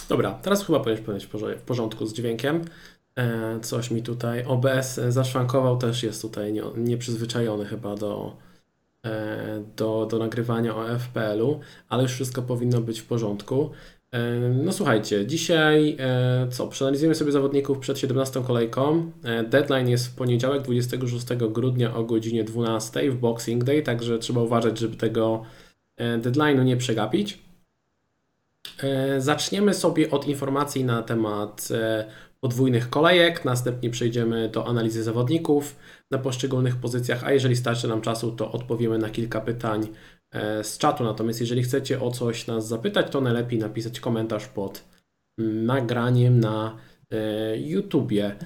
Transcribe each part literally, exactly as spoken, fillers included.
Dobra, teraz chyba powinieneś być w porządku z dźwiękiem. E, coś mi tutaj O B S zaszwankował, też jest tutaj nie, nieprzyzwyczajony chyba do, e, do, do nagrywania o F P L-u, ale już wszystko powinno być w porządku. E, no słuchajcie, dzisiaj e, co? Przeanalizujemy sobie zawodników przed siedemnastą kolejką. E, deadline jest w poniedziałek, dwudziestego szóstego grudnia o godzinie dwunastej w Boxing Day, także trzeba uważać, żeby tego e, deadline'u nie przegapić. Zaczniemy sobie od informacji na temat podwójnych kolejek, następnie przejdziemy do analizy zawodników na poszczególnych pozycjach, a jeżeli starczy nam czasu, to odpowiemy na kilka pytań z czatu. Natomiast jeżeli chcecie o coś nas zapytać, to najlepiej napisać komentarz pod nagraniem na YouTubie.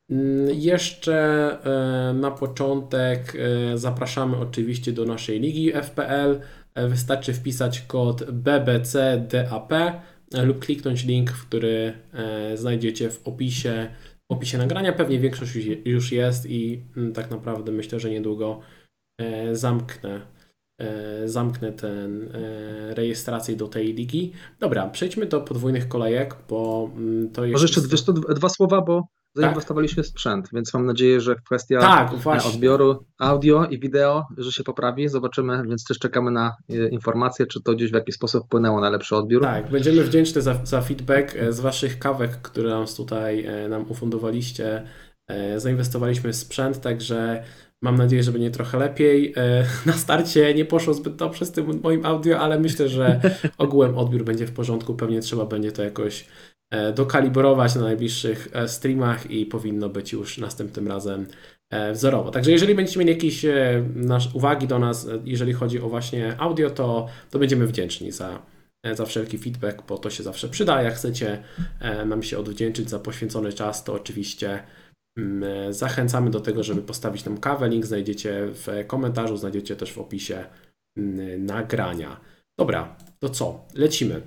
Jeszcze na początek zapraszamy oczywiście do naszej ligi F P L. Wystarczy wpisać kod B B C D A P lub kliknąć link, który znajdziecie w opisie, w opisie nagrania. Pewnie większość już jest i tak naprawdę myślę, że niedługo zamknę, zamknę tę rejestrację do tej ligi. Dobra, przejdźmy do podwójnych kolejek, bo to jest... Może jeszcze wiesz, to dwa słowa, bo tak? zainwestowaliśmy w sprzęt, więc mam nadzieję, że kwestia Tak, właśnie. odbioru audio i wideo, że się poprawi. Zobaczymy, więc też czekamy na informacje, czy to gdzieś w jakiś sposób wpłynęło na lepszy odbiór. Tak, będziemy wdzięczni za, za feedback z Waszych kawek, które nam tutaj nam ufundowaliście. Zainwestowaliśmy w sprzęt, także mam nadzieję, że będzie trochę lepiej. Na starcie nie poszło zbyt dobrze z tym moim audio, ale myślę, że ogółem odbiór będzie w porządku. Pewnie trzeba będzie to jakoś dokalibrować na najbliższych streamach i powinno być już następnym razem wzorowo. Także jeżeli będziecie mieli jakieś nasz, uwagi do nas, jeżeli chodzi o właśnie audio, to, to będziemy wdzięczni za, za wszelki feedback, bo to się zawsze przyda. Jak chcecie nam się odwdzięczyć za poświęcony czas, to oczywiście zachęcamy do tego, żeby postawić nam kawę. Link znajdziecie w komentarzu, znajdziecie też w opisie nagrania. Dobra, to co? Lecimy.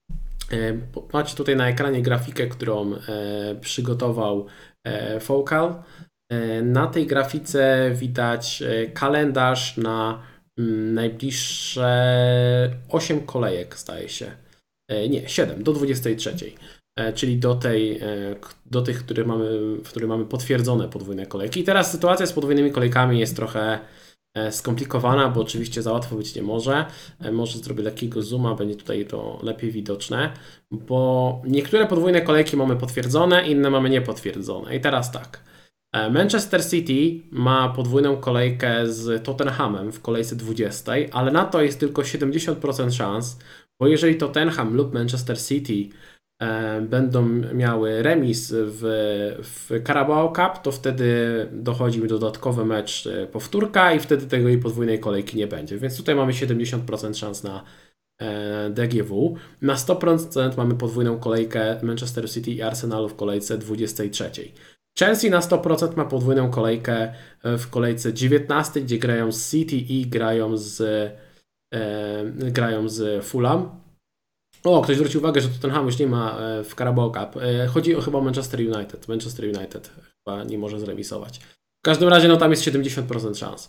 Macie tutaj na ekranie grafikę, którą przygotował Focal. Na tej grafice widać kalendarz na najbliższe osiem kolejek, zdaje się. Nie, siedem, do dwudziestej trzeciej. Czyli do, tej, do tych, które mamy, w których mamy potwierdzone podwójne kolejki. I teraz sytuacja z podwójnymi kolejkami jest trochę skomplikowana, bo oczywiście za łatwo być nie może. Może zrobię lekkiego zooma, będzie tutaj to lepiej widoczne, bo niektóre podwójne kolejki mamy potwierdzone, inne mamy niepotwierdzone. I teraz tak. Manchester City ma podwójną kolejkę z Tottenhamem w kolejce dwudziestej, ale na to jest tylko siedemdziesiąt procent szans, bo jeżeli Tottenham lub Manchester City będą miały remis w, w Carabao Cup, to wtedy dochodzi dodatkowy mecz powtórka i wtedy tego jej podwójnej kolejki nie będzie. Więc tutaj mamy siedemdziesiąt procent szans na D G W. Na sto procent mamy podwójną kolejkę Manchester City i Arsenalu w kolejce dwudziestej trzeciej. Chelsea na sto procent ma podwójną kolejkę w kolejce dziewiętnastej, gdzie grają z City i grają z, e, grają z Fulham. O, ktoś zwrócił uwagę, że Tottenham już nie ma w Carabao Cup. Chodzi o chyba Manchester United. Manchester United chyba nie może zremisować. W każdym razie no tam jest siedemdziesiąt procent szans.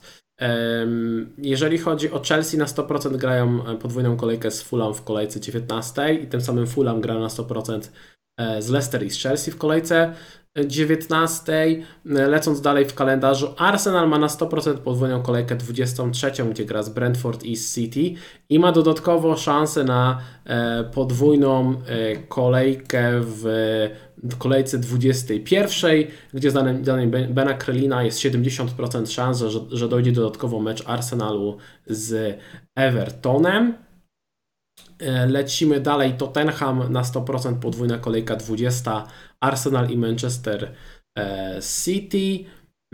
Jeżeli chodzi o Chelsea, na sto procent grają podwójną kolejkę z Fulham w kolejce dziewiętnastej i tym samym Fulham gra na sto procent z Leicester i z Chelsea w kolejce dziewiętnastej. Lecąc dalej w kalendarzu, Arsenal ma na sto procent podwójną kolejkę dwudziestą trzecią, gdzie gra z Brentford i z City i ma dodatkowo szansę na podwójną kolejkę w kolejce dwudziestej pierwszej, gdzie zdaniem Bena Krelina jest siedemdziesiąt procent szans, że, że dojdzie dodatkowo mecz Arsenalu z Evertonem. Lecimy dalej, Tottenham na sto procent podwójna kolejka dwudziesta, Arsenal i Manchester City.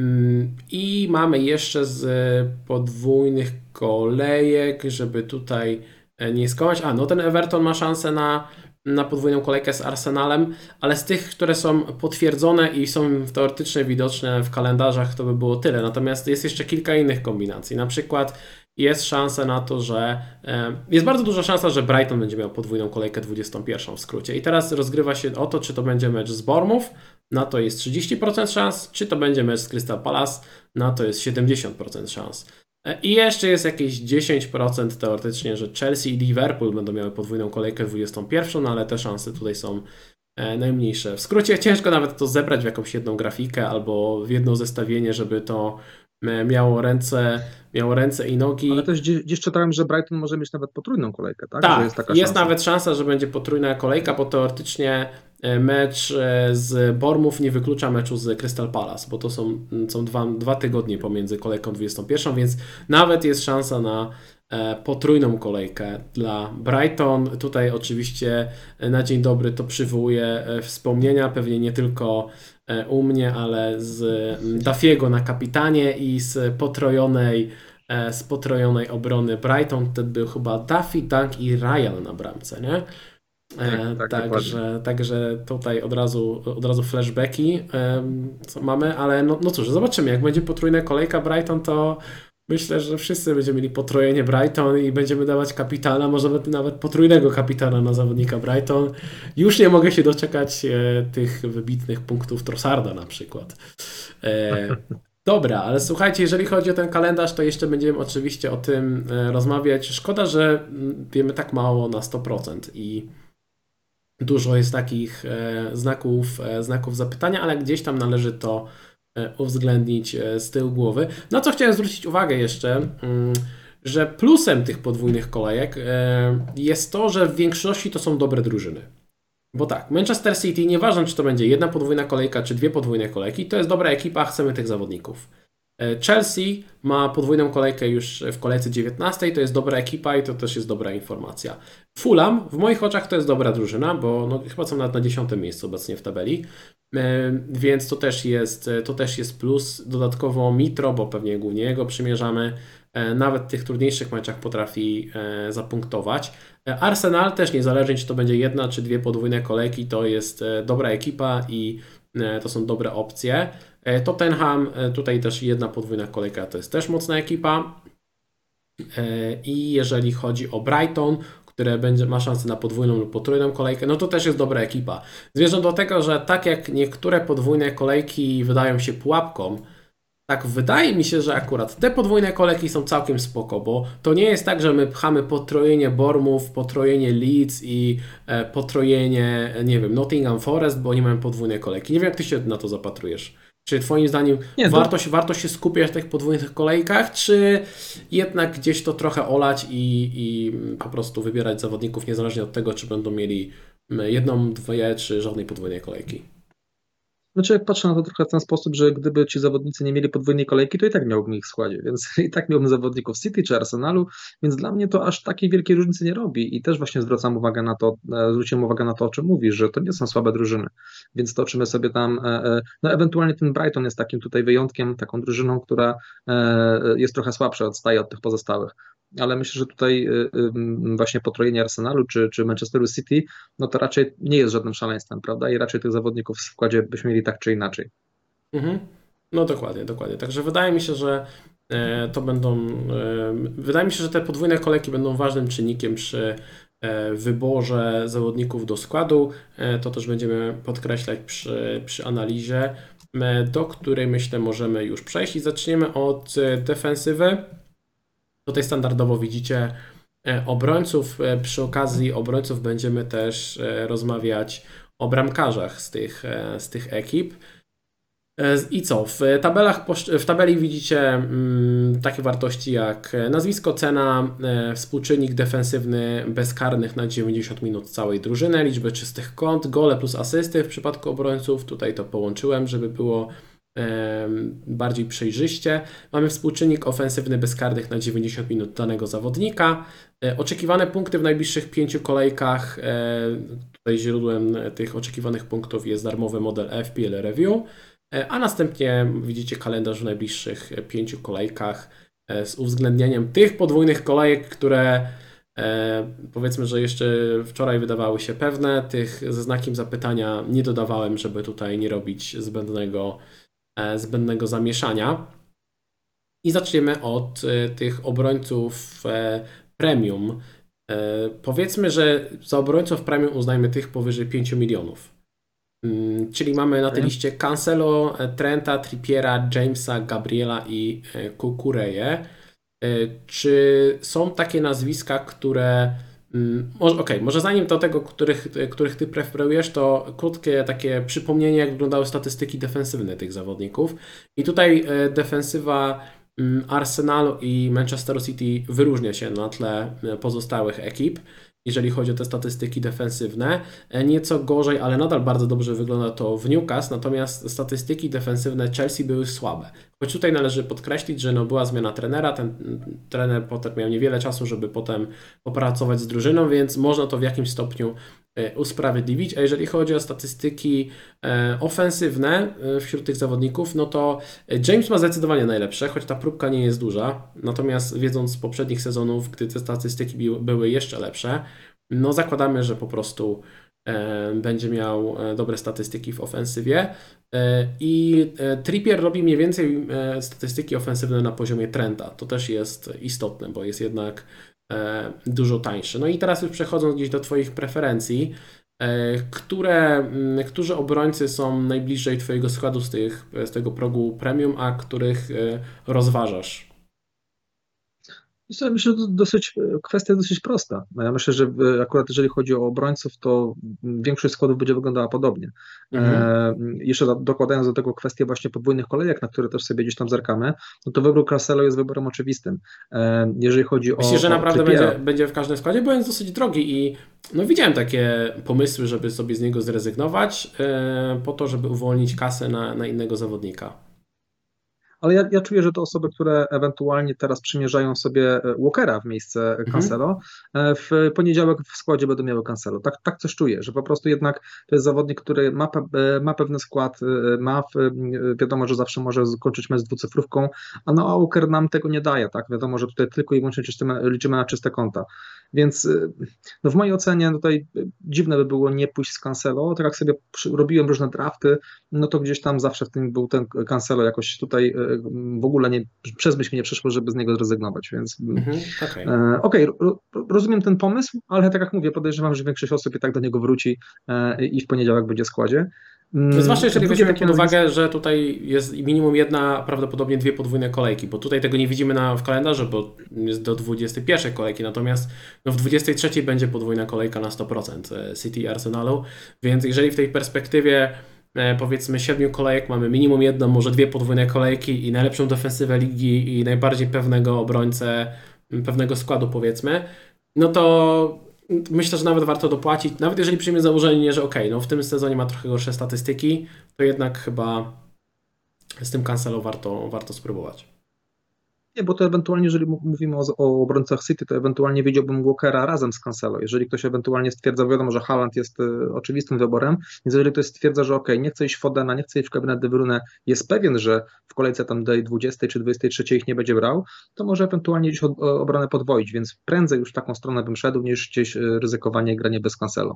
I mamy jeszcze z podwójnych kolejek, żeby tutaj nie skończyć. A, no ten Everton ma szansę na, na podwójną kolejkę z Arsenalem, ale z tych, które są potwierdzone i są teoretycznie widoczne w kalendarzach, to by było tyle. Natomiast jest jeszcze kilka innych kombinacji. Na przykład jest szansa na to, że jest bardzo duża szansa, że Brighton będzie miał podwójną kolejkę dwudziestą pierwszą w skrócie. I teraz rozgrywa się o to, czy to będzie mecz z Bournemouth, na to jest trzydzieści procent szans, czy to będzie mecz z Crystal Palace, na to jest siedemdziesiąt procent szans. I jeszcze jest jakieś dziesięć procent teoretycznie, że Chelsea i Liverpool będą miały podwójną kolejkę dwudziestą pierwszą, no ale te szanse tutaj są najmniejsze. W skrócie ciężko nawet to zebrać w jakąś jedną grafikę albo w jedno zestawienie, żeby to miało ręce, miało ręce i nogi. Ale też gdzieś, gdzieś czytałem, że Brighton może mieć nawet potrójną kolejkę, tak? Tak, że jest taka jest szansa. nawet szansa, że będzie potrójna kolejka, bo teoretycznie mecz z Bournemouth nie wyklucza meczu z Crystal Palace, bo to są, są dwa, dwa tygodnie pomiędzy kolejką dwudziestą pierwszą, więc nawet jest szansa na potrójną kolejkę dla Brighton. Tutaj oczywiście na dzień dobry to przywołuje wspomnienia, pewnie nie tylko u mnie, ale z Duffiego na kapitanie i z potrojonej z potrojonej obrony Brighton. To był chyba Duffy, Dunk i Ryan na bramce, nie? Tak, tak, także, także tutaj od razu, od razu flashbacki co mamy, ale no, no cóż, zobaczymy, jak będzie potrójna kolejka Brighton, to myślę, że wszyscy będziemy mieli potrojenie Brighton i będziemy dawać kapitana, może nawet potrójnego kapitana na zawodnika Brighton. Już nie mogę się doczekać e, tych wybitnych punktów Trossarda na przykład. E, dobra, ale słuchajcie, jeżeli chodzi o ten kalendarz, to jeszcze będziemy oczywiście o tym e, rozmawiać. Szkoda, że wiemy tak mało na sto procent i dużo jest takich e, znaków, e, znaków zapytania, ale gdzieś tam należy to uwzględnić z tyłu głowy. Na co chciałem zwrócić uwagę jeszcze, że plusem tych podwójnych kolejek jest to, że w większości to są dobre drużyny. Bo tak, Manchester City, nieważne czy to będzie jedna podwójna kolejka, czy dwie podwójne kolejki, to jest dobra ekipa, chcemy tych zawodników. Chelsea ma podwójną kolejkę już w kolejce dziewiętnastej, to jest dobra ekipa i to też jest dobra informacja. Fulham w moich oczach to jest dobra drużyna, bo no, chyba są nawet na dziesiątym miejscu obecnie w tabeli, więc to też jest, to też jest plus. Dodatkowo Mitro, bo pewnie głównie jego przymierzamy, nawet w tych trudniejszych meczach potrafi zapunktować. Arsenal też niezależnie czy to będzie jedna czy dwie podwójne kolejki, to jest dobra ekipa i to są dobre opcje. Tottenham, tutaj też jedna podwójna kolejka, to jest też mocna ekipa. I jeżeli chodzi o Brighton, które będzie, ma szansę na podwójną lub potrójną kolejkę, no to też jest dobra ekipa. Zwierzę do tego, że tak jak niektóre podwójne kolejki wydają się pułapką, tak wydaje mi się, że akurat te podwójne kolejki są całkiem spoko, bo to nie jest tak, że my pchamy potrojenie Bournemouth, potrojenie Leeds i e, potrojenie, nie wiem, Nottingham Forest, bo nie mają podwójnej kolejki. Nie wiem, jak ty się na to zapatrujesz. Czy twoim zdaniem nie, warto, to... warto się skupiać w tych podwójnych kolejkach, czy jednak gdzieś to trochę olać i, i po prostu wybierać zawodników niezależnie od tego, czy będą mieli jedną, dwie, czy żadnej podwójnej kolejki? Znaczy, jak patrzę na to trochę w ten sposób, że gdyby ci zawodnicy nie mieli podwójnej kolejki, to i tak miałbym ich w składzie, więc i tak miałbym zawodników City czy Arsenalu, więc dla mnie to aż takiej wielkiej różnicy nie robi i też właśnie zwracam uwagę na to, zwróciłem uwagę na to, o czym mówisz, że to nie są słabe drużyny, więc toczymy sobie tam, no ewentualnie ten Brighton jest takim tutaj wyjątkiem, taką drużyną, która jest trochę słabsza, odstaje od tych pozostałych. Ale myślę, że tutaj właśnie potrojenie Arsenalu czy, czy Manchesteru City, no to raczej nie jest żadnym szaleństwem, prawda? I raczej tych zawodników w składzie byśmy mieli tak czy inaczej. Mhm. No dokładnie, dokładnie. Także wydaje mi się, że to będą, wydaje mi się, że te podwójne kolejki będą ważnym czynnikiem przy wyborze zawodników do składu. To też będziemy podkreślać przy, przy analizie, do której myślę możemy już przejść i zaczniemy od defensywy. Tutaj standardowo widzicie obrońców. Przy okazji obrońców będziemy też rozmawiać o bramkarzach z tych, z tych ekip. I co? W tabelach, w tabeli widzicie takie wartości jak nazwisko, cena, współczynnik defensywny bezkarnych na dziewięćdziesiąt minut całej drużyny, liczbę czystych kąt, gole plus asysty w przypadku obrońców. Tutaj to połączyłem, żeby było bardziej przejrzyście. Mamy współczynnik ofensywny bezkarnych na dziewięćdziesiąt minut danego zawodnika. Oczekiwane punkty w najbliższych pięciu kolejkach. Tutaj źródłem tych oczekiwanych punktów jest darmowy model F P L Review. A następnie widzicie kalendarz w najbliższych pięciu kolejkach z uwzględnieniem tych podwójnych kolejek, które powiedzmy, że jeszcze wczoraj wydawały się pewne. Tych ze znakiem zapytania nie dodawałem, żeby tutaj nie robić zbędnego zbędnego zamieszania. I zaczniemy od tych obrońców premium. Powiedzmy, że za obrońców premium uznajmy tych powyżej pięciu milionów. Czyli mamy na tej liście Cancelo, Trenta, Trippiera, Jamesa, Gabriela i Kukureję. Czy są takie nazwiska, które... Może, okej, okay, może zanim do tego, których, których ty preferujesz, to krótkie takie przypomnienie, jak wyglądały statystyki defensywne tych zawodników. I tutaj defensywa Arsenalu i Manchesteru City wyróżnia się na tle pozostałych ekip, jeżeli chodzi o te statystyki defensywne. Nieco gorzej, ale nadal bardzo dobrze wygląda to w Newcastle, natomiast statystyki defensywne Chelsea były słabe. Choć tutaj należy podkreślić, że no była zmiana trenera, ten trener potem miał niewiele czasu, żeby potem popracować z drużyną, więc można to w jakimś stopniu usprawiedliwić. A jeżeli chodzi o statystyki ofensywne wśród tych zawodników, no to James ma zdecydowanie najlepsze, choć ta próbka nie jest duża. Natomiast wiedząc z poprzednich sezonów, gdy te statystyki były jeszcze lepsze, no zakładamy, że po prostu będzie miał dobre statystyki w ofensywie. I Trippier robi mniej więcej statystyki ofensywne na poziomie Trenta. To też jest istotne, bo jest jednak dużo tańszy. No i teraz już przechodząc gdzieś do Twoich preferencji, które, którzy obrońcy są najbliżej Twojego składu z, tych, z tego progu premium, a których rozważasz? Myślę, że to dosyć, kwestia dosyć prosta. Ja myślę, że akurat jeżeli chodzi o obrońców, to większość składów będzie wyglądała podobnie. Mhm. E, jeszcze dokładając do tego kwestię właśnie podwójnych kolejek, na które też sobie gdzieś tam zerkamy, no to wybór Cancelo jest wyborem oczywistym. E, jeżeli chodzi Myślisz, o Myślisz, że naprawdę będzie, będzie w każdym składzie, bo jest dosyć drogi i no widziałem takie pomysły, żeby sobie z niego zrezygnować e, po to, żeby uwolnić kasę na, na innego zawodnika. Ale ja, ja czuję, że to osoby, które ewentualnie teraz przymierzają sobie Walkera w miejsce Cancelo, mhm. w poniedziałek w składzie będą miały Cancelo. Tak, tak coś czuję, że po prostu jednak to jest zawodnik, który ma, ma pewny skład, ma wiadomo, że zawsze może skończyć mecz z dwucyfrówką, a no Walker nam tego nie daje, tak? Wiadomo, że tutaj tylko i wyłącznie liczymy na czyste konta. Więc no w mojej ocenie tutaj dziwne by było nie pójść z Cancelo, tak jak sobie robiłem różne drafty, no to gdzieś tam zawsze w tym był ten Cancelo jakoś tutaj w ogóle nie, przez myśl mi nie przeszło, żeby z niego zrezygnować, więc mhm, okej, okay. okay, rozumiem ten pomysł, ale tak jak mówię, podejrzewam, że większość osób i tak do niego wróci i w poniedziałek będzie w składzie. Zwłaszcza jeżeli weźmiemy pod uwagę, że tutaj jest minimum jedna, prawdopodobnie dwie podwójne kolejki, bo tutaj tego nie widzimy na, w kalendarzu, bo jest do dwudziestej pierwszej kolejki, natomiast no w dwudziestej trzeciej będzie podwójna kolejka na sto procent City i Arsenalu, więc jeżeli w tej perspektywie powiedzmy siedmiu kolejek mamy minimum jedną, może dwie podwójne kolejki i najlepszą defensywę ligi i najbardziej pewnego obrońcę, pewnego składu powiedzmy, no to myślę, że nawet warto dopłacić, nawet jeżeli przyjmie założenie, że okej, okay, no w tym sezonie ma trochę gorsze statystyki, to jednak chyba z tym Cancelo warto, warto spróbować. Nie, bo to ewentualnie, jeżeli mówimy o, o obrońcach City, to ewentualnie widziałbym Walkera razem z Cancelo. Jeżeli ktoś ewentualnie stwierdza, wiadomo, że Haaland jest y, oczywistym wyborem, więc jeżeli ktoś stwierdza, że ok, nie chce iść w Fodena, nie chce iść w gabinet De Bruyne, jest pewien, że w kolejce tam do dwudziestej czy dwudziestej trzeciej ich nie będzie brał, to może ewentualnie gdzieś od, o, obronę podwoić, więc prędzej już w taką stronę bym szedł, niż gdzieś ryzykowanie granie bez Cancelo.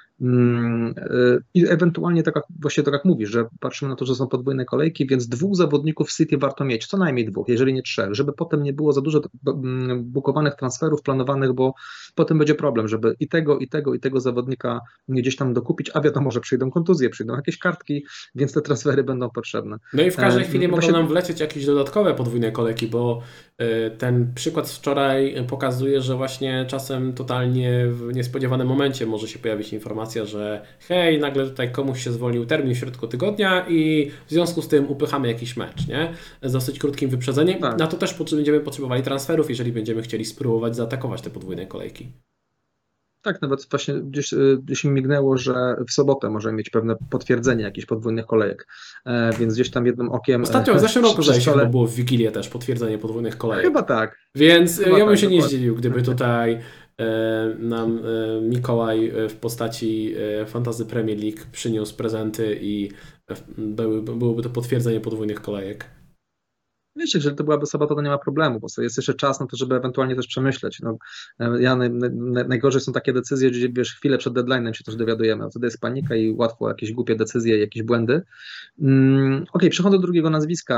I ewentualnie tak jak, właśnie tak jak mówisz, że patrzymy na to, że są podwójne kolejki, więc dwóch zawodników City warto mieć, co najmniej dwóch, jeżeli nie trzech, żeby potem nie było za dużo bukowanych transferów planowanych, bo potem będzie problem, żeby i tego, i tego, i tego zawodnika gdzieś tam dokupić, a wiadomo, że przyjdą kontuzje, przyjdą jakieś kartki, więc te transfery będą potrzebne. No i w każdej chwili mogą właśnie nam wlecieć jakieś dodatkowe podwójne kolejki, bo ten przykład z wczoraj pokazuje, że właśnie czasem totalnie w niespodziewanym momencie może się pojawić informacja, że hej, nagle tutaj komuś się zwolnił termin w środku tygodnia i w związku z tym upychamy jakiś mecz, nie? Z dosyć krótkim wyprzedzeniem. Tak. Na to też będziemy potrzebowali transferów, jeżeli będziemy chcieli spróbować zaatakować te podwójne kolejki. Tak, nawet właśnie gdzieś, gdzieś mi mignęło, że w sobotę możemy mieć pewne potwierdzenie jakichś podwójnych kolejek, e, więc gdzieś tam jednym okiem... Ostatnio w zeszłym roku zdaje się, było w Wigilię też potwierdzenie podwójnych kolejek. Chyba tak. Więc Chyba ja bym tak, się dokładnie. nie zdziwił, gdyby tutaj e, nam e, Mikołaj w postaci e, Fantasy Premier League przyniósł prezenty i e, były, byłoby to potwierdzenie podwójnych kolejek. Wiecie, jeżeli to byłaby sobota, to nie ma problemu, bo jest jeszcze czas na to, żeby ewentualnie też przemyśleć. No, ja naj, naj, najgorzej są takie decyzje, gdzie wiesz, chwilę przed deadline'em się też dowiadujemy, a wtedy jest panika i łatwo jakieś głupie decyzje, jakieś błędy. Mm, Okej, okay, przechodzę do drugiego nazwiska. No,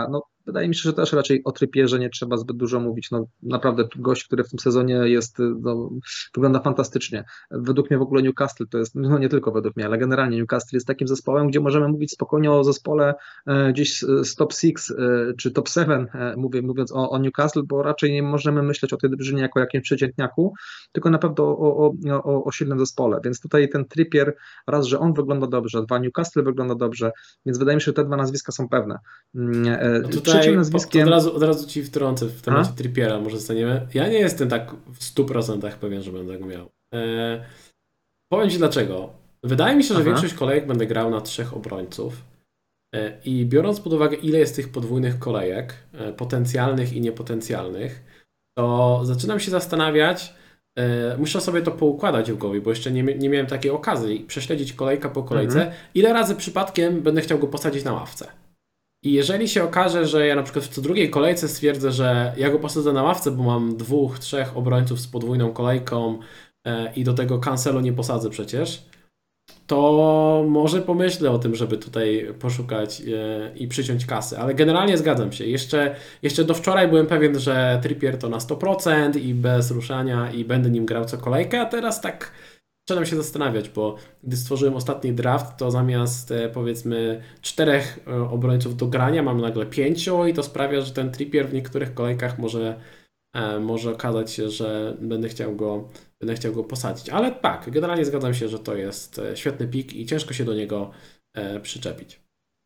Wydaje mi się, że też raczej o Trypierze nie trzeba zbyt dużo mówić. No, naprawdę gość, który w tym sezonie jest, no, wygląda fantastycznie. Według mnie w ogóle Newcastle to jest, no nie tylko według mnie, ale generalnie Newcastle jest takim zespołem, gdzie możemy mówić spokojnie o zespole e, gdzieś z, z top six e, czy top seven, e, mówię, mówiąc o, o Newcastle, bo raczej nie możemy myśleć o tej drużynie jako jakimś przeciętniaku, tylko na pewno o, o, o, o silnym zespole. Więc tutaj ten Trippier, raz, że on wygląda dobrze, dwa, Newcastle wygląda dobrze, więc wydaje mi się, że te dwa nazwiska są pewne. No Trzecim tutaj po, to od nazwiskiem. razu, od razu ci wtrącę w temacie A? Trippiera, może zostaniemy. Ja nie jestem tak w stu procentach pewien, że będę go miał. E, powiem ci dlaczego. Wydaje mi się, że Aha. większość kolejek będę grał na trzech obrońców. E, I biorąc pod uwagę, ile jest tych podwójnych kolejek, e, potencjalnych i niepotencjalnych, to zaczynam się zastanawiać. E, muszę sobie to poukładać w głowie, bo jeszcze nie, nie miałem takiej okazji prześledzić kolejka po kolejce, Mhm. ile razy przypadkiem będę chciał go posadzić na ławce. I jeżeli się okaże, że ja na przykład w co drugiej kolejce stwierdzę, że ja go posadzę na ławce, bo mam dwóch, trzech obrońców z podwójną kolejką e, i do tego Cancelo nie posadzę przecież, to może pomyślę o tym, żeby tutaj poszukać e, i przyciąć kasy. Ale generalnie zgadzam się. Jeszcze, jeszcze do wczoraj byłem pewien, że Trippier to na sto procent i bez ruszania i będę nim grał co kolejkę, a teraz tak zaczynam się zastanawiać, bo gdy stworzyłem ostatni draft, to zamiast e, powiedzmy czterech e, obrońców do grania mam nagle pięciu i to sprawia, że ten Trippier w niektórych kolejkach może, e, może okazać się, że będę chciał go, będę chciał go posadzić. Ale tak, generalnie zgadzam się, że to jest e, świetny pik i ciężko się do niego e, przyczepić.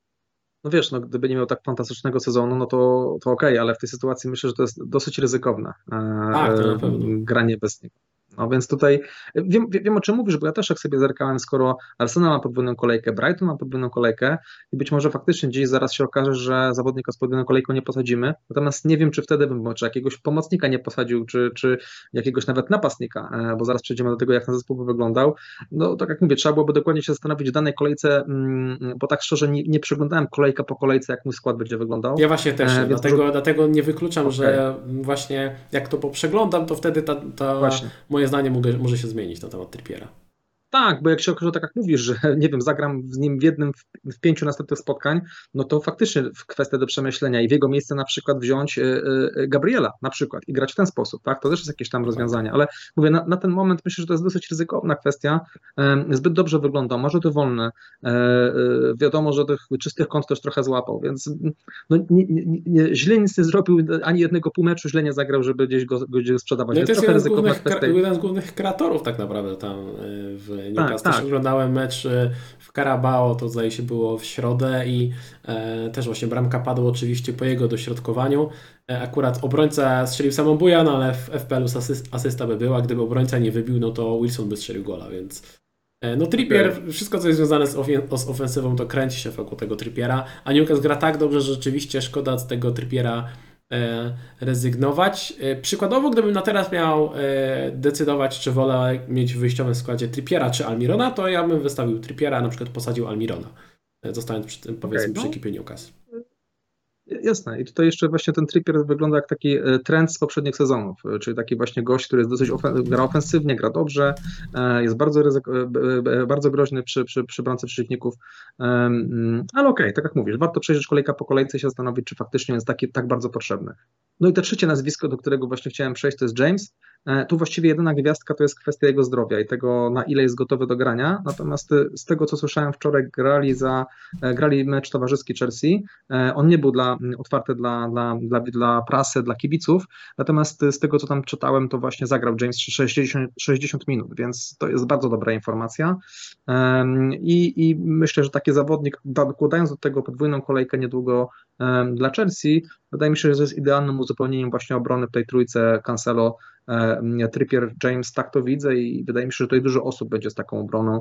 No wiesz, no, gdyby nie miał tak fantastycznego sezonu, no to, to okej, ale w tej sytuacji myślę, że to jest dosyć ryzykowne e, Tak, to na e, pewno. granie bez niego. No więc tutaj wiem, wiem o czym mówisz, bo ja też jak sobie zerkałem, skoro Arsenal ma podwójną kolejkę, Brighton ma podwójną kolejkę i być może faktycznie gdzieś zaraz się okaże, że zawodnika z podwójną kolejką nie posadzimy, natomiast nie wiem, czy wtedy bym, czy jakiegoś pomocnika nie posadził, czy, czy jakiegoś nawet napastnika, e, bo zaraz przejdziemy do tego, jak ten zespół by wyglądał. No tak jak mówię, trzeba byłoby dokładnie się zastanowić w danej kolejce, mm, bo tak szczerze nie, nie przeglądałem kolejka po kolejce, jak mój skład będzie wyglądał, Ja właśnie też e, nie, więc może dlatego, dlatego nie wykluczam, okej, że właśnie jak to poprzeglądam, to wtedy ta, ta właśnie. moje zdanie mogę, może się zmienić na temat Trippiera. Tak, bo jak się okaże, tak jak mówisz, że nie wiem, zagram z nim w jednym, w, w pięciu następnych spotkań, no to faktycznie w kwestia do przemyślenia i w jego miejsce na przykład wziąć y, y, Gabriela na przykład i grać w ten sposób, tak? To też jest jakieś tam Dokładnie. rozwiązanie, ale mówię, na, na ten moment myślę, że to jest dosyć ryzykowna kwestia. Em, zbyt dobrze wygląda, może to wolne. E, e, wiadomo, że tych czystych kąt też trochę złapał, więc no, nie, nie, nie, źle nic nie zrobił, ani jednego półmeczu źle nie zagrał, żeby gdzieś go, go gdzieś sprzedawać, No i to więc jest trochę jeden z ryzykowna głównych, kwestia. kre- jeden z głównych kreatorów tak naprawdę tam y, w Tak, Newcastle. Też tak. oglądałem mecz y, w Carabao, to zdaje się było w środę i e, też właśnie bramka padła oczywiście po jego dośrodkowaniu. E, akurat obrońca strzelił samobója, no ale w F P L-u asyst, asysta by była. Gdyby obrońca nie wybił, no to Wilson by strzelił gola, więc e, no Trippier, Okej. wszystko co jest związane z, ofen- z ofensywą to kręci się wokół tego Trippiera, a Newcastle gra tak dobrze, że rzeczywiście szkoda z tego Trippiera e, rezygnować. E, przykładowo, gdybym na teraz miał e, decydować, czy wolę mieć w wyjściowym składzie Trippiera czy Almirona, to ja bym wystawił Trippiera, a na przykład posadził Almirona, e, zostając przy tym, Okej, powiedzmy, przy no. ekipie Newcastle. Jasne. I tutaj jeszcze właśnie ten Trippier wygląda jak taki e, trend z poprzednich sezonów, e, czyli taki właśnie gość, który jest dosyć ofen gra ofensywnie, gra dobrze, e, jest bardzo, ryzyko, e, e, bardzo groźny przy, przy, przy bramce przeciwników, e, mm, ale okej, tak jak mówisz, warto przejrzeć kolejka po kolejce i się zastanowić, czy faktycznie jest taki tak bardzo potrzebny. No i te trzecie nazwisko, do którego właśnie chciałem przejść, to jest James. E, Tu właściwie jedyna gwiazdka to jest kwestia jego zdrowia i tego, na ile jest gotowy do grania. Natomiast e, z tego, co słyszałem wczoraj, grali za, e, grali mecz towarzyski Chelsea. E, On nie był dla, otwarty dla, dla, dla, dla prasy, dla kibiców, natomiast z tego, co tam czytałem, to właśnie zagrał James sześćdziesiąt, sześćdziesiąt minut, więc to jest bardzo dobra informacja. Em, I, i myślę, że taki zawodnik, dokładając do tego podwójną kolejkę niedługo em, dla Chelsea, wydaje mi się, że jest idealnym uzupełnieniem właśnie obrony w tej trójce Cancelo, e, Trippier, James, tak to widzę i wydaje mi się, że tutaj dużo osób będzie z taką obroną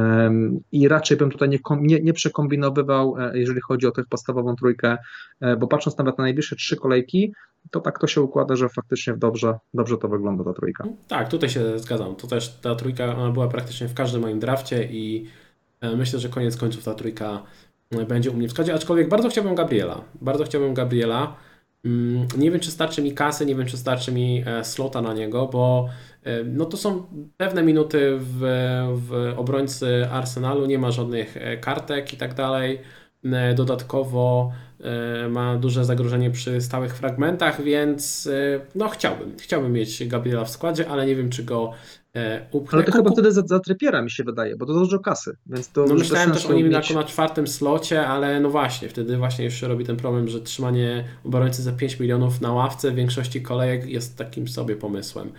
em, i raczej bym tutaj nie, kom- nie, nie przekombinowywał, e, jeżeli chodzi o tę podstawową trójkę, e, bo patrząc nawet na najbliższe trzy kolejki, to tak to się układa, że faktycznie dobrze, dobrze to wygląda ta trójka. Tak, tutaj się zgadzam. To też ta trójka ona była praktycznie w każdym moim drafcie i e, myślę, że koniec końców ta trójka e, będzie u mnie w składzie, aczkolwiek bardzo chciałbym Gabriela. Bardzo chciałbym Gabriela. Mm, Nie wiem, czy starczy mi kasy, nie wiem, czy starczy mi e, slota na niego, bo e, no to są pewne minuty w, w obrońcy Arsenalu, nie ma żadnych e, kartek i tak dalej. E, Dodatkowo e, ma duże zagrożenie przy stałych fragmentach, więc e, no chciałbym, chciałbym mieć Gabriela w składzie, ale nie wiem, czy go e, Ale upchnę. to chyba Kuku, wtedy za, za Trippiera mi się wydaje, bo to dużo kasy, więc to no już bez myślałem też o sensu nim jako mieć. na czwartym slocie, ale no właśnie, wtedy właśnie już się robi ten problem, że trzymanie obrońcy za pięć milionów na ławce w większości kolejek jest takim sobie pomysłem.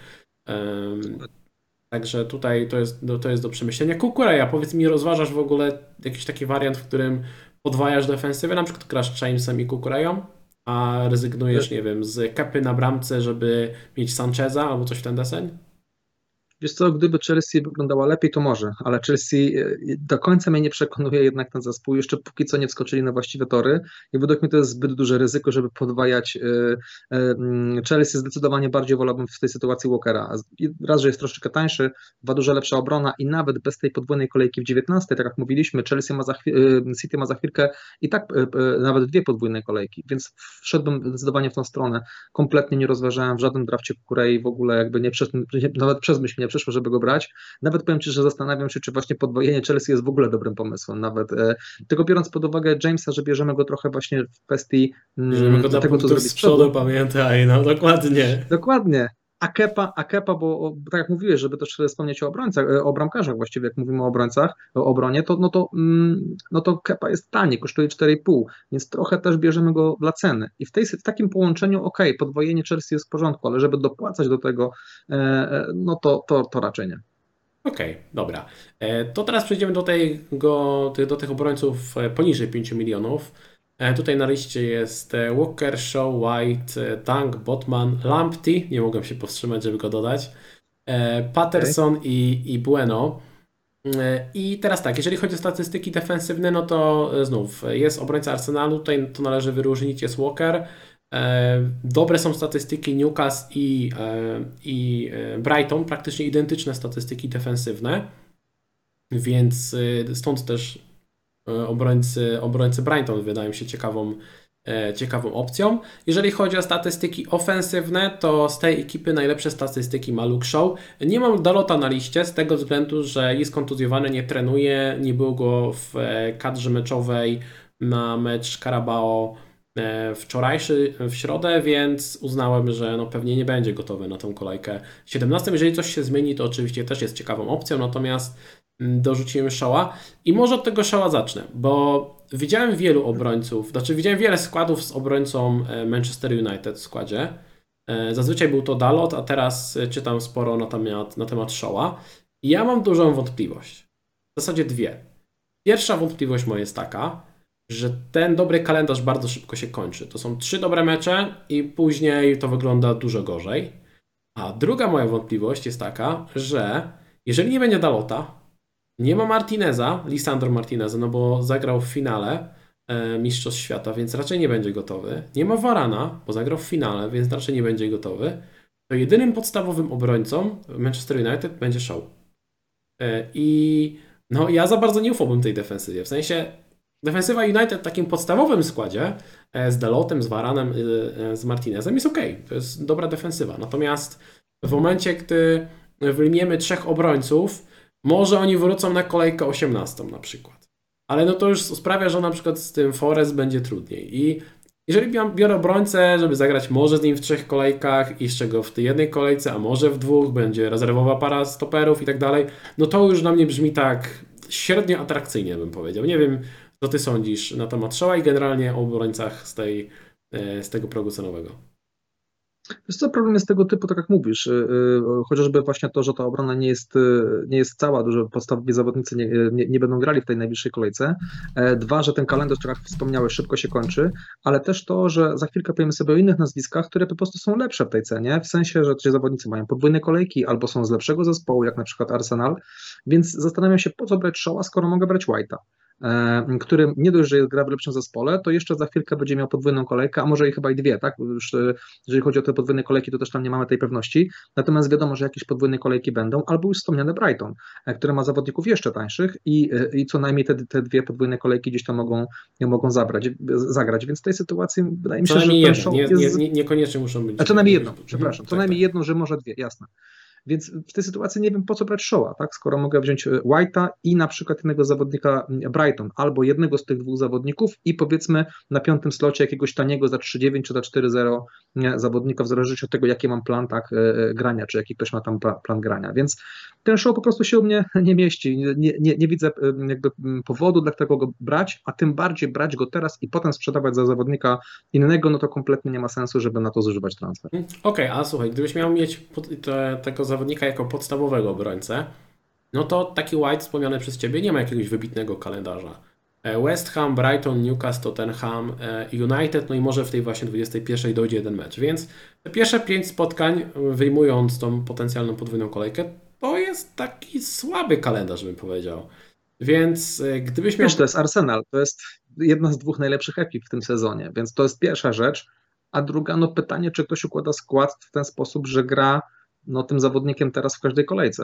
Em, Także tutaj to jest, do, to jest do przemyślenia. Kukureja, powiedz mi, rozważasz w ogóle jakiś taki wariant, w którym podwajasz defensywę, na przykład grasz Jamesem i Kukureją, a rezygnujesz, nie wiem, z Kepy na bramce, żeby mieć Sancheza albo coś w ten deseń? Wiesz co, gdyby Chelsea wyglądała lepiej, to może, ale Chelsea e, do końca mnie nie przekonuje jednak ten zespół. Jeszcze póki co nie wskoczyli na właściwe tory i według mnie to jest zbyt duże ryzyko, żeby podwajać e, e, mm, Chelsea. Zdecydowanie bardziej wolałbym w tej sytuacji Walkera. A z- i Raz, że jest troszeczkę tańszy, dwa, dużo lepsza obrona i nawet bez tej podwójnej kolejki w dziewiętnastej, tak jak mówiliśmy, Chelsea ma za chwi- e, City ma za chwilkę i tak e, e, nawet dwie podwójne kolejki, więc wszedłbym zdecydowanie w tą stronę. Kompletnie nie rozważałem w żadnym drafcie Kukurei, w ogóle jakby nie przeszło, nawet przez myśl mnie nie przeszło, żeby go brać. Nawet powiem Ci, że zastanawiam się, czy właśnie podwojenie Chelsea jest w ogóle dobrym pomysłem. Nawet e, tylko biorąc pod uwagę Jamesa, że bierzemy go trochę właśnie w kwestii Bierzemy mm, go dla tego, co punktów zrobi z z przodu. przodu, pamiętaj, no dokładnie. Dokładnie. A Kepa, a Kepa, bo o, tak jak mówiłeś, żeby też wspomnieć o obrońcach, e, o bramkarzach właściwie, jak mówimy o obrońcach, o obronie, to no to, mm, no to Kepa jest tani, kosztuje cztery i pół, więc trochę też bierzemy go dla ceny. I w, tej, w takim połączeniu, ok, podwojenie Chelsea jest w porządku, ale żeby dopłacać do tego, e, e, no to, to, to raczej nie. Okej, dobra. E, To teraz przejdziemy do tego, ty- do tych obrońców e, poniżej pięciu milionów. E, Tutaj na liście jest e, Walker, Shaw, White, e, Dunk, Botman, Lamptey, nie mogłem się powstrzymać, żeby go dodać, e, Okay? Patterson i, i Bueno. E, I teraz tak, jeżeli chodzi o statystyki defensywne, no to e, znów e, jest obrońca Arsenalu, tutaj to należy wyróżnić, jest Walker. E, Dobre są statystyki Newcastle i, e, i e, Brighton, praktycznie identyczne statystyki defensywne, więc e, stąd też e, obrońcy, obrońcy Brighton wydają się ciekawą, e, ciekawą opcją. Jeżeli chodzi o statystyki ofensywne, to z tej ekipy najlepsze statystyki ma Luke Shaw. Nie mam Dalota na liście z tego względu, że jest kontuzjowany, nie trenuje, nie było go w e, kadrze meczowej na mecz Carabao e, wczorajszy w środę, więc uznałem, że no pewnie nie będzie gotowy na tą kolejkę siedemnastą. Jeżeli coś się zmieni, to oczywiście też jest ciekawą opcją, natomiast mm, dorzuciłem Shawa i może od tego Shawa zacznę, bo widziałem wielu obrońców, znaczy widziałem wiele składów z obrońcą e, Manchester United w składzie. E, Zazwyczaj był to Dalot, a teraz e, czytam sporo na temat, na temat Shawa i ja mam dużą wątpliwość. W zasadzie dwie. Pierwsza wątpliwość moja jest taka, że ten dobry kalendarz bardzo szybko się kończy. To są trzy dobre mecze i później to wygląda dużo gorzej. A druga moja wątpliwość jest taka, że jeżeli nie będzie Dalota, nie ma Martineza, Lisandro Martineza, no bo zagrał w finale e, Mistrzostw Świata, więc raczej nie będzie gotowy. Nie ma Varana, bo zagrał w finale, więc raczej nie będzie gotowy. To jedynym podstawowym obrońcą Manchester United będzie Shaw. E, I no ja za bardzo nie ufałbym tej defensywie. W sensie defensywa United w takim podstawowym składzie e, z Dalotem, z Varanem, e, e, z Martinezem jest ok. To jest dobra defensywa. Natomiast w momencie, gdy wyjmiemy trzech obrońców, może oni wrócą na kolejkę osiemnastą na przykład. Ale no to już sprawia, że na przykład z tym Forest będzie trudniej. I jeżeli bior- biorę obrońcę, żeby zagrać może z nim w trzech kolejkach i z czego w tej jednej kolejce, a może w dwóch, będzie rezerwowa para stoperów i tak dalej, no to już dla mnie brzmi tak średnio atrakcyjnie, bym powiedział. Nie wiem, co ty sądzisz na temat Shawa i generalnie o obrońcach z, tej, e, z tego progu cenowego. Wiesz co, problem jest tego typu, tak jak mówisz, y, y, chociażby właśnie to, że ta obrona nie jest, y, nie jest cała, że podstawowi zawodnicy nie, nie, nie będą grali w tej najbliższej kolejce. E, Dwa, że ten kalendarz, tak jak wspomniałeś, szybko się kończy, ale też to, że za chwilkę powiemy sobie o innych nazwiskach, które po prostu są lepsze w tej cenie, w sensie, że ci zawodnicy mają podwójne kolejki albo są z lepszego zespołu, jak na przykład Arsenal, więc zastanawiam się, po co brać Shawa, skoro mogę brać White'a, e, który nie dość, że jest gra w lepszym zespole, to jeszcze za chwilkę będzie miał podwójną kolejkę, a może i chyba i dwie, tak? Już, e, jeżeli chodzi o te podwójne kolejki, to też tam nie mamy tej pewności. Natomiast wiadomo, że jakieś podwójne kolejki będą, albo już wspomniane Brighton, e, które ma zawodników jeszcze tańszych i, e, i co najmniej te, te dwie podwójne kolejki gdzieś tam mogą, mogą zabrać, zagrać. Więc w tej sytuacji wydaje mi Co się, że najmniej ten jedną, show nie, nie, jest. nie, niekoniecznie muszą być A co dwie. najmniej jedną, Mhm, przepraszam, co tak, tak. najmniej jedną, że może dwie, jasne. Więc w tej sytuacji nie wiem, po co brać Shawa, tak? Skoro mogę wziąć White'a i na przykład jednego zawodnika Brighton, albo jednego z tych dwóch zawodników i powiedzmy na piątym slocie jakiegoś taniego za trzy dziewięć czy za cztery zero zawodnika, w zależności od tego, jaki mam plan tak grania, czy jaki ktoś ma tam plan grania. Więc ten Shaw po prostu się u mnie nie mieści. Nie, nie, nie widzę jakby powodu, dla którego go brać, a tym bardziej brać go teraz i potem sprzedawać za zawodnika innego, no to kompletnie nie ma sensu, żeby na to zużywać transfer. Okej, okay, a słuchaj, gdybyś miał mieć pod, te, tego zawodnika jako podstawowego obrońcę, no to taki White wspomniany przez Ciebie nie ma jakiegoś wybitnego kalendarza. West Ham, Brighton, Newcastle, Tottenham, United, no i może w tej właśnie dwudziestej pierwszej dojdzie jeden mecz, więc te pierwsze pięć spotkań, wyjmując tą potencjalną podwójną kolejkę, to jest taki słaby kalendarz, bym powiedział. Więc gdybyś miał... Wiesz, to jest Arsenal, to jest jedna z dwóch najlepszych ekip w tym sezonie, więc to jest pierwsza rzecz, a druga, no pytanie, czy ktoś układa skład w ten sposób, że gra no, tym zawodnikiem teraz w każdej kolejce.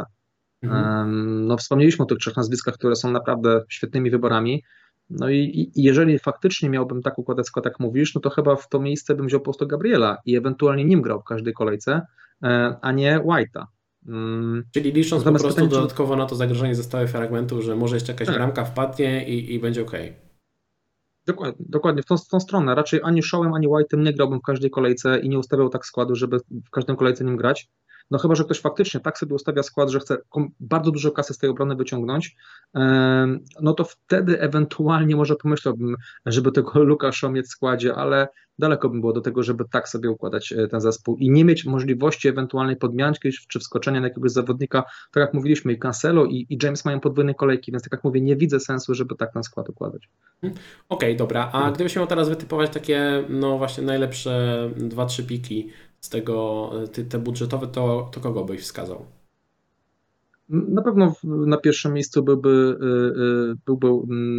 Mhm. No wspomnieliśmy o tych trzech nazwiskach, które są naprawdę świetnymi wyborami, no i, i jeżeli faktycznie miałbym tak układać skład, jak mówisz, no to chyba w to miejsce bym wziął po prostu Gabriela i ewentualnie nim grał w każdej kolejce, a nie White'a. Czyli licząc Natomiast po prostu pytanie, dodatkowo czy... na to zagrożenie ze stałych fragmentów, że może jeszcze jakaś tak. bramka wpadnie i, i będzie ok. Dokładnie, dokładnie w tą, w tą stronę. Raczej ani Shawem, ani White'em nie grałbym w każdej kolejce i nie ustawiał tak składu, żeby w każdej kolejce nim grać. No chyba, że ktoś faktycznie tak sobie ustawia skład, że chce bardzo dużo kasy z tej obrony wyciągnąć, no to wtedy ewentualnie może pomyślałbym, żeby tego Luka Shaw mieć w składzie, ale daleko bym było do tego, żeby tak sobie układać ten zespół i nie mieć możliwości ewentualnej podmianki czy wskoczenia na jakiegoś zawodnika. Tak jak mówiliśmy, i Cancelo i, i James mają podwójne kolejki, więc tak jak mówię, nie widzę sensu, żeby tak ten skład układać. Okej, okay, dobra. A gdybyś miał teraz wytypować takie, no właśnie najlepsze dwa, trzy piki z tego, te, te budżetowe, to, to kogo byś wskazał? Na pewno na pierwszym miejscu byłby, byłby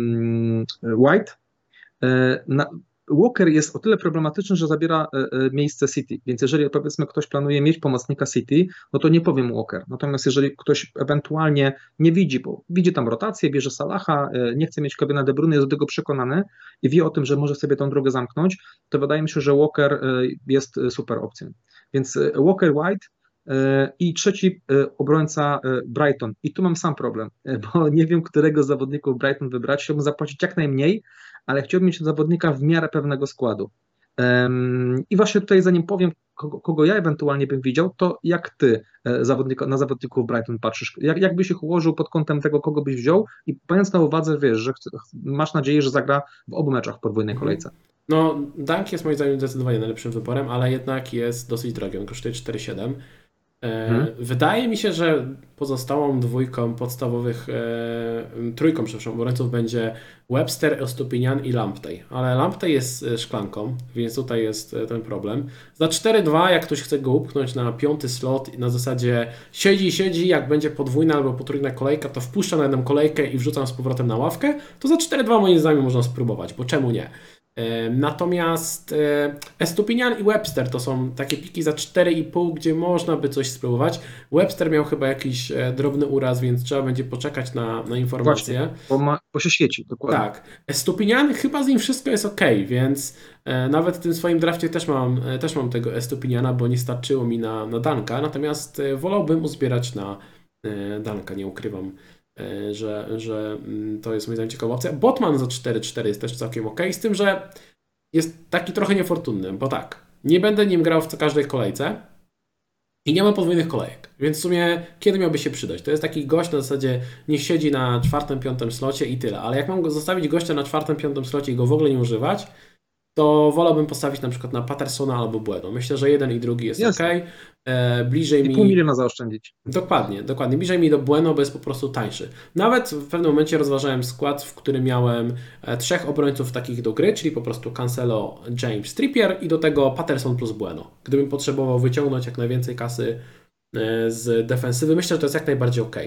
White. Na, Walker jest o tyle problematyczny, że zabiera miejsce City, więc jeżeli powiedzmy ktoś planuje mieć pomocnika City, no to nie powiem Walker. Natomiast jeżeli ktoś ewentualnie nie widzi, bo widzi tam rotację, bierze Salaha, nie chce mieć Kevina De Bruyne, jest do tego przekonany i wie o tym, że może sobie tą drogę zamknąć, to wydaje mi się, że Walker jest super opcją. Więc Walker, White i trzeci obrońca Brighton. I tu mam sam problem, bo nie wiem, którego z zawodników Brighton wybrać. Chciałbym zapłacić jak najmniej, ale chciałbym mieć zawodnika w miarę pewnego składu. I właśnie tutaj, zanim powiem, kogo, kogo ja ewentualnie bym widział, to jak ty zawodnika, na zawodników Brighton patrzysz? Jak, jak byś ich ułożył pod kątem tego, kogo byś wziął? I mając na uwadze, wiesz, że chce, masz nadzieję, że zagra w obu meczach w podwójnej kolejce. No, Dunk jest moim zdaniem zdecydowanie najlepszym wyborem, ale jednak jest dosyć drogi. On kosztuje cztery siedem. Hmm. Wydaje mi się, że pozostałą dwójką podstawowych, e, trójką przepraszam, obrońców będzie Webster, Estupinian i Lamptey, ale Lamptey jest szklanką, więc tutaj jest ten problem. Za cztery dwa, jak ktoś chce go upchnąć na piąty slot na zasadzie siedzi, siedzi, jak będzie podwójna albo potrójna kolejka, to wpuszcza na jedną kolejkę i wrzucam z powrotem na ławkę, to za cztery dwa moim zdaniem można spróbować, bo czemu nie? Natomiast Estupinian i Webster to są takie piki za cztery i pół, gdzie można by coś spróbować. Webster miał chyba jakiś drobny uraz, więc trzeba będzie poczekać na, na informacje. Właśnie, bo, ma, bo się świeci, dokładnie. Tak. Estupinian chyba z nim wszystko jest ok, więc nawet w tym swoim drafcie też mam, też mam tego Estupiniana, bo nie starczyło mi na, na Danka, natomiast wolałbym uzbierać na Danka, nie ukrywam. Że, że to jest moim zdaniem ciekawa opcja. Botman za cztery cztery jest też całkiem ok, z tym, że jest taki trochę niefortunny, bo tak, nie będę nim grał w każdej kolejce i nie ma podwójnych kolejek, więc w sumie kiedy miałby się przydać? To jest taki gość na zasadzie niech siedzi na czwartym, piątym slocie i tyle, ale jak mam go zostawić gościa na czwartym, piątym slocie i go w ogóle nie używać, to wolałbym postawić na przykład na Pattersona albo Bueno. Myślę, że jeden i drugi jest ok. E, bliżej I mi... pół miliona zaoszczędzić. Dokładnie, dokładnie. Bliżej mi do Bueno, bo jest po prostu tańszy. Nawet w pewnym momencie rozważałem skład, w którym miałem trzech obrońców takich do gry, czyli po prostu Cancelo, James, Trippier i do tego Patterson plus Bueno. Gdybym potrzebował wyciągnąć jak najwięcej kasy z defensywy, myślę, że to jest jak najbardziej ok.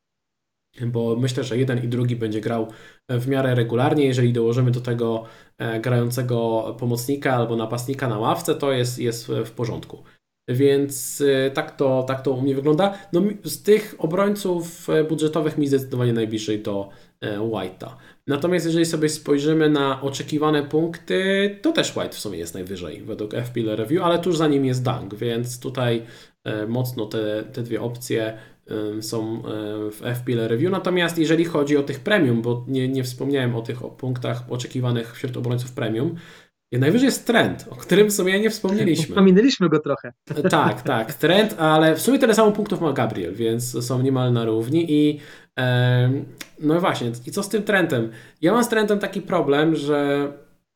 Bo myślę, że jeden i drugi będzie grał w miarę regularnie. Jeżeli dołożymy do tego grającego pomocnika albo napastnika na ławce, to jest, jest w porządku. Więc tak to, tak to u mnie wygląda. No, z tych obrońców budżetowych mi zdecydowanie najbliżej do White'a. Natomiast jeżeli sobie spojrzymy na oczekiwane punkty, to też White w sumie jest najwyżej według F P L Review, ale tuż za nim jest Dunk, więc tutaj mocno te, te dwie opcje są w F P L Review. Natomiast jeżeli chodzi o tych premium, bo nie, nie wspomniałem o tych o punktach oczekiwanych wśród obrońców premium, najwyżej jest trend, o którym w sumie nie wspomnieliśmy. Pominęliśmy go trochę. Tak, tak, trend, ale w sumie tyle samo punktów ma Gabriel, więc są niemal na równi i e, no właśnie, i co z tym trendem? Ja mam z trendem taki problem, że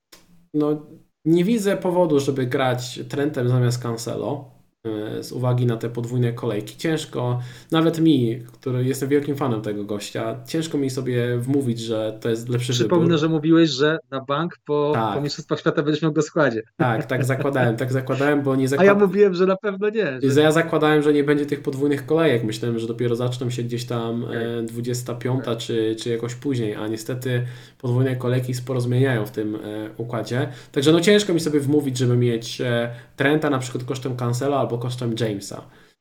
no, nie widzę powodu, żeby grać trendem zamiast Cancelo z uwagi na te podwójne kolejki. Ciężko, nawet mi, który jestem wielkim fanem tego gościa, ciężko mi sobie wmówić, że to jest lepszy Przypomnę, wybór. że mówiłeś, że na bank po, tak. po Mistrzostwach Świata będziesz miał go w składzie. Tak, tak zakładałem, tak zakładałem, bo nie zakład... A ja mówiłem, że na pewno nie. Że... Ja zakładałem, że nie będzie tych podwójnych kolejek. Myślałem, że dopiero zaczną się gdzieś tam okay. dwudziesta piąta okay. czy, czy jakoś później, a niestety podwójne kolejki sporo zmieniają w tym układzie. Także no ciężko mi sobie wmówić, żeby mieć Trenta na przykład kosztem Cancela albo kosztem Jamesa.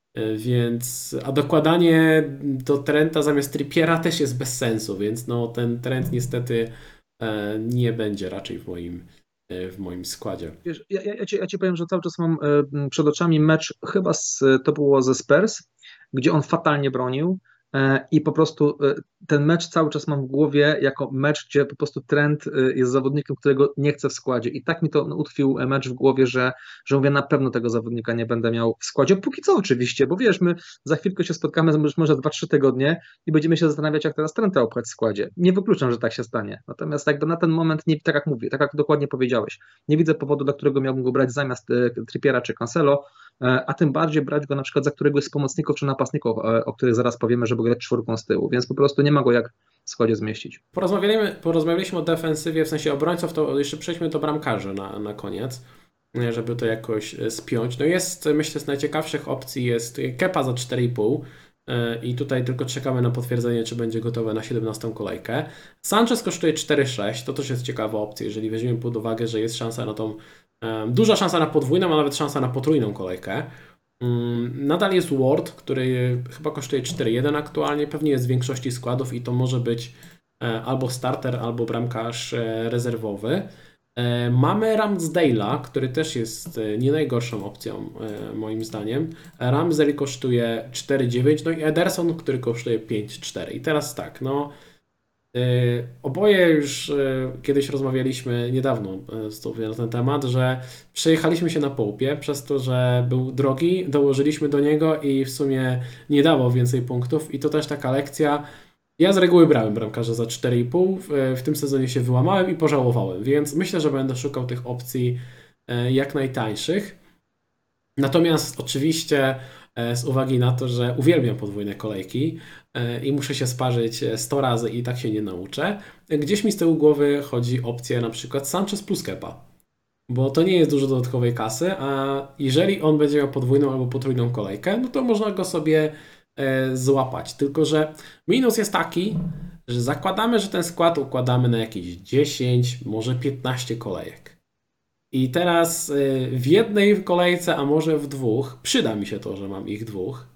Więc, a dokładanie do Trenta zamiast Trippiera też jest bez sensu, więc no ten Trent niestety nie będzie raczej w moim w moim składzie. Wiesz, ja, ja, ci, ja ci powiem, że cały czas mam przed oczami mecz, chyba z, to było ze Spurs, gdzie on fatalnie bronił i po prostu ten mecz cały czas mam w głowie jako mecz, gdzie po prostu Trent jest zawodnikiem, którego nie chcę w składzie i tak mi to utkwił mecz w głowie, że, że mówię, na pewno tego zawodnika nie będę miał w składzie, póki co oczywiście, bo wiesz, my za chwilkę się spotkamy, może dwa trzy tygodnie i będziemy się zastanawiać, jak teraz Trenta obchać w składzie. Nie wykluczam, że tak się stanie, natomiast jakby na ten moment, nie, tak jak mówię, tak jak dokładnie powiedziałeś, nie widzę powodu, dla którego miałbym go brać zamiast Trippiera czy Cancelo, a tym bardziej brać go na przykład za któregoś z pomocników czy napastników, o których zaraz powiemy, żeby grać czwórką z tyłu, więc po prostu nie ma go jak w składzie zmieścić. Porozmawialiśmy, porozmawialiśmy o defensywie, w sensie obrońców, to jeszcze przejdźmy do bramkarzy na, na koniec, żeby to jakoś spiąć. No jest, myślę, z najciekawszych opcji jest Kepa za cztery i pół i tutaj tylko czekamy na potwierdzenie, czy będzie gotowe na siedemnastą kolejkę. Sanchez kosztuje cztery sześć, to też jest ciekawa opcja, jeżeli weźmiemy pod uwagę, że jest szansa na tą, duża szansa na podwójną, a nawet szansa na potrójną kolejkę. Nadal jest Ward, który chyba kosztuje cztery jeden aktualnie, pewnie jest w większości składów i to może być albo starter, albo bramkarz rezerwowy. Mamy Ramsdale'a, który też jest nie najgorszą opcją moim zdaniem. Ramsdale kosztuje cztery dziewięć, no i Ederson, który kosztuje pięć cztery. I teraz tak, no oboje już kiedyś rozmawialiśmy niedawno z tobą na ten temat, że przejechaliśmy się na połupie przez to, że był drogi, dołożyliśmy do niego i w sumie nie dawał więcej punktów i to też taka lekcja. Ja z reguły brałem bramkarza za cztery i pół, w tym sezonie się wyłamałem i pożałowałem, więc myślę, że będę szukał tych opcji jak najtańszych. Natomiast oczywiście z uwagi na to, że uwielbiam podwójne kolejki i muszę się sparzyć sto razy i tak się nie nauczę, gdzieś mi z tyłu głowy chodzi opcja na przykład Sanchez plus Kepa, bo to nie jest dużo dodatkowej kasy, a jeżeli on będzie miał podwójną albo potrójną kolejkę, no to można go sobie złapać, tylko że minus jest taki, że zakładamy, że ten skład układamy na jakieś dziesięć, może piętnaście kolejek. I teraz w jednej kolejce, a może w dwóch, przyda mi się to, że mam ich dwóch,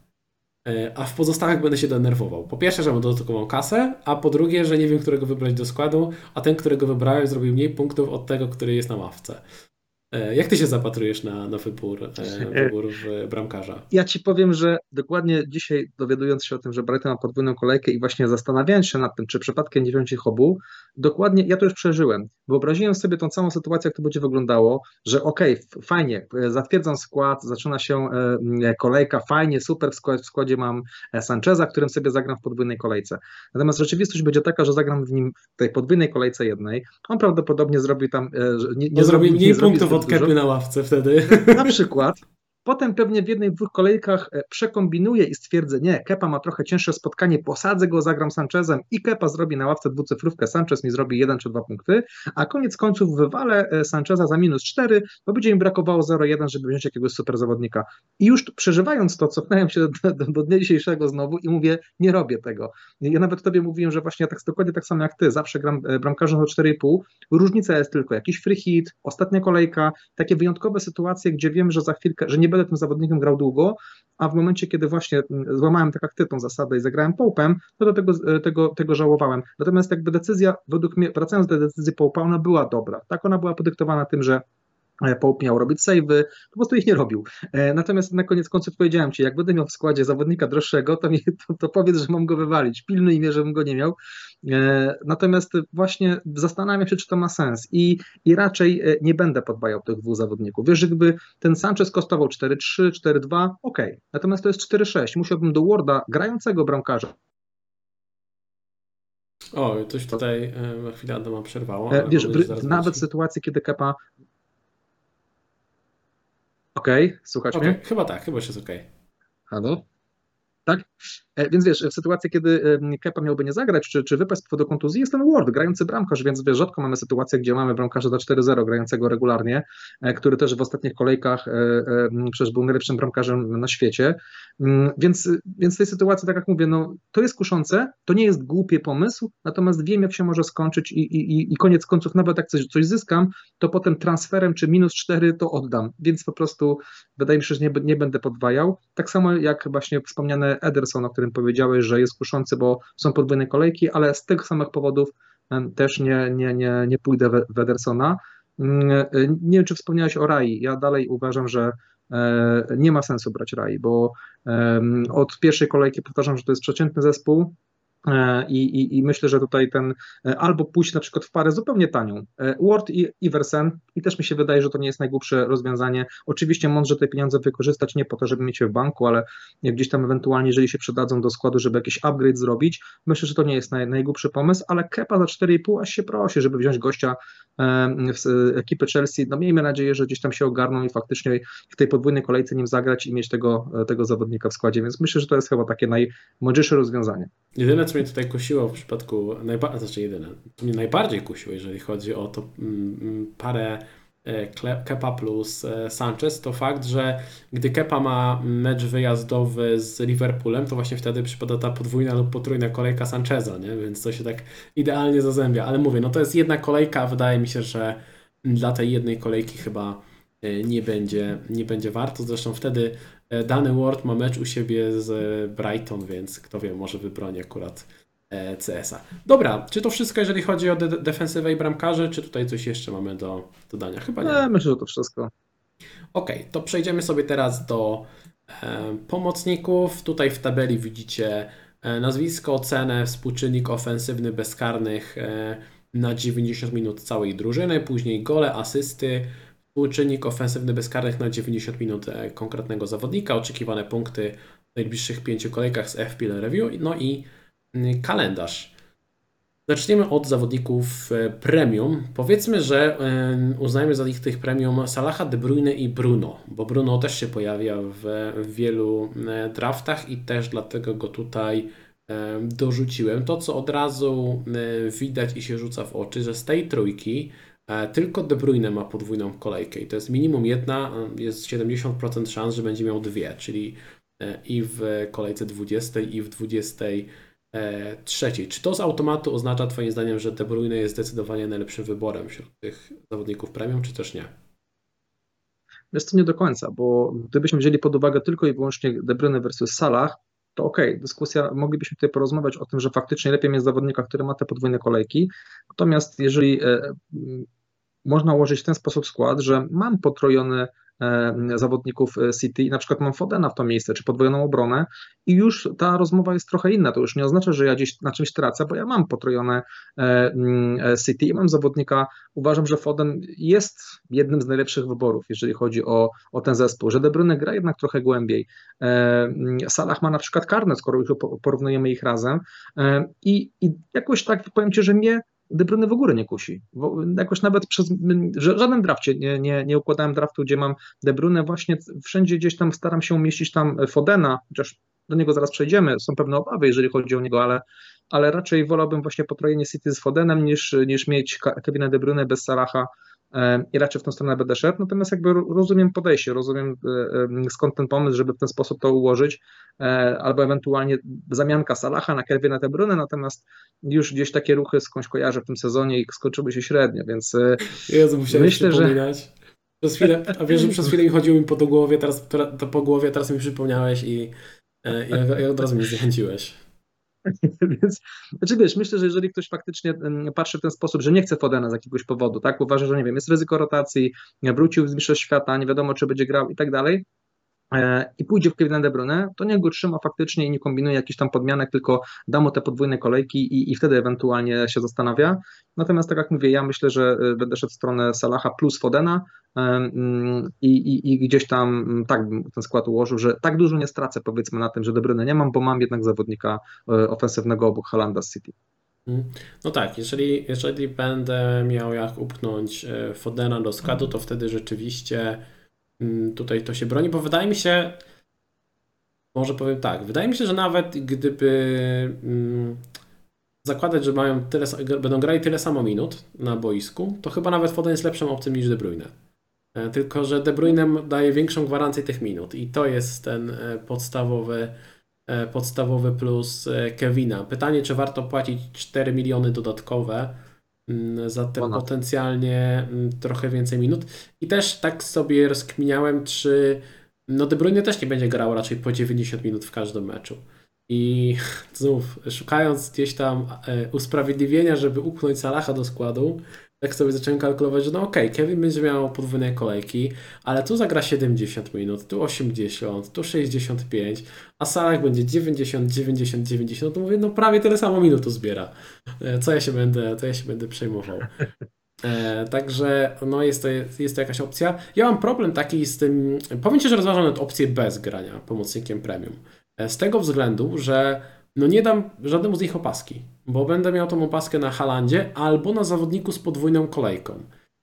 a w pozostałych będę się denerwował. Po pierwsze, że mam dodatkową kasę, a po drugie, że nie wiem, którego wybrać do składu, a ten, którego wybrałem, zrobił mniej punktów od tego, który jest na ławce. Jak ty się zapatrujesz na, na wybór, wybór bramkarza? Ja ci powiem, że dokładnie dzisiaj, dowiadując się o tym, że Brighton ma podwójną kolejkę i właśnie zastanawiając się nad tym, czy przypadkiem nie wziąć ich obu, dokładnie ja to już przeżyłem. Wyobraziłem sobie tą całą sytuację, jak to będzie wyglądało, że okej, okay, fajnie, zatwierdzam skład, zaczyna się kolejka, fajnie, super, w składzie, w składzie mam Sancheza, którym sobie zagram w podwójnej kolejce. Natomiast rzeczywistość będzie taka, że zagram w nim w tej podwójnej kolejce jednej. On prawdopodobnie zrobi tam... Nie, nie zrobi mniej punktów od Kepy na ławce wtedy. Na przykład. Potem pewnie w jednej, dwóch kolejkach przekombinuję i stwierdzę, nie, Kepa ma trochę cięższe spotkanie, posadzę go, zagram Sanchezem i Kepa zrobi na ławce dwucyfrówkę, Sanchez mi zrobi jeden czy dwa punkty, a koniec końców wywalę Sancheza za minus cztery, bo będzie mi brakowało zero jeden, żeby wziąć jakiegoś super zawodnika. I już przeżywając to, cofnąłem się do, do, do dnia dzisiejszego znowu i mówię, nie robię tego. Ja nawet tobie mówiłem, że właśnie ja tak dokładnie tak samo jak ty, zawsze gram bramkarzem za cztery i pół, różnica jest tylko jakiś free hit, ostatnia kolejka, takie wyjątkowe sytuacje, gdzie wiem, że za chwilkę, że nie będę tym zawodnikiem grał długo, a w momencie, kiedy właśnie złamałem tak jak ty tą zasadę i zagrałem Pope'em, no to tego, tego, tego żałowałem. Natomiast jakby decyzja, według mnie, wracając do decyzji Pope'a, ona była dobra. Tak, ona była podyktowana tym, że Pope miał robić save'y, po prostu ich nie robił. Natomiast na koniec końców powiedziałem Ci, jak będę miał w składzie zawodnika droższego, to, mi, to, to powiedz, że mam go wywalić. Pilnuj mnie, żebym go nie miał. Natomiast właśnie zastanawiam się, czy to ma sens i, i raczej nie będę podbajał tych dwóch zawodników. Wiesz, że gdyby ten Sanchez kosztował cztery trzy, cztery dwa, ok. Natomiast to jest cztery sześć. Musiałbym do Warda, grającego bramkarza. O, coś tutaj na chwilę Adama przerwało. Ale wiesz, zaraz nawet wróci. sytuacji, kiedy Kepa. Okej, okay, słuchać okay, mnie? Chyba tak, chyba już jest okej. Okay. Halo? Tak? Więc wiesz, w sytuacji, kiedy Kepa miałby nie zagrać, czy, czy wypaść z powodu kontuzji, jest ten Ward, grający bramkarz, więc wiesz, rzadko mamy sytuację, gdzie mamy bramkarza za cztery zero, grającego regularnie, który też w ostatnich kolejkach przecież był najlepszym bramkarzem na świecie, więc, więc w tej sytuacji, tak jak mówię, no, to jest kuszące, to nie jest głupie pomysł, natomiast wiem, jak się może skończyć i, i, i koniec końców, nawet jak coś, coś zyskam, to potem transferem czy minus cztery to oddam, więc po prostu wydaje mi się, że nie, nie będę podwajał, tak samo jak właśnie wspomniane Ederson, o którym powiedziałeś, że jest kuszący, bo są podwójne kolejki, ale z tych samych powodów też nie, nie, nie, nie pójdę w Edersona. Nie wiem, czy wspomniałeś o Rai. Ja dalej uważam, że nie ma sensu brać Rai, bo od pierwszej kolejki powtarzam, że to jest przeciętny zespół. I, i, I myślę, że tutaj ten albo pójść na przykład w parę zupełnie tanią. Ward i Iversen i też mi się wydaje, że to nie jest najgłupsze rozwiązanie. Oczywiście mądrze te pieniądze wykorzystać nie po to, żeby mieć je w banku, ale gdzieś tam ewentualnie, jeżeli się przydadzą do składu, żeby jakiś upgrade zrobić, myślę, że to nie jest naj, najgłupszy pomysł, ale Kepa za cztery i pół aż się prosi, żeby wziąć gościa z ekipy Chelsea. No miejmy nadzieję, że gdzieś tam się ogarną i faktycznie w tej podwójnej kolejce nim zagrać i mieć tego, tego zawodnika w składzie, więc myślę, że to jest chyba takie najmądrzejsze rozwiązanie. Jedyne, co mnie tutaj kusiło w przypadku, najba- znaczy jedyne, co mnie najbardziej kusiło, jeżeli chodzi o to mm, parę Kepa plus Sanchez, to fakt, że gdy Kepa ma mecz wyjazdowy z Liverpoolem, to właśnie wtedy przypada ta podwójna lub potrójna kolejka Sancheza, nie? Więc to się tak idealnie zazębia. Ale mówię, no to jest jedna kolejka, wydaje mi się, że dla tej jednej kolejki chyba nie będzie, nie będzie warto. Zresztą wtedy Danny Ward ma mecz u siebie z Brighton, więc kto wie, może wybroni akurat C S a. Dobra, czy to wszystko, jeżeli chodzi o de- defensywę i bramkarzy, czy tutaj coś jeszcze mamy do dodania? Chyba nie. nie myślę, że to wszystko. Ok, to przejdziemy sobie teraz do e, pomocników. Tutaj w tabeli widzicie e, nazwisko, cenę, współczynnik ofensywny bezkarnych e, na dziewięćdziesiąt minut całej drużyny, później gole, asysty, współczynnik ofensywny bezkarnych na dziewięćdziesiąt minut e, konkretnego zawodnika, oczekiwane punkty w najbliższych pięciu kolejkach z F P L Review, no i kalendarz. Zaczniemy od zawodników premium. Powiedzmy, że uznajmy za ich tych premium Salaha, De Bruyne i Bruno, bo Bruno też się pojawia w wielu draftach i też dlatego go tutaj dorzuciłem. To, co od razu widać i się rzuca w oczy, że z tej trójki tylko De Bruyne ma podwójną kolejkę i to jest minimum jedna, jest siedemdziesiąt procent szans, że będzie miał dwie, czyli i w kolejce dwudziestej i w dwudziestej trzeciej. Czy to z automatu oznacza Twoim zdaniem, że De Bruyne jest zdecydowanie najlepszym wyborem wśród tych zawodników premium, czy też nie? Jest to nie do końca, bo gdybyśmy wzięli pod uwagę tylko i wyłącznie De Bruyne versus Salah, to okej, okay, dyskusja, moglibyśmy tutaj porozmawiać o tym, że faktycznie lepiej mieć zawodnika, który ma te podwójne kolejki, natomiast jeżeli e, można ułożyć w ten sposób skład, że mam potrojone zawodników City i na przykład mam Fodena w to miejsce, czy podwojoną obronę i już ta rozmowa jest trochę inna, to już nie oznacza, że ja gdzieś na czymś tracę, bo ja mam potrojone City i mam zawodnika, uważam, że Foden jest jednym z najlepszych wyborów, jeżeli chodzi o, o ten zespół, że De Bruyne gra jednak trochę głębiej. Salah ma na przykład karne, skoro już porównujemy ich razem i, i jakoś tak powiem Ci, że mnie De Bruyne w ogóle nie kusi. Bo jakoś nawet przez w żadnym drafcie nie, nie, nie układałem draftu, gdzie mam De Bruyne, właśnie wszędzie gdzieś tam staram się umieścić tam Fodena, chociaż do niego zaraz przejdziemy, są pewne obawy, jeżeli chodzi o niego, ale, ale raczej wolałbym właśnie potrojenie City z Fodenem niż, niż mieć Kevina De Bruyne bez Salaha i raczej w tą stronę będę szedł, natomiast jakby rozumiem podejście, rozumiem skąd ten pomysł, żeby w ten sposób to ułożyć, albo ewentualnie zamianka Salaha na Kevina De Bruyne, natomiast już gdzieś takie ruchy skądś kojarzę w tym sezonie i skończyły się średnio, więc Jezu, musiałem myślę, przypominać. Że... Przez chwilę, a wiesz, że przez chwilę mi chodziło mi po do głowie, teraz to po głowie, teraz mi przypomniałeś i, i, i od razu mnie zniechęciłeś. Więc, znaczy wiesz, myślę, że jeżeli ktoś faktycznie em, patrzy w ten sposób, że nie chce Fodena z jakiegoś powodu, tak, uważa, że nie wiem, jest ryzyko rotacji, wrócił z Mistrzostw Świata, nie wiadomo, czy będzie grał i tak dalej, e, i pójdzie w Kevina De Bruyne, to niech go trzyma faktycznie i nie kombinuje jakichś tam podmianek, tylko da mu te podwójne kolejki i, i wtedy ewentualnie się zastanawia. Natomiast tak jak mówię, ja myślę, że e, będę szedł w stronę Salaha plus Fodena, e, mm, i, i, i gdzieś tam mm, tak bym ten skład ułożył, że tak dużo nie stracę powiedzmy na tym, że De Bruyne nie mam, bo mam jednak zawodnika e, ofensywnego obok Haalanda z City. Mm. No tak, jeżeli, jeżeli będę miał jak upchnąć e, Fodena do składu, to wtedy rzeczywiście mm, tutaj to się broni, bo wydaje mi się, może powiem tak, wydaje mi się, że nawet gdyby mm, zakładać, że mają tyle, będą grali tyle samo minut na boisku, to chyba nawet Foden jest lepszą opcją niż De Bruyne. E, Tylko, że De Bruyne daje większą gwarancję tych minut i to jest ten e, podstawowy, e, podstawowy plus e, Kevina. Pytanie, czy warto płacić cztery miliony dodatkowe mm, za ten Ponad. potencjalnie mm, trochę więcej minut. I też tak sobie rozkminiałem, czy no De Bruyne też nie będzie grał raczej po dziewięćdziesiąt minut w każdym meczu. I znów, szukając gdzieś tam e, usprawiedliwienia, żeby upchnąć Salaha do składu, tak sobie zacząłem kalkulować, że no okej, Kevin będzie miał podwójne kolejki, ale tu zagra siedemdziesiąt minut, tu osiemdziesiąt, tu sześćdziesiąt pięć, a Salah będzie dziewięćdziesiąt, dziewięćdziesiąt, dziewięćdziesiąt, to mówię, no prawie tyle samo minut tu zbiera. E, Co ja się będę, co ja się będę przejmował. E, także no jest to, jest to jakaś opcja. Ja mam problem taki z tym, powiem Ci, że rozważam nawet opcję bez grania pomocnikiem premium. E, z tego względu, że no nie dam żadnemu z nich opaski, bo będę miał tą opaskę na Haalandzie albo na zawodniku z podwójną kolejką.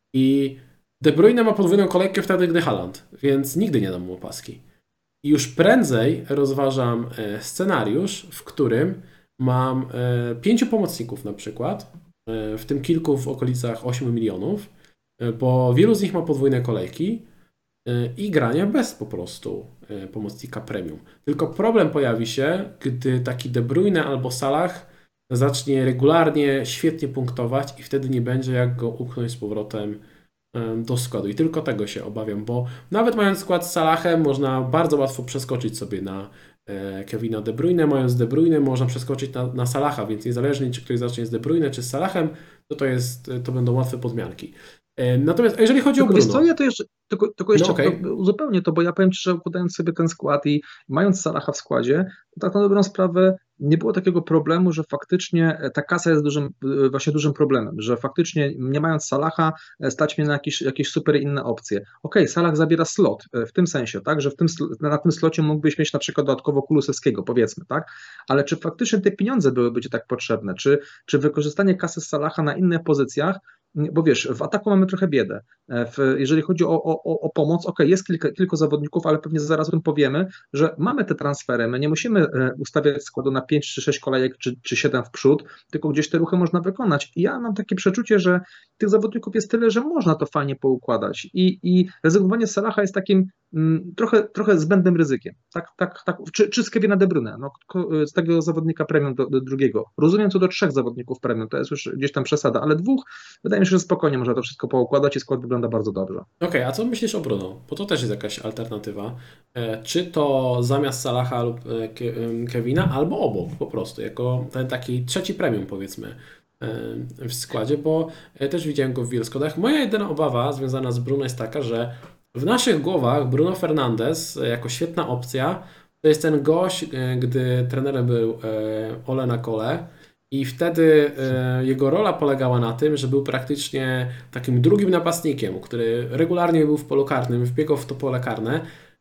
I De Bruyne ma podwójną kolejkę wtedy, gdy Haaland, więc nigdy nie dam mu opaski. I już prędzej rozważam e, scenariusz, w którym mam e, pięciu pomocników na przykład, e, w tym kilku w okolicach ośmiu milionów, e, bo wielu z nich ma podwójne kolejki e, i grania bez po prostu e, pomocnika premium. Tylko problem pojawi się, gdy taki De Bruyne albo Salah zacznie regularnie, świetnie punktować i wtedy nie będzie jak go upchnąć z powrotem e, do składu. I tylko tego się obawiam, bo nawet mając skład z Salahem, można bardzo łatwo przeskoczyć sobie na e, Kevina De Bruyne. Mając De Bruyne, można przeskoczyć na, na Salaha, więc niezależnie czy ktoś zacznie z De Bruyne czy z Salahem, to to, jest, to będą łatwe podmianki. E, Natomiast a jeżeli chodzi o Tylko wiesz co, Bruno, ja to jeszcze, tylko, tylko no jeszcze okej, to uzupełnię to, bo ja powiem Ci, że układając sobie ten skład i mając Salaha w składzie, to tak na dobrą sprawę nie było takiego problemu, że faktycznie ta kasa jest dużym, właśnie dużym problemem, że faktycznie nie mając Salaha stać mnie na jakieś, jakieś super inne opcje. Okej, Salah zabiera slot w tym sensie, tak, że w tym, sl- na tym slocie mógłbyś mieć na przykład dodatkowo Kulusewskiego, powiedzmy, tak, ale czy faktycznie te pieniądze byłyby Ci tak potrzebne, czy, czy wykorzystanie kasy z Salaha na innych pozycjach, bo wiesz, w ataku mamy trochę biedę. W, jeżeli chodzi o, o, o o pomoc, ok, jest kilka, kilku zawodników, ale pewnie zaraz o tym powiemy, że mamy te transfery, my nie musimy e, ustawiać składu na pięć czy sześć kolejek, czy, czy siedem w przód, tylko gdzieś te ruchy można wykonać. I ja mam takie przeczucie, że tych zawodników jest tyle, że można to fajnie poukładać. I, i rezygnowanie z Salaha jest takim mm, trochę, trochę zbędnym ryzykiem. Tak, tak, tak. Czy, czy z Kevina De Bruyne, no, ko- z tego zawodnika premium do, do drugiego. Rozumiem co do trzech zawodników premium, to jest już gdzieś tam przesada, ale dwóch, wydaje mi się, że spokojnie można to wszystko poukładać i skład wygląda bardzo dobrze. okej, a co myślisz o Bruno? Bo to też jest jakaś alternatywa. E, Czy to zamiast Salaha lub e, Ke- em, Kevina, albo obok po prostu, jako ten taki trzeci premium powiedzmy e, w składzie, bo e, też widziałem go w wielu składach. Moja jedyna obawa związana z Bruno jest taka, że w naszych głowach Bruno Fernandes e, jako świetna opcja to jest ten gość, e, gdy trenerem był e, Ole na Kole i wtedy e, jego rola polegała na tym, że był praktycznie takim drugim napastnikiem, który regularnie był w polu karnym, wbiegał w to pole karne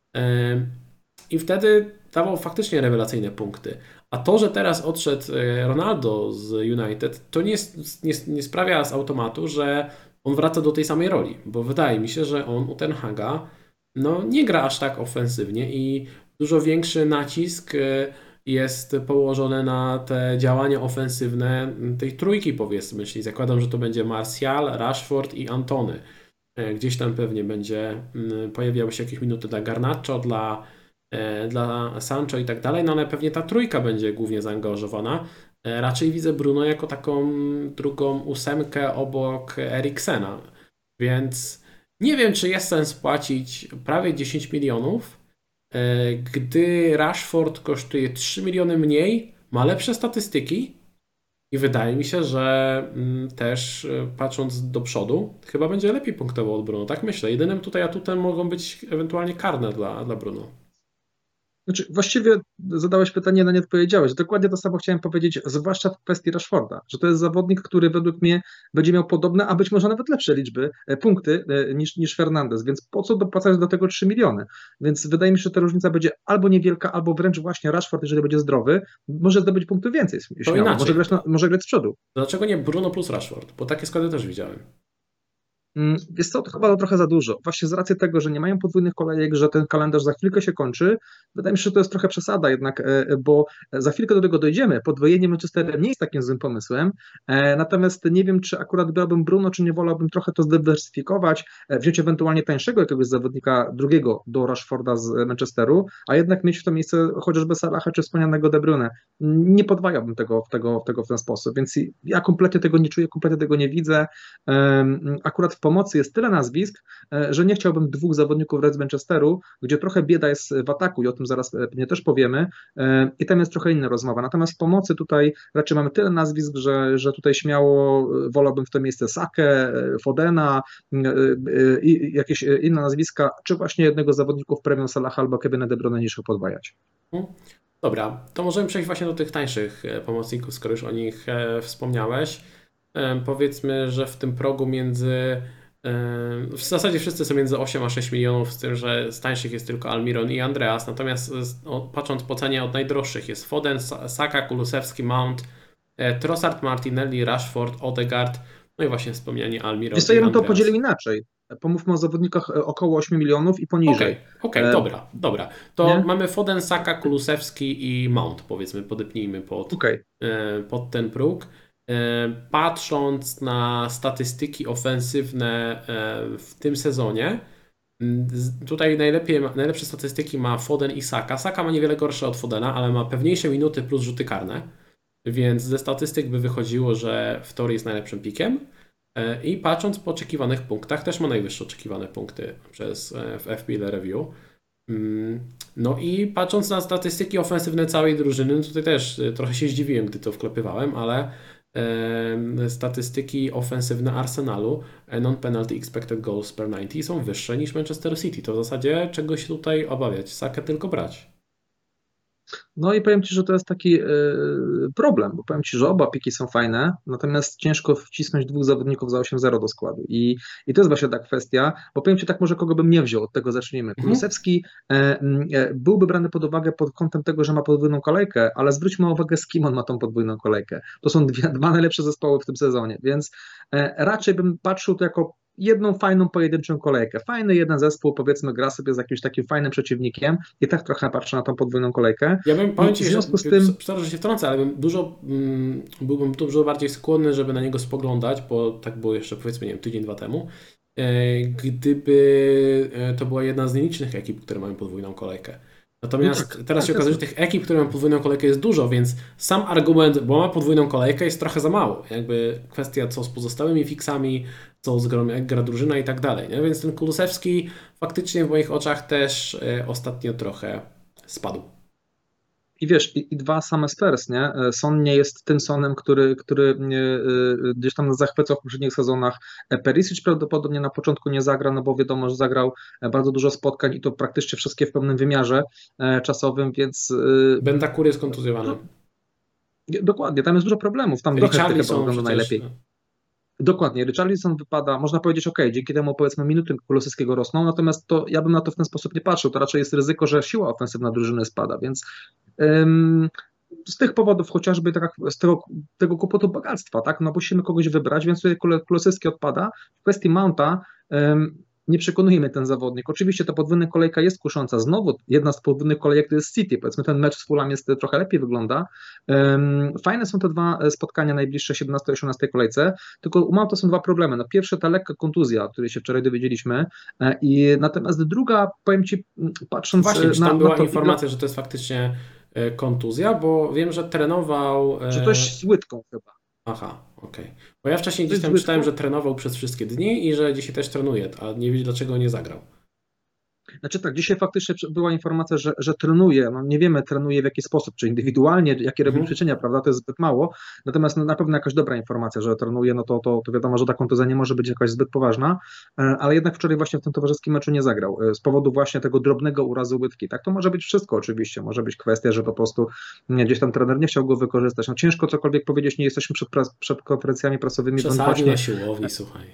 e, i wtedy dawał faktycznie rewelacyjne punkty. A to, że teraz odszedł e, Ronaldo z United, to nie, jest- nie, nie sprawia z automatu, że on wraca do tej samej roli, bo wydaje mi się, że on u Ten Haga no, nie gra aż tak ofensywnie i dużo większy nacisk e, jest położony na te działania ofensywne tej trójki powiedzmy, czyli zakładam, że to będzie Martial, Rashford i Antony. E, Gdzieś tam pewnie będzie mm, pojawiały się jakieś minuty dla Garnacho, dla, e, dla Sancho i tak dalej, no ale pewnie ta trójka będzie głównie zaangażowana. E, Raczej widzę Bruno jako taką drugą ósemkę obok Eriksena, więc nie wiem, czy jest sens płacić prawie dziesięć milionów, e, gdy Rashford kosztuje trzy miliony mniej, ma lepsze statystyki i wydaje mi się, że mm, też e, patrząc do przodu, chyba będzie lepiej punktował od Bruno. Tak myślę. Jedynym tutaj atutem mogą być ewentualnie karne dla, dla Bruno. Znaczy, właściwie zadałeś pytanie, na nie odpowiedziałeś. Dokładnie to samo chciałem powiedzieć, zwłaszcza w kwestii Rashforda, że to jest zawodnik, który według mnie będzie miał podobne, a być może nawet lepsze liczby, e, punkty e, niż, niż Fernandez, więc po co dopłacać do tego trzy miliony? Więc wydaje mi się, że ta różnica będzie albo niewielka, albo wręcz właśnie Rashford, jeżeli będzie zdrowy, może zdobyć punktów więcej To śmiało, może inaczej. grać, na, może grać z przodu. Dlaczego nie Bruno plus Rashford? Bo takie składy też widziałem. Mm, Jest to chyba to trochę za dużo. Właśnie z racji tego, że nie mają podwójnych kolejek, że ten kalendarz za chwilkę się kończy, wydaje mi się, że to jest trochę przesada jednak, e, bo za chwilkę do tego dojdziemy. Podwojenie Manchesterem nie jest takim złym pomysłem, e, natomiast nie wiem, czy akurat brałbym Bruno, czy nie wolałbym trochę to zdywersyfikować, e, wziąć ewentualnie tańszego jakiegoś zawodnika drugiego do Rashforda z Manchesteru, a jednak mieć w to miejsce chociażby Salaha czy wspomnianego De Bruyne. Nie podwajałbym tego, tego, tego w ten sposób, więc ja kompletnie tego nie czuję, kompletnie tego nie widzę. Em, Akurat w pomocy jest tyle nazwisk, e, że nie chciałbym dwóch zawodników Red z Manchesteru, gdzie trochę bieda jest w ataku i o tym zaraz pewnie też powiemy, e, i tam jest trochę inna rozmowa. Natomiast w pomocy tutaj raczej mamy tyle nazwisk, że, że tutaj śmiało e, wolałbym w to miejsce Sakę, e, Fodena, e, e, i jakieś inne nazwiska, czy właśnie jednego z zawodników premium Salaha albo Kevina De Bruyne niż ich podwajać. Hmm. Dobra, to możemy przejść właśnie do tych tańszych e, pomocników, skoro już o nich e, wspomniałeś. E, Powiedzmy, że w tym progu między, e, w zasadzie wszyscy są między osiem a sześć milionów, z tym, że z tańszych jest tylko Almiron i Andreas, natomiast z- o, patrząc po cenie od najdroższych jest Foden, Sa- Saka, Kulusewski, Mount, e, Trossard, Martinelli, Rashford, Odegaard, no i właśnie wspomniani Almiron Wiesz co, i ja bym to Andreas. podzielił inaczej. Pomówmy o zawodnikach e, około osiem milionów i Okej, poniżej. okej, E, dobra, dobra. To Nie? mamy Foden, Saka, Kulusewski i Mount, powiedzmy, podepnijmy pod, Okej. e, pod ten próg. E, Patrząc na statystyki ofensywne e, w tym sezonie, m, z- tutaj najlepiej, ma- najlepsze statystyki ma Foden i Saka. Saka ma niewiele gorsze od Fodena, ale ma pewniejsze minuty plus rzuty karne, więc ze statystyk by wychodziło, że Wtor jest najlepszym pikiem. E, I patrząc po oczekiwanych punktach, też ma najwyższe oczekiwane punkty przez e, w F P L Review. Mm, No i patrząc na statystyki ofensywne całej drużyny, no tutaj też e, trochę się zdziwiłem, gdy to wklepywałem, ale e, statystyki ofensywne Arsenalu, e, non-penalty expected goals per dziewięćdziesiąt są wyższe niż Manchester City. To w zasadzie czego się tutaj obawiać? Sakę tylko brać. No i powiem Ci, że to jest taki e, problem, bo powiem Ci, że oba piki są fajne, natomiast ciężko wcisnąć dwóch zawodników za osiem zero do składu. I, I to jest właśnie ta kwestia, bo powiem Ci tak, może kogo bym nie wziął, od tego zacznijmy. Mhm. Kulusewski e, m, e, byłby brany pod uwagę pod kątem tego, że ma podwójną kolejkę, ale zwróćmy uwagę, z kim on ma tą podwójną kolejkę. To są dwie, dwa najlepsze zespoły w tym sezonie, więc e, raczej bym patrzył to jako jedną fajną pojedynczą kolejkę. Fajny jeden zespół, powiedzmy, gra sobie z jakimś takim fajnym przeciwnikiem i tak trochę patrzę na tą podwójną kolejkę. Ja bym, powiem I Ci, w że, związku z tym, przepraszam, że się wtrącę, ale bym dużo, mm, byłbym dużo bardziej skłonny, żeby na niego spoglądać, bo tak było jeszcze powiedzmy, nie wiem, tydzień, dwa temu, e, gdyby e, to była jedna z nielicznych ekip, które mają podwójną kolejkę. Natomiast no tak, teraz tak, się to okazuje, jest, że tych ekip, które mają podwójną kolejkę jest dużo, więc sam argument, bo ma podwójną kolejkę jest trochę za mało. Jakby kwestia co z pozostałymi fixami, co z grą, jak gra drużyna i tak dalej. Nie? Więc ten Kulusewski faktycznie w moich oczach też e, ostatnio trochę spadł. i wiesz, i, i dwa same Spurs, nie? Son nie jest tym Sonem, który, który e, e, gdzieś tam nas zachwycał w poprzednich sezonach. E, Perisic prawdopodobnie na początku nie zagra, no bo wiadomo, że zagrał e, bardzo dużo spotkań i to praktycznie wszystkie w pełnym wymiarze e, czasowym, więc e, Bentancur jest kontuzjowany. dokładnie, tam jest dużo problemów. Tam Doherty chyba Richarlison wygląda przecież. najlepiej. Dokładnie, Richarlison wypada, można powiedzieć, ok, dzięki temu powiedzmy minuty Kulusewskiego rosną, natomiast to ja bym na to w ten sposób nie patrzył, to raczej jest ryzyko, że siła ofensywna drużyny spada, więc ym, z tych powodów chociażby taka, z tego, tego kłopotu bogactwa, tak, no musimy kogoś wybrać, więc tutaj Kule- Kulusewski odpada. W kwestii Mounta ym, nie przekonuje mnie ten zawodnik. Oczywiście ta podwójna kolejka jest kusząca. Znowu jedna z podwójnych kolejek to jest City. Powiedzmy ten mecz z Fulham jest trochę lepiej wygląda. Ym, Fajne są te dwa spotkania najbliższe siedemnastej i osiemnastej kolejce, tylko u Mounta są dwa problemy. No pierwsze ta lekka kontuzja, o której się wczoraj dowiedzieliśmy, e, i natomiast druga, powiem Ci, m, patrząc Właśnie, czy na, tam na była to, informacja, że to jest faktycznie e, kontuzja, bo wiem, że trenował... e, że coś z łydką chyba. Aha, okej. Bo ja wcześniej To gdzieś jest tam zbyt czytałem, że trenował przez wszystkie dni i że dzisiaj też trenuje, a nie wiem dlaczego nie zagrał. Znaczy tak, dzisiaj faktycznie była informacja, że, że trenuje, no nie wiemy trenuje w jaki sposób, czy indywidualnie, jakie robi Mhm. ćwiczenia, prawda, to jest zbyt mało, natomiast no, na pewno jakaś dobra informacja, że trenuje, no to, to, to wiadomo, że ta kontuzja nie może być jakaś zbyt poważna, e, ale jednak wczoraj właśnie w tym towarzyskim meczu nie zagrał, e, z powodu właśnie tego drobnego urazu łydki, tak, to może być wszystko oczywiście, może być kwestia, że po prostu nie, gdzieś tam trener nie chciał go wykorzystać, no ciężko cokolwiek powiedzieć, nie jesteśmy przed, pras- przed konferencjami prasowymi, bądź Przesadził na właśnie siłowni, słuchaj.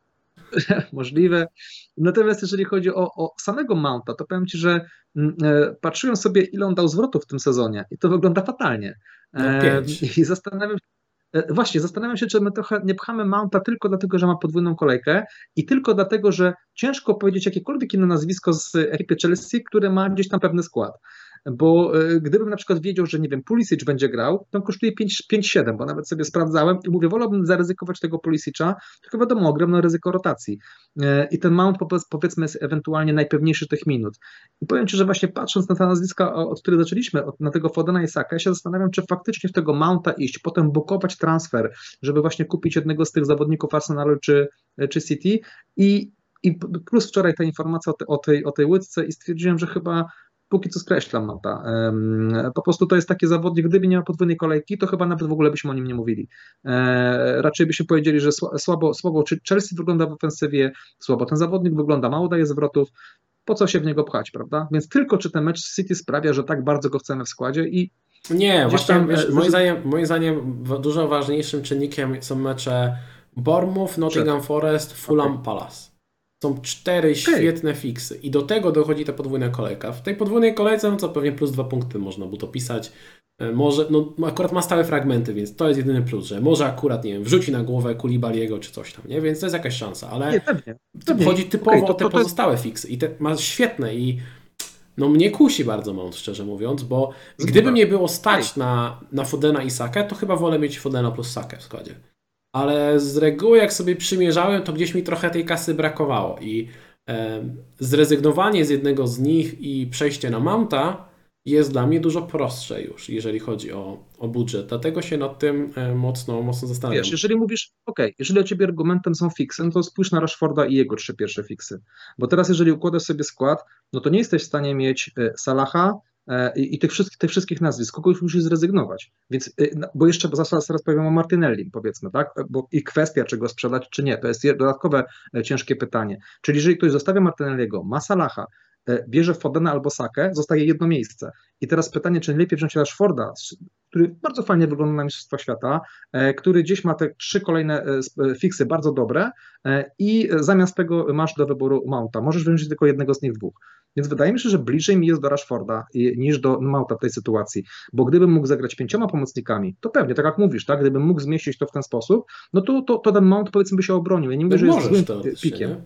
możliwe. Natomiast jeżeli chodzi o, o samego Mounta, to powiem Ci, że mm, e, patrzyłem sobie, ile on dał zwrotów w tym sezonie i to wygląda fatalnie. No E, pięć. I zastanawiam e, właśnie, zastanawiam się, czy my trochę nie pchamy Mounta tylko dlatego, że ma podwójną kolejkę i tylko dlatego, że ciężko powiedzieć jakiekolwiek inne nazwisko z ekipy Chelsea, które ma gdzieś tam pewny skład. Bo e, gdybym na przykład wiedział, że nie wiem, Pulisic będzie grał, to on kosztuje pięć siedem, bo nawet sobie sprawdzałem i mówię, wolałbym zaryzykować tego Pulisicza, tylko wiadomo, ogromne ryzyko rotacji. E, I ten Mount powiedz- powiedzmy jest ewentualnie najpewniejszy tych minut. I powiem Ci, że właśnie patrząc na te nazwiska, o- od których zaczęliśmy, od, na tego Fodena i Saka, ja się zastanawiam, czy faktycznie w tego Mounta iść, potem bukować transfer, żeby właśnie kupić jednego z tych zawodników Arsenalu czy, czy City i i plus wczoraj ta informacja o, te, o, tej, o tej łydce i stwierdziłem, że chyba póki co skreślam Mounta. Po prostu to jest taki zawodnik, gdyby nie miał podwójnej kolejki, to chyba nawet w ogóle byśmy o nim nie mówili. E, raczej byśmy powiedzieli, że słabo, słabo czy Chelsea wygląda w ofensywie, słabo ten zawodnik wygląda, mało daje zwrotów, po co się w niego pchać, prawda? Więc tylko czy ten mecz z City sprawia, że tak bardzo go chcemy w składzie i Nie, gdzieś właśnie tam... wiesz, e, moim zdaniem, moim zdaniem w- dużo ważniejszym czynnikiem są mecze Bournemouth, Przed. Nottingham Forest, Okej. Fulham Palace. Są cztery Okej. świetne fiksy i do tego dochodzi ta podwójna kolejka. W tej podwójnej kolejce, no to pewnie plus dwa punkty można by to pisać. E, Może, no akurat ma stałe fragmenty, więc to jest jedyny plus, że może akurat, nie wiem, wrzuci na głowę Kulibaliego czy coś tam, nie? Więc to jest jakaś szansa, ale Nie, pewnie. ty- Pewnie. chodzi I- typowo Okej, to, o te to, to jest... pozostałe fiksy i te ma świetne i no mnie kusi bardzo Mount, szczerze mówiąc, bo gdyby Zgoda. mnie było Okej. stać na, na Fodena i Sakę, to chyba wolę mieć Fodena plus Sakę w składzie. Ale z reguły jak sobie przymierzałem, to gdzieś mi trochę tej kasy brakowało i e, zrezygnowanie z jednego z nich i przejście na Mounta jest dla mnie dużo prostsze już, jeżeli chodzi o, o budżet. Dlatego się nad tym e, mocno, mocno zastanawiam. Wiesz, jeżeli mówisz, okej, jeżeli dla ciebie argumentem są fiksy, no to spójrz na Rashforda i jego trzy pierwsze fiksy. Bo teraz, jeżeli układasz sobie skład, no to nie jesteś w stanie mieć e, Salaha e, i, i tych, wszystkich, tych wszystkich nazwisk, kogoś musisz zrezygnować. Więc, e, no, bo jeszcze bo zaraz, zaraz powiem o Martinelli, powiedzmy, tak? Bo i kwestia, czy go sprzedać, czy nie, to jest je- dodatkowe e, ciężkie pytanie. Czyli jeżeli ktoś zostawia Martinelliego, ma Salaha, e, bierze Fodena albo Sakę, zostaje jedno miejsce. I teraz pytanie, czy lepiej wziąć Rashforda, który bardzo fajnie wygląda na Mistrzostwa Świata, e, który gdzieś ma te trzy kolejne e, sp- e, fiksy bardzo dobre e, i zamiast tego masz do wyboru Mounta. Możesz wziąć tylko jednego z nich dwóch. Więc wydaje mi się, że bliżej mi jest do Rashforda i- niż do Mounta w tej sytuacji, bo gdybym mógł zagrać pięcioma pomocnikami, to pewnie, tak jak mówisz, tak, gdybym mógł zmieścić to w ten sposób, no to, to, to ten Mount powiedzmy by się obronił. Ja nie No mówię, że jest możesz złym teoretycznie, pikiem. nie?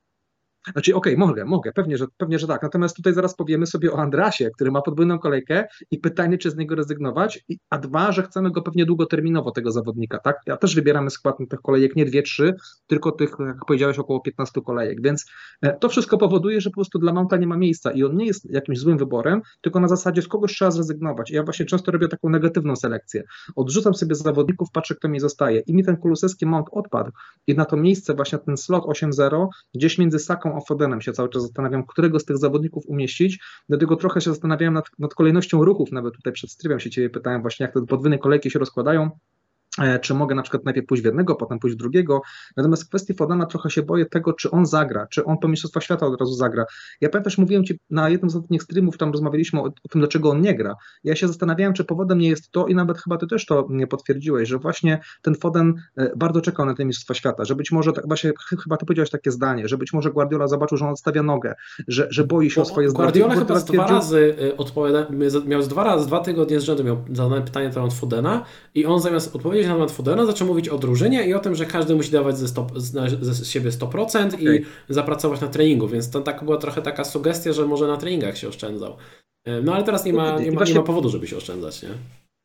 Znaczy, okej, mogę, mogę, pewnie że, pewnie, że tak. Natomiast tutaj zaraz powiemy sobie o Andrasie, który ma podwójną kolejkę i pytanie, czy z niego rezygnować, I- a dwa, że chcemy go pewnie długoterminowo, tego zawodnika, tak? Ja też wybieramy skład tych kolejek, nie dwie, trzy, tylko tych, jak powiedziałeś, około piętnaście kolejek, więc e, to wszystko powoduje, że po prostu dla Mounta nie ma miejsca i on nie jest jakimś złym wyborem, tylko na zasadzie z kogoś trzeba zrezygnować. I ja właśnie często robię taką negatywną selekcję. Odrzucam sobie zawodników, patrzę, kto mi zostaje i mi ten Kulusewski Mount odpadł i na to miejsce właśnie ten slot osiem zero gdzieś między Saką a Fodenem się cały czas zastanawiam, którego z tych zawodników umieścić, dlatego trochę się zastanawiałem nad, nad kolejnością ruchów, nawet tutaj przed streamem się Ciebie pytałem właśnie, jak te podwójne kolejki się rozkładają, e, czy mogę na przykład najpierw pójść w jednego, potem pójść w drugiego. Natomiast w kwestii Fodena trochę się boję tego, czy on zagra, czy on po Mistrzostwa Świata od razu zagra. Ja pamiętasz, mówiłem Ci na jednym z ostatnich streamów, tam rozmawialiśmy o, o tym, dlaczego on nie gra. Ja się zastanawiałem, czy powodem nie jest to, i nawet chyba Ty też to mnie potwierdziłeś, że właśnie ten Foden e, bardzo czekał na te Mistrzostwa Świata, że być może, tak, właśnie ch- chyba Ty powiedziałeś takie zdanie, że być może Guardiola zobaczył, że on odstawia nogę, że, że boi się o Bo swoje zdrowie. Guardiola I chyba z dwa stwierdził- razy y, odpowiada, miał z dwa razy, dwa tygodnie z rzędu miał zadane pytanie na temat Fodena i on zamiast odpowiedzieć na temat Fodena zaczął mówić o drużynie i o tym, że każdy musi dawać ze, sto, z- ze siebie sto procent i Okej. zapracować na treningu, więc to tak była trochę taka sugestia, że może na treningach się oszczędzał. Y, No ale teraz nie ma, nie ma, nie Właśnie- ma powodu, żeby się oszczędzać, nie?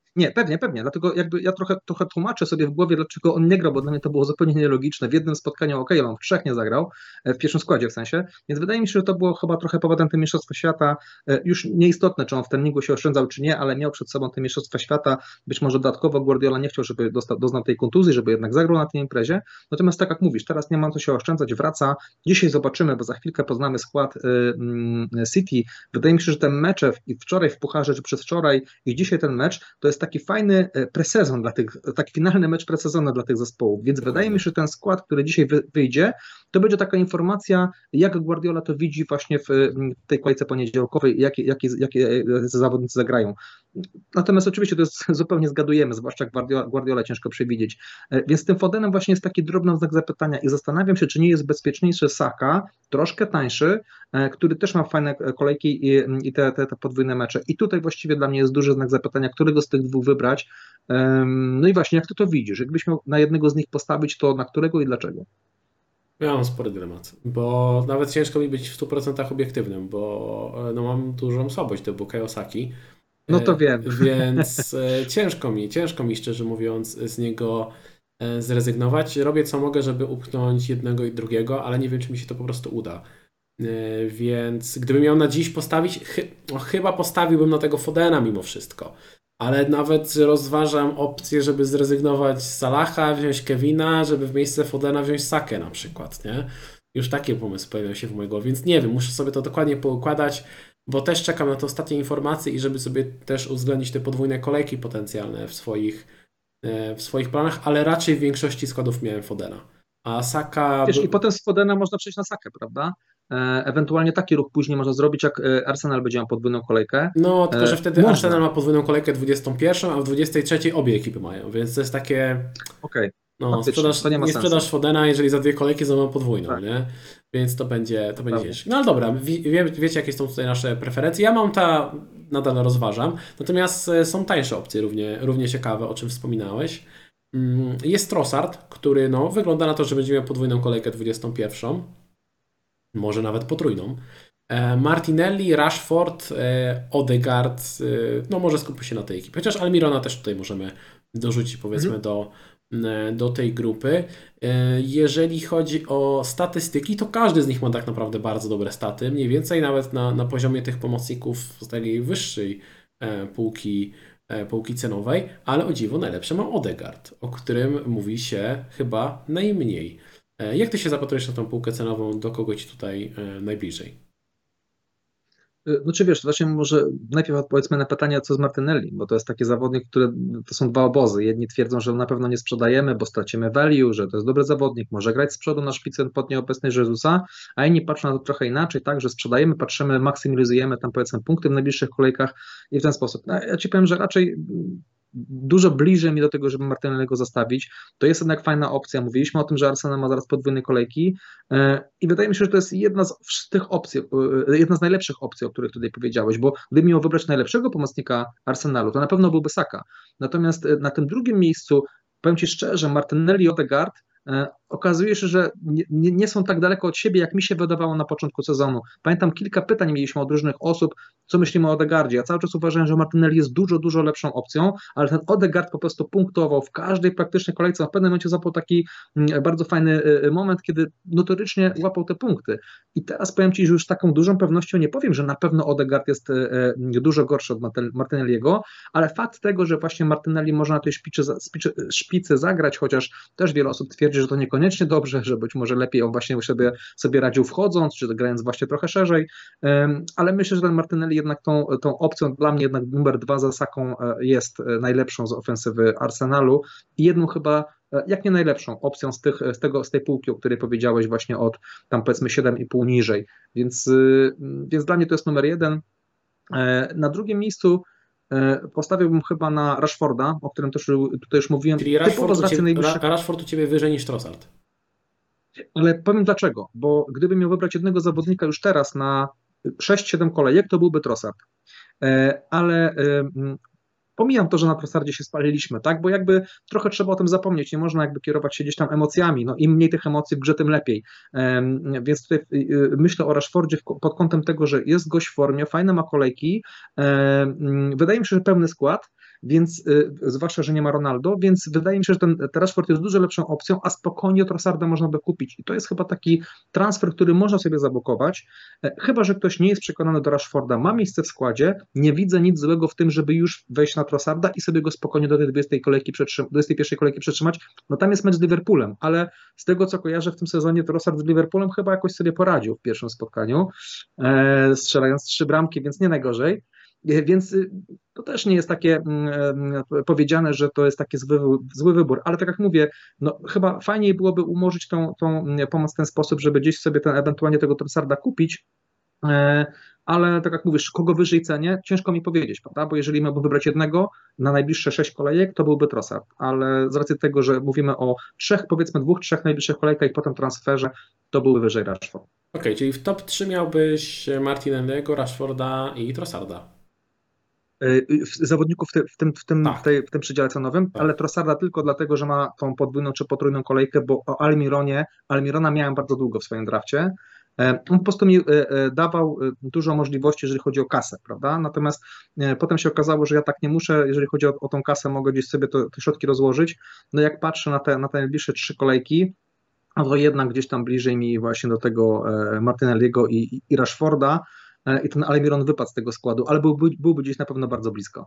Nie, pewnie, pewnie. Dlatego jakby ja trochę, trochę tłumaczę sobie w głowie, dlaczego on nie grał, bo dla mnie to było zupełnie nielogiczne. W jednym spotkaniu, ok, on w trzech nie zagrał, e, w pierwszym składzie w sensie, więc wydaje mi się, że to było chyba trochę powodem te Mistrzostwa Świata. E, Już nieistotne, czy on w treningu się oszczędzał, czy nie, ale miał przed sobą te Mistrzostwa Świata. Być może dodatkowo Guardiola nie chciał, żeby dostał, doznał tej kontuzji, żeby jednak zagrał na tej imprezie. Natomiast tak jak mówisz, teraz nie ma co się oszczędzać, wraca. Dzisiaj zobaczymy, bo za chwilkę poznamy skład y, y, City. Wydaje mi się, że te mecze i wczoraj w Pucharze, czy przedwczoraj i dzisiaj ten mecz, to jest taki fajny presezon dla tych, taki finalny mecz presezonu dla tych zespołów, więc wydaje mi się, że ten skład, który dzisiaj wy, wyjdzie, to będzie taka informacja, jak Guardiola to widzi właśnie w, w tej kolejce poniedziałkowej, jakie, jakie, jakie zawodnicy zagrają. Natomiast oczywiście to jest, zupełnie zgadujemy, zwłaszcza Guardiola, Guardiola ciężko przewidzieć. Więc z tym Fodenem właśnie jest taki drobny znak zapytania i zastanawiam się, czy nie jest bezpieczniejszy Saka, troszkę tańszy, który też ma fajne kolejki i, i te, te, te podwójne mecze. I tutaj właściwie dla mnie jest duży znak zapytania, którego z tych dwóch wybrać. No i właśnie, jak ty to widzisz? Jakbyś miał na jednego z nich postawić, to na którego i dlaczego? Ja mam spory dylemat, bo nawet ciężko mi być w stu procentach obiektywnym, bo no, mam dużą słabość do Bukayo Saki. No to wiem. Więc ciężko mi, ciężko mi szczerze mówiąc z niego zrezygnować. Robię co mogę, żeby upchnąć jednego i drugiego, ale nie wiem, czy mi się to po prostu uda. Więc gdybym miał na dziś postawić, chy no, chyba postawiłbym na tego Fodena mimo wszystko. Ale nawet rozważam opcję, żeby zrezygnować z Salaha, wziąć Kevina, żeby w miejsce Fodena wziąć Sakę na przykład, nie? Już takie pomysły pojawiają się w mojej głowie, więc nie wiem, muszę sobie to dokładnie poukładać, bo też czekam na te ostatnie informacje i żeby sobie też uwzględnić te podwójne kolejki potencjalne w swoich, w swoich planach, ale raczej w większości składów miałem Fodena. A Saka... Wiesz, i potem z Fodena można przejść na Sakę, prawda? Ewentualnie taki ruch później można zrobić, jak Arsenal będzie miał podwójną kolejkę. No, tylko że wtedy można. Arsenal ma podwójną kolejkę dwudziestą pierwszą, a w dwudziestej trzeciej obie ekipy mają, więc to jest takie... Okej. Okay. No, sprzedaż, nie, nie sprzedasz Fodena, jeżeli za dwie kolejki zrobią podwójną, tak. Nie? Więc to będzie, to będzie ciężkie. No ale dobra, wie, wiecie jakie są tutaj nasze preferencje. Ja mam ta, nadal rozważam, natomiast są tańsze opcje równie, równie ciekawe, o czym wspominałeś. Jest Trossard, który no, wygląda na to, że będzie miał podwójną kolejkę dwudziestą pierwszą, może nawet potrójną. Martinelli, Rashford, Odegaard, no może skupię się na tej ekipie, chociaż Almirona też tutaj możemy dorzucić powiedzmy mhm. do do tej grupy. Jeżeli chodzi o statystyki, to każdy z nich ma tak naprawdę bardzo dobre staty, mniej więcej nawet na, na poziomie tych pomocników z tej wyższej półki, półki cenowej, ale o dziwo najlepsze ma Odegaard, o którym mówi się chyba najmniej. Jak ty się zapatrujesz na tą półkę cenową, do kogo ci tutaj najbliżej? Znaczy wiesz, właśnie może najpierw odpowiedzmy na pytanie, co z Martinelli, bo to jest taki zawodnik, który to są dwa obozy. Jedni twierdzą, że na pewno nie sprzedajemy, bo stracimy value, że to jest dobry zawodnik, może grać z przodu na szpicę pod nieobecnej Jezusa, a inni patrzą na to trochę inaczej, tak, że sprzedajemy, patrzymy, maksymalizujemy tam powiedzmy punkty w najbliższych kolejkach i w ten sposób. No, ja ci powiem, że raczej dużo bliżej mi do tego, żeby Martinelliego zostawić. To jest jednak fajna opcja. Mówiliśmy o tym, że Arsenal ma zaraz podwójne kolejki i wydaje mi się, że to jest jedna z tych opcji, jedna z najlepszych opcji, o których tutaj powiedziałeś, bo gdybym miał wybrać najlepszego pomocnika Arsenalu, to na pewno byłby Saka. Natomiast na tym drugim miejscu, powiem ci szczerze, Martinelli i Odegaard okazuje się, że nie, nie są tak daleko od siebie, jak mi się wydawało na początku sezonu. Pamiętam, kilka pytań mieliśmy od różnych osób, co myślimy o Odegaardzie. Ja cały czas uważałem, że Martinelli jest dużo, dużo lepszą opcją, ale ten Odegaard po prostu punktował w każdej praktycznie kolejce. W pewnym momencie zapał taki bardzo fajny moment, kiedy notorycznie łapał te punkty. I teraz powiem ci, że już taką dużą pewnością nie powiem, że na pewno Odegaard jest dużo gorszy od Martinelliego, ale fakt tego, że właśnie Martinelli może na tej szpicy, szpicy, szpicy zagrać, chociaż też wiele osób twierdzi, że to niekoniecznie dobrze, że być może lepiej on właśnie sobie, sobie radził wchodząc, czy grając właśnie trochę szerzej, ale myślę, że ten Martinelli jednak tą, tą opcją, dla mnie jednak numer dwa za Saką jest najlepszą z ofensywy Arsenalu i jedną chyba, jak nie najlepszą opcją z, tych, z, tego, z tej półki, o której powiedziałeś właśnie od tam powiedzmy siedem i pół niżej, więc, więc dla mnie to jest numer jeden. Na drugim miejscu postawiłbym chyba na Rashforda, o którym też tutaj już mówiłem. Czyli Rashford u, ciebie, najbliższych... Rashford u Ciebie wyżej niż Trossard. Ale powiem dlaczego, bo gdybym miał wybrać jednego zawodnika już teraz na sześć siedem kolejek, to byłby Trossard. Ale pomijam to, że na Trossardzie się spaliliśmy, tak? Bo jakby trochę trzeba o tym zapomnieć, nie można jakby kierować się gdzieś tam emocjami, no im mniej tych emocji w grze, tym lepiej. Więc tutaj myślę o Rashfordzie pod kątem tego, że jest gość w formie, fajne ma kolejki, wydaje mi się, że pełny skład więc y, zwłaszcza, że nie ma Ronaldo, więc wydaje mi się, że ten, ten Rashford jest dużo lepszą opcją, a spokojnie Trossarda można by kupić. I to jest chyba taki transfer, który można sobie zablokować, e, chyba że ktoś nie jest przekonany do Rashforda, ma miejsce w składzie, nie widzę nic złego w tym, żeby już wejść na Trossarda i sobie go spokojnie do tej dwudziestej kolejki przytrzym- dwudziestej pierwszej kolejki przetrzymać. No tam jest mecz z Liverpoolem, ale z tego co kojarzę w tym sezonie, Trossard z Liverpoolem chyba jakoś sobie poradził w pierwszym spotkaniu, e, strzelając trzy bramki, więc nie najgorzej. E, Więc y, to też nie jest takie mm, mm, powiedziane, że to jest taki zły, zły wybór, ale tak jak mówię, no chyba fajniej byłoby umorzyć tą, tą mm, pomoc w ten sposób, żeby gdzieś sobie ten, ewentualnie tego Trossarda kupić, e, ale tak jak mówisz, kogo wyżej cenię, ciężko mi powiedzieć, prawda? Bo jeżeli miałbym wybrać jednego na najbliższe sześć kolejek, to byłby Trossard, ale z racji tego, że mówimy o trzech, powiedzmy dwóch, trzech najbliższych kolejkach i potem transferze, to byłby wyżej Rashford. Okej, czyli w top trzy miałbyś Martinelliego, Rashforda i Trossarda. Y, w- zawodników w, ty- w, tym, w, tym, w, Tak, tej, w tym przedziale cenowym, tak. ale Trossarda tylko dlatego, że ma tą podwójną czy potrójną kolejkę, bo o Almironie, Almirona miałem bardzo długo w swoim drafcie. E, On po prostu mi e, e, dawał e, dużo możliwości, jeżeli chodzi o kasę, prawda? Natomiast e, potem się okazało, że ja tak nie muszę, jeżeli chodzi o, o tą kasę, mogę gdzieś sobie to, te środki rozłożyć. No jak patrzę na te, na te najbliższe trzy kolejki, no to jednak gdzieś tam bliżej mi właśnie do tego e, Martinelliego i, i, i Rashforda e, i ten Almiron wypadł z tego składu, ale byłby, byłby gdzieś na pewno bardzo blisko.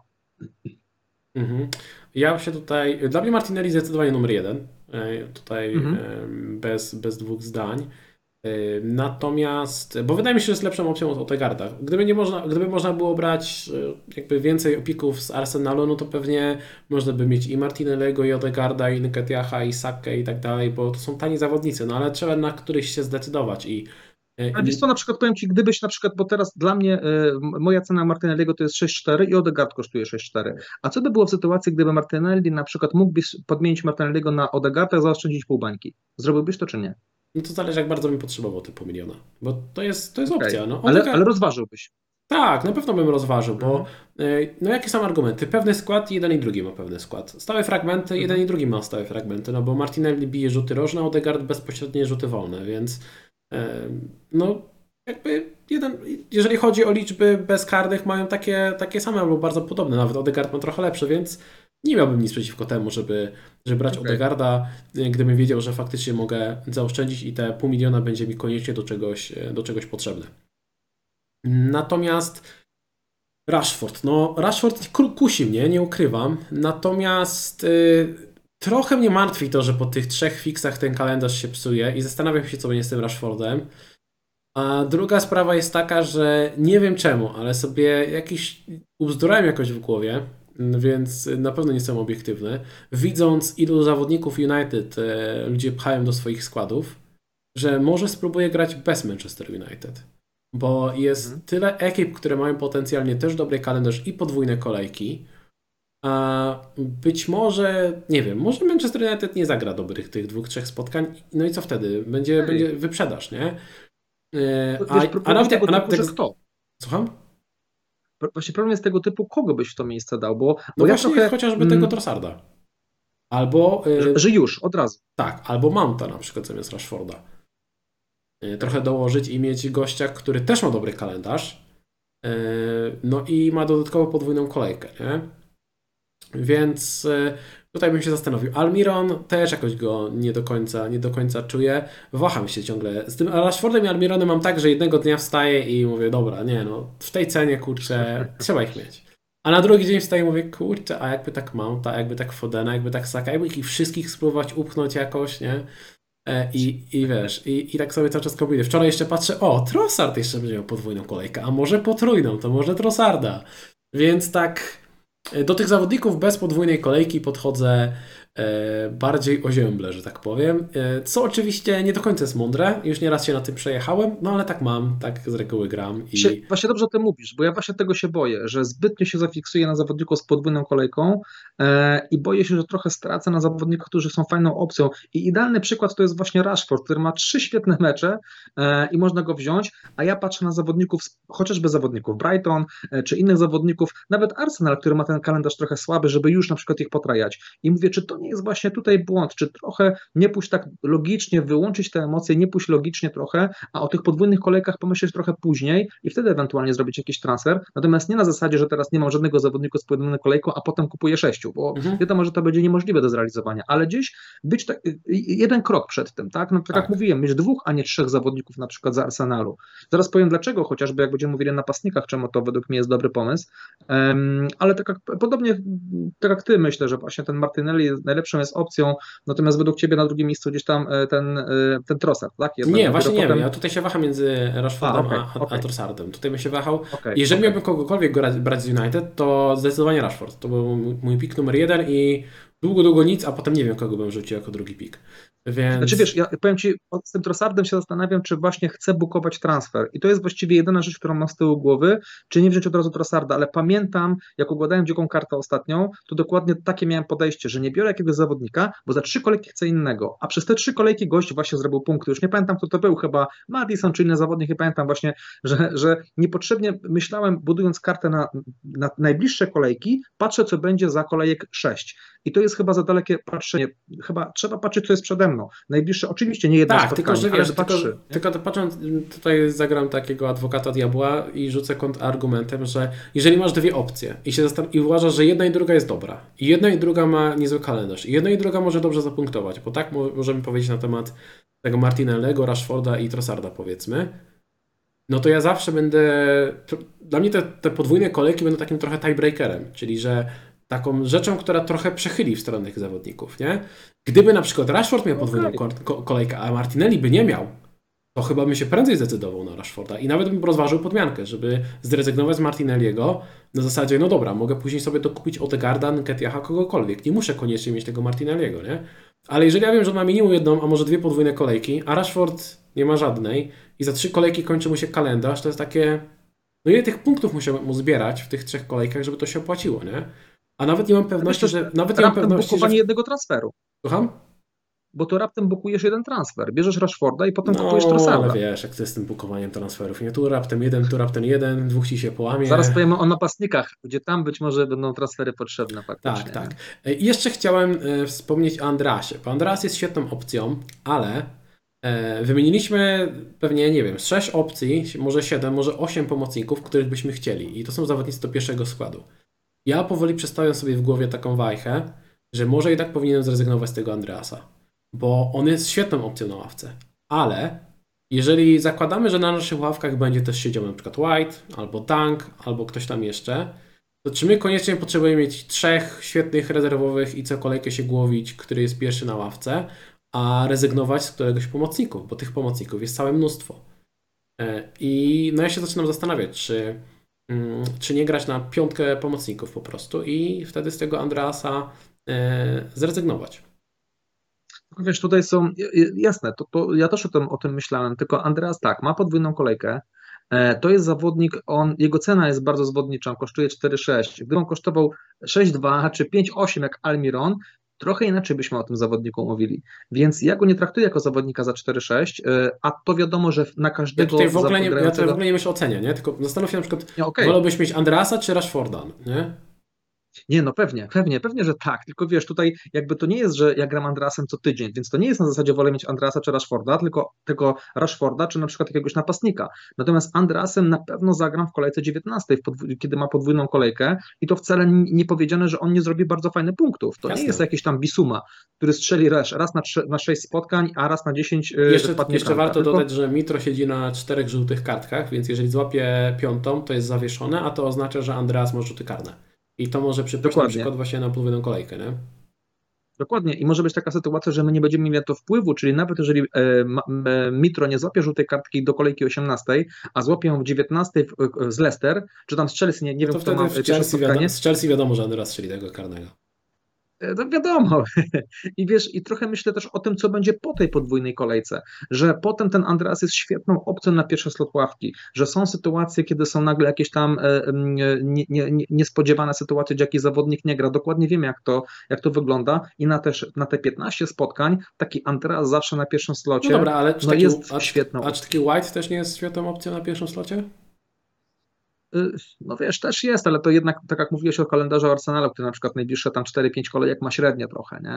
Mhm. Ja się tutaj. Dla mnie Martinelli zdecydowanie numer jeden. E, Tutaj Mhm. e, bez, bez dwóch zdań. E, Natomiast, bo wydaje mi się, że jest lepszą opcją od Odegaarda. Gdyby nie można, gdyby można było brać e, jakby więcej opików z Arsenalu, no to pewnie można by mieć i Martinelliego, i Odegaarda, i Nketiaha, i Sakę i tak dalej, bo to są tani zawodnicy, no ale trzeba na któryś się zdecydować i, e, Ale wiesz i co, na przykład powiem Ci, gdybyś na przykład, bo teraz dla mnie y, moja cena Martinelliego to jest sześć cztery i Odegaard kosztuje sześć cztery. A co by było w sytuacji, gdyby Martinelli na przykład mógłbyś podmienić Martinelliego na Odegaarda i zaoszczędzić pół bańki? Zrobiłbyś to czy nie? no to zależy, jak bardzo bym potrzebował te pół miliona, bo to jest, to jest Okej. opcja. No, Ale, ale Odegaard, rozważyłbyś. tak, na pewno bym rozważył, bo Mhm. e, no jakie są argumenty? Pewny skład, jeden i drugi ma pewny skład. Stałe fragmenty, jeden Mhm. i drugi ma stałe fragmenty, no bo Martinelli bije rzuty rożne, a Odegaard bezpośrednie rzuty wolne, więc e, no jakby jeden, jeżeli chodzi o liczby bezkarnych, mają takie, takie same albo bardzo podobne, nawet Odegaard ma trochę lepsze, więc nie miałbym nic przeciwko temu, żeby, żeby brać Okej. Odegaarda, e, gdybym wiedział, że faktycznie mogę zaoszczędzić i te pół miliona będzie mi koniecznie do czegoś, e, do czegoś potrzebne. Natomiast Rashford, no Rashford ku- kusi mnie, nie ukrywam, natomiast y, trochę mnie martwi to, że po tych trzech fiksach ten kalendarz się psuje i zastanawiam się, co będzie z tym Rashfordem. A druga sprawa jest taka, że nie wiem czemu, ale sobie jakiś ubzdurałem jakoś w głowie, więc na pewno nie jestem obiektywny. Widząc, ilu zawodników United e, ludzie pchają do swoich składów, że może spróbuję grać bez Manchester United. Bo jest Mhm. tyle ekip, które mają potencjalnie też dobry kalendarz i podwójne kolejki. A być może, nie wiem, może Manchester United nie zagra dobrych tych dwóch, trzech spotkań. No i co wtedy? Będzie, Okej. będzie wyprzedaż, nie? E, To A, Wiesz, a problem nawet, jest tego a typu, nawet że jak... kto? Słucham? Pro- Właśnie problem jest tego typu, kogo byś w to miejsce dał, bo, No bo ja właśnie trochę, chociażby tego mm, Trossarda. Albo, że, y, że już, od razu. tak, albo Mounta na przykład zamiast Rashforda. Y, Trochę dołożyć i mieć gościa, który też ma dobry kalendarz. y, No i ma dodatkowo podwójną kolejkę, nie? Więc y, tutaj bym się zastanowił. Almiron też jakoś go nie do końca, nie do końca czuję. Waham się ciągle. Z tym Rashfordem i Almironem mam tak, że jednego dnia wstaję i mówię, dobra, nie no, w tej cenie, kurczę, trzeba ich mieć. A na drugi dzień wstaję i mówię, kurczę, a jakby tak Mounta, jakby tak Fodena, jakby tak Saka, jakby ich wszystkich spróbować upchnąć jakoś, nie? E, I, i wiesz, i, i tak sobie cały czas kombinuję. Wczoraj jeszcze patrzę, o, Trossard jeszcze będzie miał podwójną kolejkę, a może potrójną, to może Trossarda. Więc tak, e, do tych zawodników bez podwójnej kolejki podchodzę e, bardziej ozięble, że tak powiem. E, co oczywiście nie do końca jest mądre, już nieraz się na tym przejechałem, no ale tak mam, tak z reguły gram Się, i właśnie dobrze o tym mówisz, bo ja właśnie tego się boję, że zbytnio się zafiksuję na zawodników z podwójną kolejką e, i boję się, że trochę stracę na zawodnikach, którzy są fajną opcją. I idealny przykład to jest właśnie Rashford, który ma trzy świetne mecze e, i można go wziąć, a ja patrzę na zawodników, z- chociażby zawodników Brighton e, czy innych zawodników, nawet Arsenal, który ma ten kalendarz trochę słaby, żeby już na przykład ich potrajać. I mówię, czy to nie nie jest właśnie tutaj błąd, czy trochę nie pójść tak logicznie, wyłączyć te emocje, nie pójść logicznie trochę, a o tych podwójnych kolejkach pomyśleć trochę później i wtedy ewentualnie zrobić jakiś transfer, natomiast nie na zasadzie, że teraz nie mam żadnego zawodnika z podwójną kolejką, a potem kupuję sześciu, bo Mhm. wiadomo, że to będzie niemożliwe do zrealizowania, ale gdzieś być tak, jeden krok przed tym, tak? No tak, Tak. jak mówiłem, mieć dwóch, a nie trzech zawodników na przykład za Arsenalu. Zaraz powiem dlaczego, chociażby jak będziemy mówili o napastnikach, czemu to według mnie jest dobry pomysł, um, ale tak jak, podobnie tak jak ty myślę, że właśnie ten Martinelli najlepszą jest opcją, natomiast według ciebie na drugim miejscu gdzieś tam ten, ten Trossard, tak? Jednak nie, właśnie nie potem... wiem, ja tutaj się waham między Rashfordem a, okay, a, okay. a Trossardem. Tutaj bym się wahał. Okay, Jeżeli okay. miałbym kogokolwiek brać z United, to zdecydowanie Rashford. To był mój pik numer jeden i długo, długo nic, a potem nie wiem, kogo bym rzucił jako drugi pik. Więc... Znaczy wiesz, ja powiem Ci, z tym Trossardem się zastanawiam, czy właśnie chcę bukować transfer i to jest właściwie jedyna rzecz, którą mam z tyłu głowy, czy nie wziąć od razu Trossarda, ale pamiętam, jak układałem dziką kartę ostatnią, to dokładnie takie miałem podejście, że nie biorę jakiegoś zawodnika, bo za trzy kolejki chcę innego, a przez te trzy kolejki gość właśnie zrobił punkty, już nie pamiętam, kto to był, chyba Maddison czy inny zawodnik, nie pamiętam właśnie, że, że niepotrzebnie myślałem, budując kartę na, na najbliższe kolejki, patrzę, co będzie za kolejek sześć i to jest chyba za dalekie patrzenie, chyba trzeba patrzeć, co jest przede mną. Najbliższe, oczywiście nie jedno tak, spotkanie, tylko, że wiesz, ale dwa, tylko, trzy. tylko to patrząc, tutaj zagram takiego adwokata diabła i rzucę kontrargumentem, że jeżeli masz dwie opcje i się zastan- i uważasz, że jedna i druga jest dobra i jedna i druga ma niezły kalendarz i jedna i druga może dobrze zapunktować, bo tak mo- możemy powiedzieć na temat tego Martinellego, Rashforda i Trossarda powiedzmy, no to ja zawsze będę, to, dla mnie te, te podwójne kolejki będą takim trochę tiebreakerem, czyli że taką rzeczą, która trochę przechyli w stronę tych zawodników, nie? Gdyby na przykład Rashford miał podwójną Okay. ko- kolejkę, a Martinelli by nie miał, to chyba bym się prędzej zdecydował na Rashforda i nawet bym rozważył podmiankę, żeby zrezygnować z Martinelliego na zasadzie, no dobra, mogę później sobie dokupić Odegaarda, Nketiaha, kogokolwiek. Nie muszę koniecznie mieć tego Martinelliego, nie? Ale jeżeli ja wiem, że on ma minimum jedną, a może dwie podwójne kolejki, a Rashford nie ma żadnej i za trzy kolejki kończy mu się kalendarz, to jest takie, no ile tych punktów muszę mu zbierać w tych trzech kolejkach, żeby to się opłaciło, nie? A nawet nie mam pewności, że... Nawet nie mam pewności, bukowanie że... jednego transferu. Słucham? Bo to raptem bukujesz jeden transfer. Bierzesz Rashforda i potem no, kupujesz Trossarda. ale wiesz, jak to jest z tym bukowaniem transferów. Nie tu raptem jeden, tu raptem jeden, dwóch ci się połamie. Zaraz powiemy o napastnikach, gdzie tam być może będą transfery potrzebne faktycznie. Tak, tak. I jeszcze chciałem e, wspomnieć o Andreasie, bo Andreas jest świetną opcją, ale e, wymieniliśmy pewnie, nie wiem, sześć opcji, może siedem, może osiem pomocników, których byśmy chcieli. I to są zawodnicy do pierwszego składu. Ja powoli przestawiam sobie w głowie taką wajchę, że może i tak powinienem zrezygnować z tego Andreasa, bo on jest świetną opcją na ławce, ale jeżeli zakładamy, że na naszych ławkach będzie też siedział na przykład White, albo Dunk, albo ktoś tam jeszcze, to czy my koniecznie potrzebujemy mieć trzech świetnych rezerwowych i co kolejkę się głowić, który jest pierwszy na ławce, a rezygnować z któregoś pomocników, bo tych pomocników jest całe mnóstwo. I no ja się zaczynam zastanawiać, czy czy nie grać na piątkę pomocników po prostu i wtedy z tego Andreasa e, zrezygnować. Wiesz, tutaj są, jasne, to, to ja też o tym, o tym myślałem, tylko Andreas tak, ma podwójną kolejkę, e, to jest zawodnik, on, jego cena jest bardzo zwodnicza, on kosztuje cztery sześć, gdyby on kosztował sześć dwa czy pięć osiem jak Almiron, trochę inaczej byśmy o tym zawodniku mówili. Więc ja go nie traktuję jako zawodnika za cztery sześć, a to wiadomo, że na każdego... Ja tutaj w ogóle nie, ja tutaj w ogóle nie myślę o cenie, nie? Tylko zastanów się na przykład, nie, okay. wolałbyś mieć Andreasa czy Rashforda, nie? Nie, no pewnie, pewnie, pewnie, że tak, tylko wiesz, tutaj jakby to nie jest, że ja gram Andreasem co tydzień, więc to nie jest na zasadzie wolę mieć Andreasa czy Rashforda, tylko tego Rashforda czy na przykład jakiegoś napastnika. Natomiast Andreasem na pewno zagram w kolejce dziewiętnastej, w podw- kiedy ma podwójną kolejkę i to wcale nie powiedziane, że on nie zrobi bardzo fajnych punktów. To Jasne. Nie jest jakiś tam Bisuma, który strzeli raz, raz na, trzy, na sześć spotkań, a raz na dziesięć Jeszcze, jeszcze warto tylko... dodać, że Mitro siedzi na czterech żółtych kartkach, więc jeżeli złapie piątą, to jest zawieszone, a to oznacza, że Andreas ma rzuty karne. I to może przypaść na przykład właśnie na podwójną kolejkę, nie? Dokładnie. I może być taka sytuacja, że my nie będziemy mieli na to wpływu, czyli nawet jeżeli e, e, Mitro nie złapie żółtej kartki do kolejki osiemnastej, a złapie ją w dziewiętnastej w, e, z Leicester, czy tam z Chelsea, nie, nie no wiem, kto ma w Chelsea, wiadomo, z Chelsea wiadomo, że Andreas strzeli tego karnego. No wiadomo. I wiesz, i trochę myślę też o tym, co będzie po tej podwójnej kolejce, że potem ten Andreas jest świetną opcją na pierwszy slot ławki, że są sytuacje, kiedy są nagle jakieś tam nie, nie, nie, niespodziewane sytuacje, gdzie jakiś zawodnik nie gra. Dokładnie wiem, jak to, jak to wygląda i na te, na te piętnaście spotkań taki Andreas zawsze na pierwszym slocie no dobra, ale czy no taki, jest a, świetną a czy taki White też nie jest świetną opcją na pierwszym slocie? No wiesz, też jest, ale to jednak, tak jak mówiłeś o kalendarzu Arsenalu, który na przykład najbliższe tam cztery pięć kolejek ma średnio trochę, nie?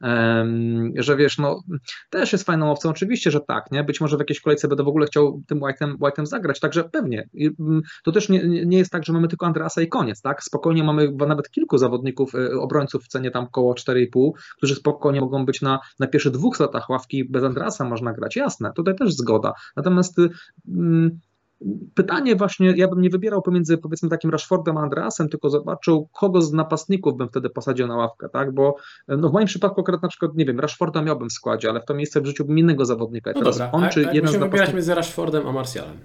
Um, że wiesz, no też jest fajną opcją, oczywiście, że tak, nie? Być może w jakiejś kolejce będę w ogóle chciał tym White'em, White'em zagrać, także pewnie. I, to też nie, nie jest tak, że mamy tylko Andreasa i koniec, tak? Spokojnie mamy nawet kilku zawodników, obrońców w cenie tam około cztery i pół, którzy spokojnie mogą być na, na pierwszych dwóch slotach ławki, bez Andreasa można grać, jasne, tutaj też zgoda. Natomiast um, pytanie właśnie, ja bym nie wybierał pomiędzy powiedzmy takim Rashfordem a Andreasem, tylko zobaczył, kogo z napastników bym wtedy posadził na ławkę, tak, bo no w moim przypadku akurat na przykład, nie wiem, Rashforda miałbym w składzie, ale w to miejsce wrzuciłbym innego zawodnika. I No teraz dobra, on a, czy a jeden z musimy wybierać napastników... między Rashfordem a Martialem,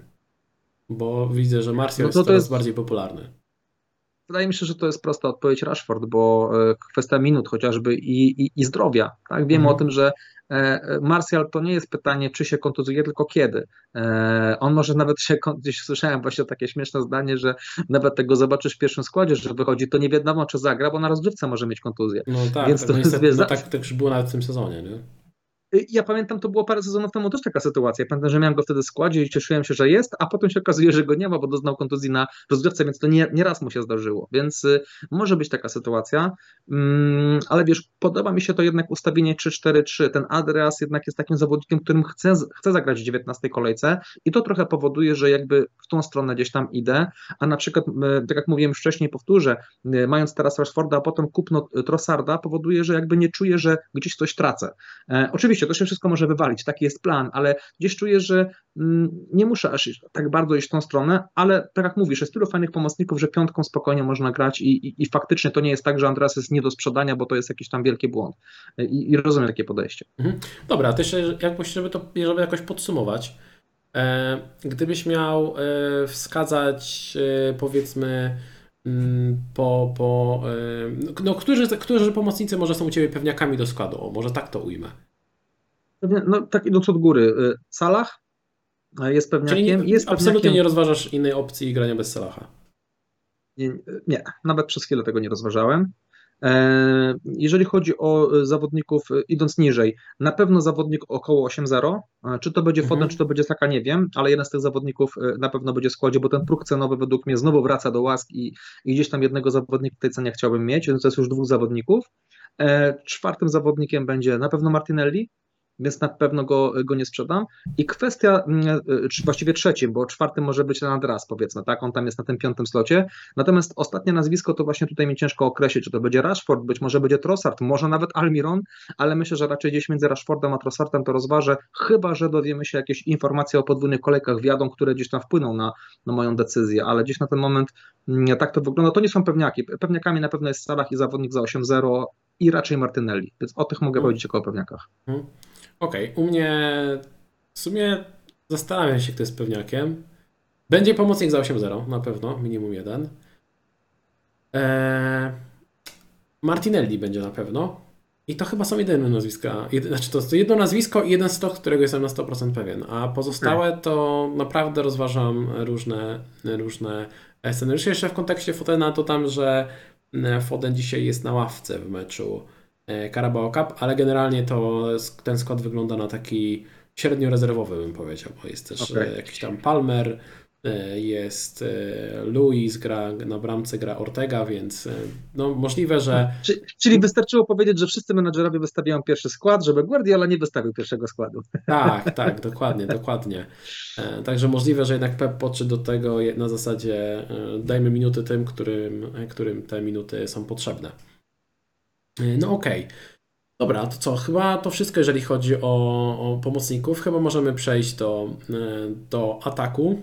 bo widzę, że Martial No jest to to coraz jest, bardziej popularny. wydaje mi się, że to jest prosta odpowiedź Rashford, bo e, kwestia minut chociażby i, i, i zdrowia, tak, wiemy o Mhm. tym, że e, Martial to nie jest pytanie, czy się kontuzuje, tylko kiedy. E, on może nawet się, kon- gdzieś słyszałem właśnie takie śmieszne zdanie, że nawet tego zobaczysz w pierwszym składzie, że wychodzi, to nie wiadomo, czy zagra, bo na rozgrywce może mieć kontuzję. No tak, Więc tak, to no jest, niestety, wiesz, no za- tak, tak już było nawet w tym sezonie, nie? ja pamiętam, to było parę sezonów temu też taka sytuacja. Pamiętam, że miałem go wtedy w składzie i cieszyłem się, że jest, a potem się okazuje, że go nie ma, bo doznał kontuzji na rozgrywce, więc to nie, nie raz mu się zdarzyło. Więc y, może być taka sytuacja. Mm, ale wiesz, podoba mi się to jednak ustawienie trzy cztery trzy. Ten Andreas jednak jest takim zawodnikiem, którym chcę, chcę zagrać w dziewiętnastej kolejce i to trochę powoduje, że jakby w tą stronę gdzieś tam idę, a na przykład, y, tak jak mówiłem wcześniej, powtórzę, y, mając teraz Rashforda, a potem kupno Trossarda, powoduje, że jakby nie czuję, że gdzieś coś tracę. E, oczywiście to się wszystko może wywalić, taki jest plan, ale gdzieś czuję, że mm, nie muszę aż tak bardzo iść w tą stronę, ale tak jak mówisz, jest tylu fajnych pomocników, że piątką spokojnie można grać i, i, i faktycznie to nie jest tak, że Andreas jest nie do sprzedania, bo to jest jakiś tam wielki błąd. E, I, i rozumiem takie podejście. Mhm. Dobra, to jeszcze jakoś, żeby to żeby jakoś podsumować, e, gdybyś miał e, wskazać e, powiedzmy mm, po, po e, no, którzy, którzy pomocnicy może są u Ciebie pewniakami do składu, o, może tak to ujmę. Pewnie, no tak idąc od góry, y, Salah e, jest Czyli nie, pewniakiem, jest absolutnie pewniakiem, nie rozważasz innej opcji grania bez Salaha. nie, nie, nawet przez chwilę tego nie rozważałem. E, Jeżeli chodzi o zawodników, e, idąc niżej, na pewno zawodnik około osiem zero. E, Czy to będzie Foden, czy Mhm. to będzie Saka, nie wiem, ale jeden z tych zawodników e, na pewno będzie w składzie, bo ten próg cenowy według mnie znowu wraca do łask i, i gdzieś tam jednego zawodnika w tej cenie chciałbym mieć, więc to jest już dwóch zawodników. E, Czwartym zawodnikiem będzie na pewno Martinelli, więc na pewno go, go nie sprzedam. I kwestia, mm, czy właściwie trzecim, bo czwartym może być Andreas, powiedzmy, tak? On tam jest na tym piątym slocie. Natomiast ostatnie nazwisko to właśnie tutaj mi ciężko określić, czy to będzie Rashford, być może będzie Trossard, może nawet Almiron, ale myślę, że raczej gdzieś między Rashfordem a Trossardem to rozważę, chyba że dowiemy się jakieś informacje o podwójnych kolejkach wjadą, które gdzieś tam wpłyną na, na moją decyzję, ale gdzieś na ten moment mm, tak to wygląda. To nie są pewniaki. Pewniakami na pewno jest Salah i zawodnik za osiem zero i raczej Martinelli, więc o tych mogę Mhm. powiedzieć jako o pewniakach. Mhm. Okej, u mnie w sumie zastanawiam się, kto jest pewniakiem. Będzie pomocnik za osiem zero, na pewno, minimum jeden. Eee, Martinelli będzie na pewno. I to chyba są jedyne nazwiska. Jedy, znaczy to jest jedno nazwisko i jeden stok, którego jestem na sto procent pewien. A pozostałe to naprawdę rozważam różne, różne scenariusze. Jeszcze w kontekście Fodena to tam, że Foden dzisiaj jest na ławce w meczu Carabao Cup, ale generalnie to ten skład wygląda na taki średnio rezerwowy, bym powiedział, bo jest też Okay. jakiś tam Palmer, jest Luis, gra na bramce, gra Ortega, więc no możliwe, że... Czyli wystarczyło powiedzieć, że wszyscy menadżerowie wystawiają pierwszy skład, żeby Guardiola nie wystawił pierwszego składu. Tak, tak, dokładnie, dokładnie. Także możliwe, że jednak Pep podszedł do tego na zasadzie dajmy minuty tym, którym, którym te minuty są potrzebne. No okej. Okay. Dobra, to co? Chyba to wszystko, jeżeli chodzi o, o pomocników. Chyba możemy przejść do, do ataku.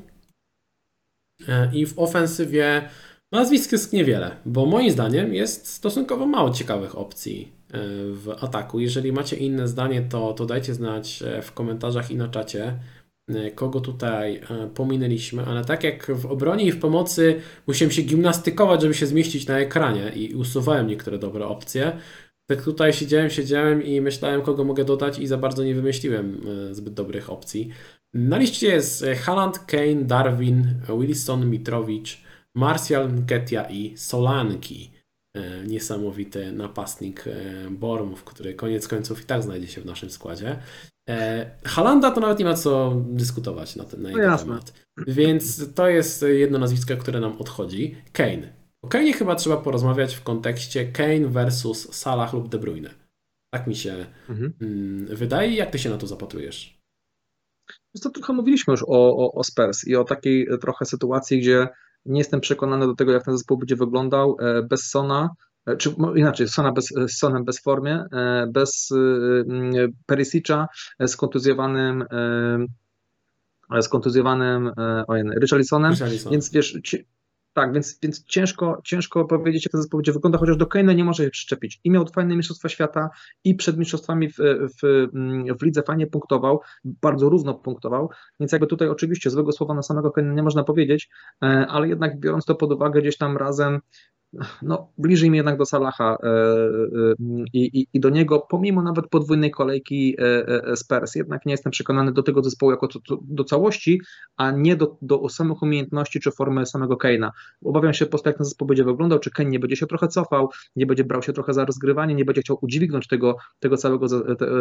I w ofensywie nazwisk jest niewiele, bo moim zdaniem jest stosunkowo mało ciekawych opcji w ataku. Jeżeli macie inne zdanie, to, to dajcie znać w komentarzach i na czacie, kogo tutaj pominęliśmy, ale tak jak w obronie i w pomocy musiałem się gimnastykować, żeby się zmieścić na ekranie i usuwałem niektóre dobre opcje, tak tutaj siedziałem, siedziałem i myślałem, kogo mogę dodać i za bardzo nie wymyśliłem zbyt dobrych opcji. Na liście jest Haaland, Kane, Darwin, Wilson, Mitrowicz, Martial, Nketiah i Solanki. Niesamowity napastnik Bormów, który koniec końców i tak znajdzie się w naszym składzie. E, Haalanda to nawet nie ma co dyskutować na, ten, na No jego jasne. temat. Więc to jest jedno nazwisko, które nam odchodzi. Kane. O Kane'ie chyba trzeba porozmawiać w kontekście Kane versus Salah lub De Bruyne. Tak mi się Mhm. mm, wydaje. Jak ty się na to zapatrujesz? Więc to trochę mówiliśmy już o, o, o Spurs i o takiej trochę sytuacji, gdzie nie jestem przekonany do tego, jak ten zespół będzie wyglądał e, bez Sona, e, czy mo- inaczej, Sona bez, z Sonem bez formie, e, bez e, m, Perisic'a, e, skontuzjowanym e, skontuzjowanym e, ojej, Richarlisonem, Richarlison. więc wiesz, ci, tak, więc, więc ciężko, ciężko powiedzieć, jak ten zespół będzie wyglądał, chociaż do Kane'a nie może się przyczepić. I miał fajne mistrzostwa świata i przed mistrzostwami w, w, w lidze fajnie punktował, bardzo równo punktował, więc jakby tutaj oczywiście złego słowa na samego Kane'a nie można powiedzieć, e, ale jednak biorąc to pod uwagę gdzieś tam razem, no, bliżej mi jednak do Salaha e, e, i, i, i do niego, pomimo nawet podwójnej kolejki e, e, Spurs, jednak nie jestem przekonany do tego zespołu jako to, to, do całości, a nie do, do samych umiejętności czy formy samego Kane'a. Obawiam się po prostu, jak ten zespół będzie wyglądał, czy Kane nie będzie się trochę cofał, nie będzie brał się trochę za rozgrywanie, nie będzie chciał udźwignąć tego, tego całego te, te,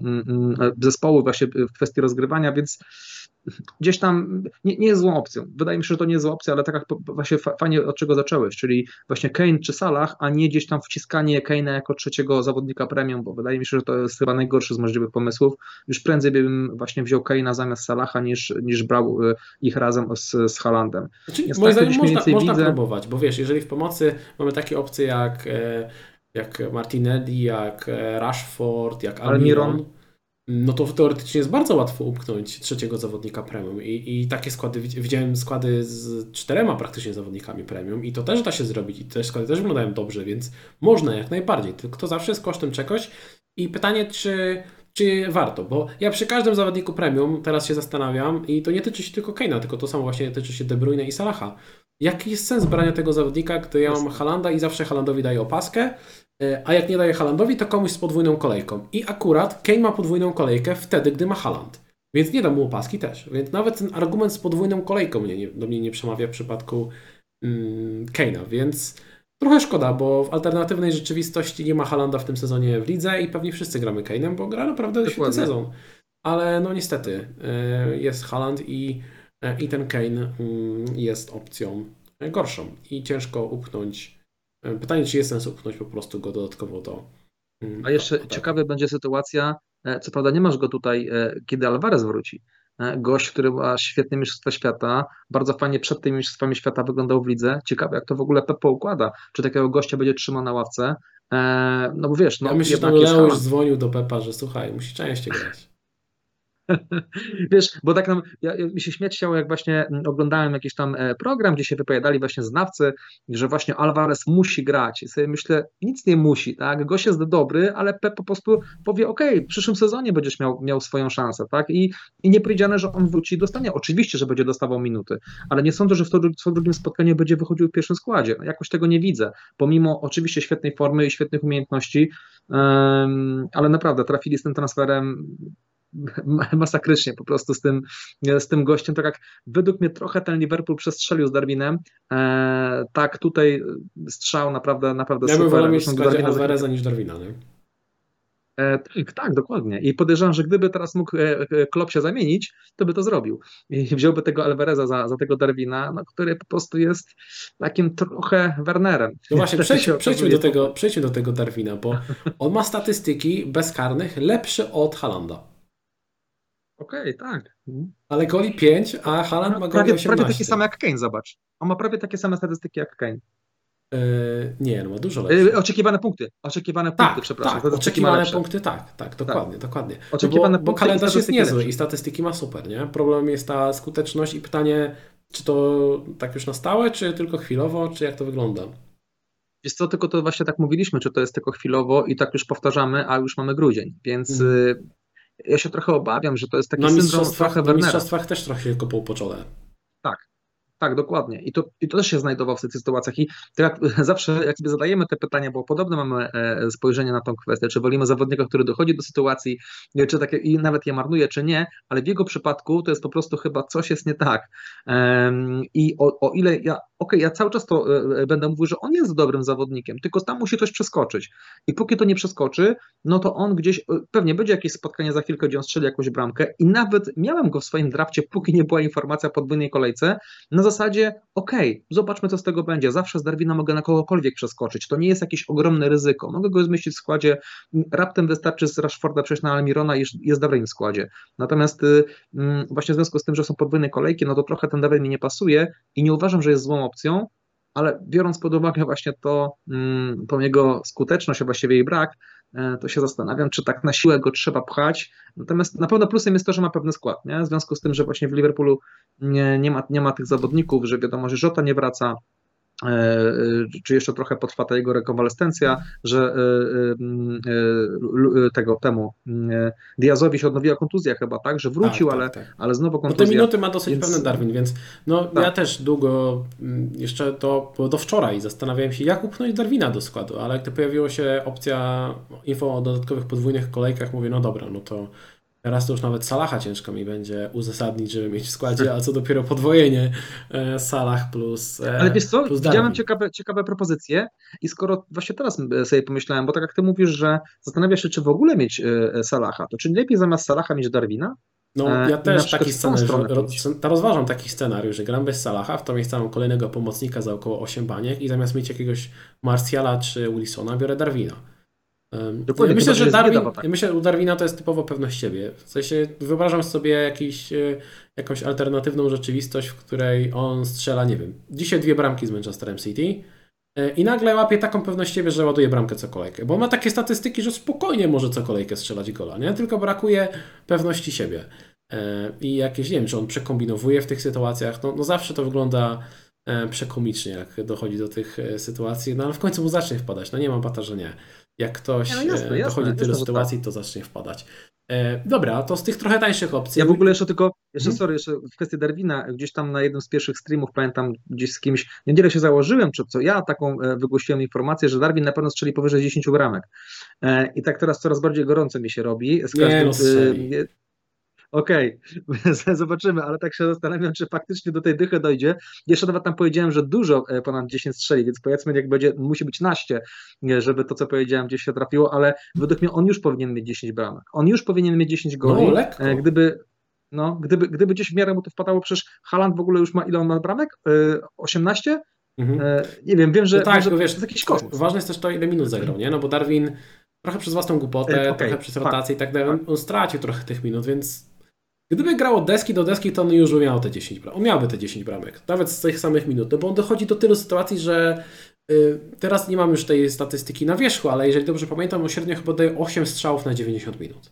zespołu właśnie w kwestii rozgrywania, więc gdzieś tam nie, nie jest złą opcją. Wydaje mi się, że to nie jest zła opcja, ale tak jak właśnie fajnie od czego zacząłeś, czyli właśnie Kane czy Salah, a nie gdzieś tam wciskanie Kane'a jako trzeciego zawodnika premium, bo wydaje mi się, że to jest chyba najgorszy z możliwych pomysłów. Już prędzej bym właśnie wziął Kane'a zamiast Salaha niż, niż brał ich razem z, z Haalandem. Znaczy, Więc moim tak to zdaniem gdzieś mniej można, więcej można widzę. próbować, bo wiesz, jeżeli w pomocy mamy takie opcje jak, e, jak Martinelli, jak e, Rashford, jak Almiron. Almiron, no to teoretycznie jest bardzo łatwo upchnąć trzeciego zawodnika premium i, i takie składy, widz- widziałem składy z czterema praktycznie zawodnikami premium i to też da się zrobić i te składy też wyglądają dobrze, więc można jak najbardziej, tylko to zawsze jest kosztem czegoś i pytanie, czy, czy warto, bo ja przy każdym zawodniku premium teraz się zastanawiam i to nie tyczy się tylko Kane'a, tylko to samo właśnie tyczy się De Bruyne i Salaha. Jaki jest sens brania tego zawodnika, gdy ja mam Haalanda i zawsze Haalandowi daję opaskę, a jak nie daje Haalandowi, to komuś z podwójną kolejką. I akurat Kane ma podwójną kolejkę wtedy, gdy ma Haaland. Więc nie dam mu opaski też. Więc nawet ten argument z podwójną kolejką mnie nie, do mnie nie przemawia w przypadku mm, Kane'a. Więc trochę szkoda, bo w alternatywnej rzeczywistości nie ma Haalanda w tym sezonie w lidze i pewnie wszyscy gramy Kane'em, bo gra naprawdę świetny Dokładnie. sezon. Ale no niestety y, jest Haaland i, y, i ten Kane y, jest opcją gorszą. I ciężko upchnąć. Pytanie, czy jest sens upchnąć po prostu go dodatkowo do. A jeszcze do, do ciekawa będzie sytuacja, e, co prawda nie masz go tutaj, e, kiedy Alvarez wróci. E, Gość, który ma świetne mistrzostwa świata, bardzo fajnie przed tymi mistrzostwami świata wyglądał w lidze. Ciekawe, jak to w ogóle Pep układa. Czy takiego gościa będzie trzymał na ławce? E, No bo wiesz, Ja no myślę, że tam jednak jest Leo już Haaland. dzwonił do Pepa, że słuchaj, musi częściej grać. Wiesz, bo tak nam, ja, ja, mi się śmiać chciało, jak właśnie mm, oglądałem jakiś tam e, program, gdzie się wypowiadali właśnie znawcy, że właśnie Alvarez musi grać. I sobie myślę, nic nie musi, tak? Gość jest dobry, ale Pep po prostu powie, okej, w przyszłym sezonie będziesz miał, miał swoją szansę, tak? I, i nie powiedziane, że on wróci i dostanie. Oczywiście, że będzie dostawał minuty, ale nie sądzę, że w to, co drugim spotkaniu będzie wychodził w pierwszym składzie. No, jakoś tego nie widzę, pomimo oczywiście świetnej formy i świetnych umiejętności, um, ale naprawdę trafili z tym transferem masakrycznie po prostu z tym, z tym gościem, tak jak według mnie trochę ten Liverpool przestrzelił z Darwinem, e, tak tutaj strzał naprawdę, naprawdę Ja bym super. wolał mieć w Zresztą do składzie Darwina za chwilkę- Alvareza niż Darwina, nie? E, tak, tak, dokładnie. I podejrzewam, że gdyby teraz mógł e, e, Klopp się zamienić, to by to zrobił. I wziąłby tego Alvareza za, za tego Darwina, no, który po prostu jest takim trochę Wernerem. No właśnie, Niestety przejdźmy, się przejdźmy, okazuje. do tego, przejdźmy do tego Darwina, bo on ma statystyki bezkarnych lepsze od Haalanda. Okej, tak. Ale goli pięć, a Haaland ma goli Prawie, prawie osiemnaście. takie same jak Kane, zobacz. On ma prawie takie same statystyki jak Kane. Yy, nie, no ma dużo lepsze. E, Oczekiwane punkty. Oczekiwane punkty, Tak, przepraszam. tak, Statystyki ma oczekiwane lepsze. punkty, tak, tak, dokładnie, dokładnie. No Oczekiwane bo, bo punkty i kalendarz jest statystyki niezły lepsze. i statystyki ma super, nie? Problem jest ta skuteczność i pytanie, czy to tak już na stałe, czy tylko chwilowo, czy jak to wygląda? Wiesz co, tylko to właśnie tak mówiliśmy, czy to jest tylko chwilowo i tak już powtarzamy, a już mamy grudzień, więc Mhm. y, ja się trochę obawiam, że to jest taki Na syndrom mistrzostwach, trochę na Wernera. mistrzostwach też trochę się kopał po czole. Tak. Tak, dokładnie. I to, I to też się znajdował w tych sytuacjach. I tak jak zawsze, jak sobie zadajemy te pytania, bo podobne mamy e, spojrzenie na tą kwestię, czy wolimy zawodnika, który dochodzi do sytuacji, e, czy takie, i nawet je marnuje, czy nie, ale w jego przypadku to jest po prostu chyba coś jest nie tak. Em, I o, o ile ja okej, ja cały czas to e, e, będę mówił, że on jest dobrym zawodnikiem, tylko tam musi coś przeskoczyć. I póki to nie przeskoczy, no to on gdzieś, e, pewnie będzie jakieś spotkanie za chwilkę, gdzie on strzeli jakąś bramkę i nawet miałem go w swoim drafcie, póki nie była informacja o podwójnej kolejce, na zasadzie, okej, zobaczmy, co z tego będzie. Zawsze z Darwina mogę na kogokolwiek przeskoczyć. To nie jest jakieś ogromne ryzyko. Mogę go zmieścić w składzie. Raptem wystarczy z Rashforda przejść na Almirona i jest, jest Darwin w składzie. Natomiast y, mm, właśnie w związku z tym, że są podwójne kolejki, no to trochę ten Darwin mi nie pasuje i nie uważam, że jest złą opcją, ale biorąc pod uwagę właśnie to, mm, tą jego skuteczność, a właściwie jej brak, e, to się zastanawiam, czy tak na siłę go trzeba pchać. Natomiast na pewno plusem jest to, że ma pewny skład, nie? W związku z tym, że właśnie w Liverpoolu nie, nie ma, nie ma tych zawodników, że wiadomo, że Jota nie wraca, e, e, czy jeszcze trochę potrwa ta jego rekonwalescencja, że e, e, e, e, tego temu e, Diazowi się odnowiła kontuzja chyba, tak, że Tak, wrócił, ale, tak, tak. ale znowu No te kontuzja. minuty ma dosyć pewne Więc Darwin, więc no ja tak. też długo, mm, jeszcze to było do wczoraj, zastanawiałem się, jak upchnąć Darwina do składu, ale gdy pojawiła się opcja info o dodatkowych podwójnych kolejkach, mówię, no dobra, no to teraz to już nawet Salaha ciężko mi będzie uzasadnić, żeby mieć w składzie, a co dopiero podwojenie e, Salah plus, Ale e, wiesz co, plus widziałem Darwin. ciekawe, ciekawe propozycje i skoro właśnie teraz sobie pomyślałem, bo tak jak ty mówisz, że zastanawiasz się, czy w ogóle mieć e, Salaha, to czy nie lepiej zamiast Salaha mieć Darwina No e, ja i na też przykład taki w tą scenariusz, stronę ro- pójść? rozważam taki scenariusz, że gram bez Salaha, w to miejsce mam kolejnego pomocnika za około osiem baniek i zamiast mieć jakiegoś Martiala czy Wilsona, biorę Darwina. Ym, Ja Dokładnie, chyba myślę, że że jest bieda Darwin, w ja ataku. myślę, że u Darwina to jest typowo pewność siebie. W sensie wyobrażam sobie jakiś, y, jakąś alternatywną rzeczywistość, w której on strzela, nie wiem, dzisiaj dwie bramki z Manchesterem City y, i nagle łapie taką pewność siebie, że ładuje bramkę co kolejkę, bo on ma takie statystyki, że spokojnie może co kolejkę strzelać gola, nie? Tylko brakuje pewności siebie. Y, I jakieś, nie wiem, czy on przekombinowuje w tych sytuacjach, no, no zawsze to wygląda e, przekomicznie, jak dochodzi do tych e, sytuacji, no ale w końcu mu zacznie wpadać, no nie mam bata, że nie. Jak Nie, no ktoś jasne, e, dochodzi jasne, do tylu jasne, że tak. sytuacji, to zacznie wpadać. E, Dobra, to z tych trochę tańszych opcji. Ja w ogóle jeszcze tylko, jeszcze Mhm. sorry, jeszcze w kwestii Darwina, gdzieś tam na jednym z pierwszych streamów, pamiętam, gdzieś z kimś, w niedzielę się założyłem, czy co, ja taką e, wygłosiłem informację, że Darwin na pewno strzeli powyżej dziesięć bramek. E, I tak teraz coraz bardziej gorąco mi się robi z Nie każdym, no, strzeli. e, okej, zobaczymy, ale tak się zastanawiam, czy faktycznie do tej dychy dojdzie. Jeszcze nawet tam powiedziałem, że dużo e, ponad dziesięć strzeli, więc powiedzmy, jak będzie, musi być naście, nie, żeby to, co powiedziałem, gdzieś się trafiło, ale według mnie on już powinien mieć dziesięć bramek. On już powinien mieć dziesięć No, goli, e, lekko. gdyby, no, gdyby, gdyby gdzieś w miarę mu to wpadało, przecież Haaland w ogóle już ma, ile on ma bramek? E, osiemnaście? Mhm. E, nie wiem, wiem, No że, wiem, tak, że no to wiesz, jest jakiś kosmos. ważne jest też to, ile minut zagrał, nie? No bo Darwin trochę przez własną E, głupotę, trochę Okej, przez fakt, rotację i tak dalej, on, fakt. on stracił trochę tych minut, więc gdyby grał od deski do deski, to on już by miał te dziesięć bramek. On miałby te dziesięć bramek, nawet z tych samych minut, no bo on dochodzi do tylu sytuacji, że y, teraz nie mam już tej statystyki na wierzchu, ale jeżeli dobrze pamiętam, on średnio chyba daje osiem strzałów na dziewięćdziesiąt minut.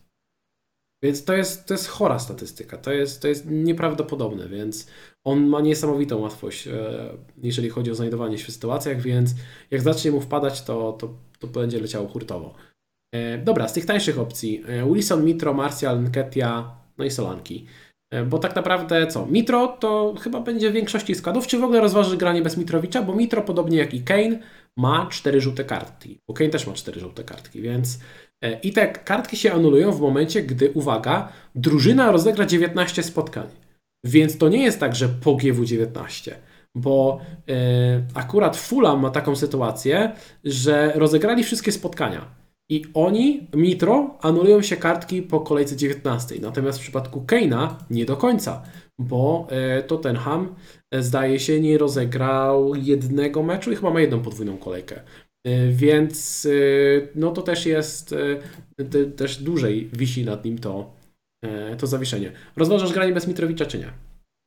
Więc to jest, to jest chora statystyka, to jest, to jest nieprawdopodobne, więc on ma niesamowitą łatwość, e, jeżeli chodzi o znajdowanie się w sytuacjach, więc jak zacznie mu wpadać, to, to, to będzie leciało hurtowo. E, Dobra, z tych tańszych opcji, e, Wilson, Mitro, Martial, Nketiah, no i Solanki. E, Bo tak naprawdę co? Mitro to chyba będzie w większości składów, czy w ogóle rozważy granie bez Mitrowicza, bo Mitro, podobnie jak i Kane, ma cztery żółte kartki, bo Kane też ma cztery żółte kartki, więc e, i te kartki się anulują w momencie, gdy, uwaga, drużyna rozegra dziewiętnaście spotkań. Więc to nie jest tak, że po G W dziewiętnaście, bo e, akurat Fulham ma taką sytuację, że rozegrali wszystkie spotkania. I oni, Mitro, anulują się kartki po kolejce dziewiętnastej. Natomiast w przypadku Kane'a nie do końca, bo e, Tottenham e, zdaje się nie rozegrał jednego meczu i chyba ma jedną podwójną kolejkę. E, Więc e, no to też jest, e, te- też dłużej wisi nad nim to, e, to zawieszenie. Rozważasz granie bez Mitrowicza czy nie?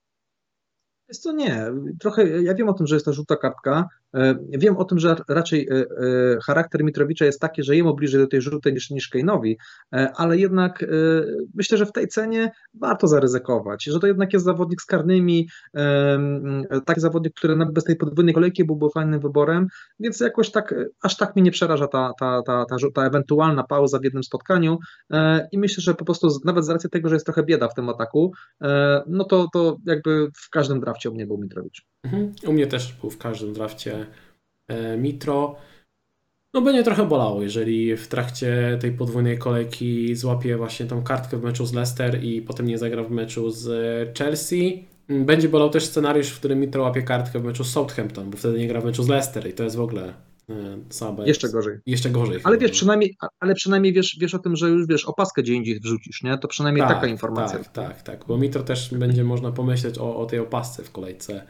Jest to nie. Trochę ja wiem o tym, że jest to żółta kartka. E, Wiem o tym, że raczej e, e, charakter Mitrowicza jest taki, że jemu bliżej do tej żółtej niż, niż Kane'owi, e, ale jednak e, myślę, że w tej cenie warto zaryzykować, że to jednak jest zawodnik z karnymi, e, m, taki zawodnik, który nawet bez tej podwójnej kolejki byłby fajnym wyborem, więc jakoś tak, e, aż tak mnie nie przeraża ta, ta, ta, ta, żół- ta ewentualna pauza w jednym spotkaniu e, i myślę, że po prostu z, nawet z racji tego, że jest trochę bieda w tym ataku, e, no to, to jakby w każdym drafcie u mnie był Mitrowicz. Mhm. U mnie też był w każdym drafcie e, Mitro. No będzie trochę bolało, jeżeli w trakcie tej podwójnej kolejki złapie właśnie tą kartkę w meczu z Leicester i potem nie zagra w meczu z Chelsea. Będzie bolał też scenariusz, w którym Mitro łapie kartkę w meczu z Southampton, bo wtedy nie gra w meczu z Leicester i to jest w ogóle e, słabe. Jeszcze gorzej. Jeszcze gorzej. Ale chyba, wiesz, przynajmniej, ale przynajmniej wiesz, wiesz o tym, że już wiesz, opaskę gdzie indziej wrzucisz, nie? To przynajmniej tak, taka informacja. Tak, tak, tak, bo Mitro też będzie można pomyśleć o, o tej opasce w kolejce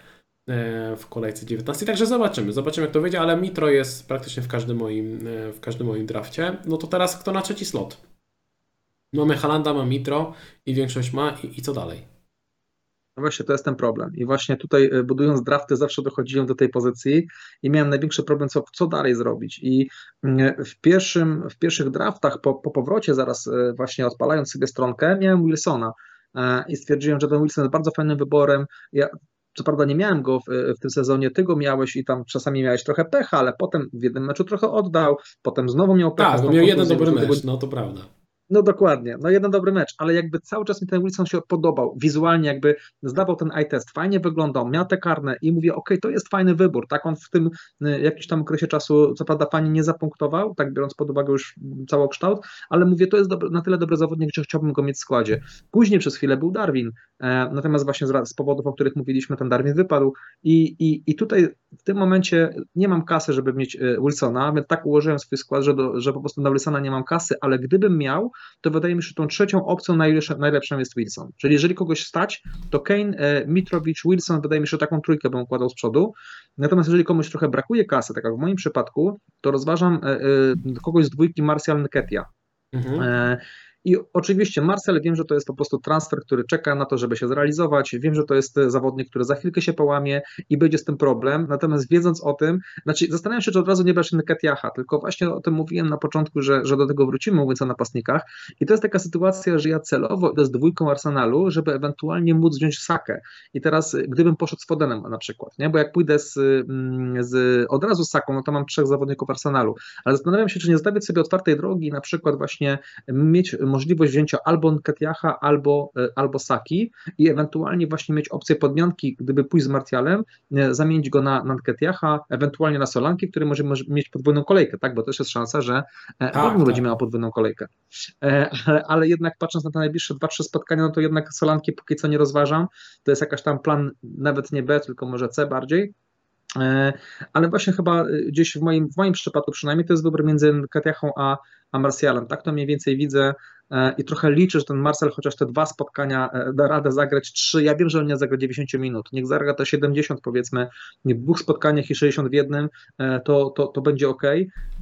e, w kolejce dziewiętnastej, także zobaczymy, zobaczymy jak to wyjdzie, ale Mitro jest praktycznie w każdym moim, e, w każdym moim drafcie. No to teraz kto na trzeci slot? Mamy Haalanda, ma Mitro i większość ma i, i co dalej? No właśnie, to jest ten problem. I właśnie tutaj e, budując drafty zawsze dochodziłem do tej pozycji i miałem największy problem, co, co dalej zrobić. I mm, w, pierwszym, w pierwszych draftach po, po powrocie, zaraz e, właśnie odpalając sobie stronkę, miałem Wilsona e, i stwierdziłem, że ten Wilson jest bardzo fajnym wyborem. Ja co prawda nie miałem go w, w tym sezonie, ty go miałeś i tam czasami miałeś trochę pecha, ale potem w jednym meczu trochę oddał, potem znowu miał pecha. Tak, z bo tą miał jeden kontuzją, dobry że tego- mecz, no to prawda. No dokładnie, no jeden dobry mecz, ale jakby cały czas mi ten Wilson się podobał, wizualnie jakby zdawał ten eye test, fajnie wyglądał, miał te karne i mówię, okej, to jest fajny wybór, tak, on w tym y, jakimś tam okresie czasu, co prawda fajnie nie zapunktował, tak biorąc pod uwagę już całokształt, ale mówię, to jest dobry, na tyle dobry zawodnik, że chciałbym go mieć w składzie. Później przez chwilę był Darwin, e, natomiast właśnie z, z powodów, o których mówiliśmy, ten Darwin wypadł i, i, i tutaj w tym momencie nie mam kasy, żeby mieć e, Wilsona, więc tak ułożyłem swój skład, że, do, że po prostu na Wilsona nie mam kasy, ale gdybym miał, to wydaje mi się, że tą trzecią opcją najlepszą, najlepszą jest Wilson. Czyli jeżeli kogoś stać, to Kane, e, Mitrovic, Wilson, wydaje mi się, że taką trójkę bym układał z przodu. Natomiast jeżeli komuś trochę brakuje kasy, tak jak w moim przypadku, to rozważam e, e, kogoś z dwójki Martial Nketiah. Mhm. E, I oczywiście Marcel, wiem, że to jest po prostu transfer, który czeka na to, żeby się zrealizować. Wiem, że to jest zawodnik, który za chwilkę się połamie i będzie z tym problem. Natomiast wiedząc o tym, znaczy zastanawiam się, czy od razu nie brać Nketiaha, tylko właśnie o tym mówiłem na początku, że, że do tego wrócimy, mówiąc o napastnikach. I to jest taka sytuacja, że ja celowo idę z dwójką Arsenalu, żeby ewentualnie móc wziąć Sakę. I teraz gdybym poszedł z Fodenem na przykład, nie? Bo jak pójdę z, z, od razu z Saką, no to mam trzech zawodników Arsenalu. Ale zastanawiam się, czy nie zostawiać sobie otwartej drogi i na przykład właśnie mieć możliwość wzięcia albo Nketiaha, albo, albo Saki i ewentualnie właśnie mieć opcję podmianki, gdyby pójść z Martialem, zamienić go na, na Nketiaha, ewentualnie na Solanki, który może, może mieć podwójną kolejkę, tak, bo też jest szansa, że tak, tak. będzie miała podwójną kolejkę. Ale, ale jednak patrząc na te najbliższe dwa trzy spotkania, no to jednak Solanki póki co nie rozważam, to jest jakaś tam plan, nawet nie B, tylko może C bardziej. Ale właśnie chyba gdzieś w moim, w moim przypadku przynajmniej to jest wybór między Nketiahą a, a Martialem. Tak to mniej więcej widzę i trochę liczę, że ten Marcel chociaż te dwa spotkania da radę zagrać, trzy. Ja wiem, że on nie zagra dziewięćdziesiąt minut. Niech zagra te siedemdziesiąt powiedzmy w dwóch spotkaniach i sześćdziesiąt w jednym, to, to, to będzie ok.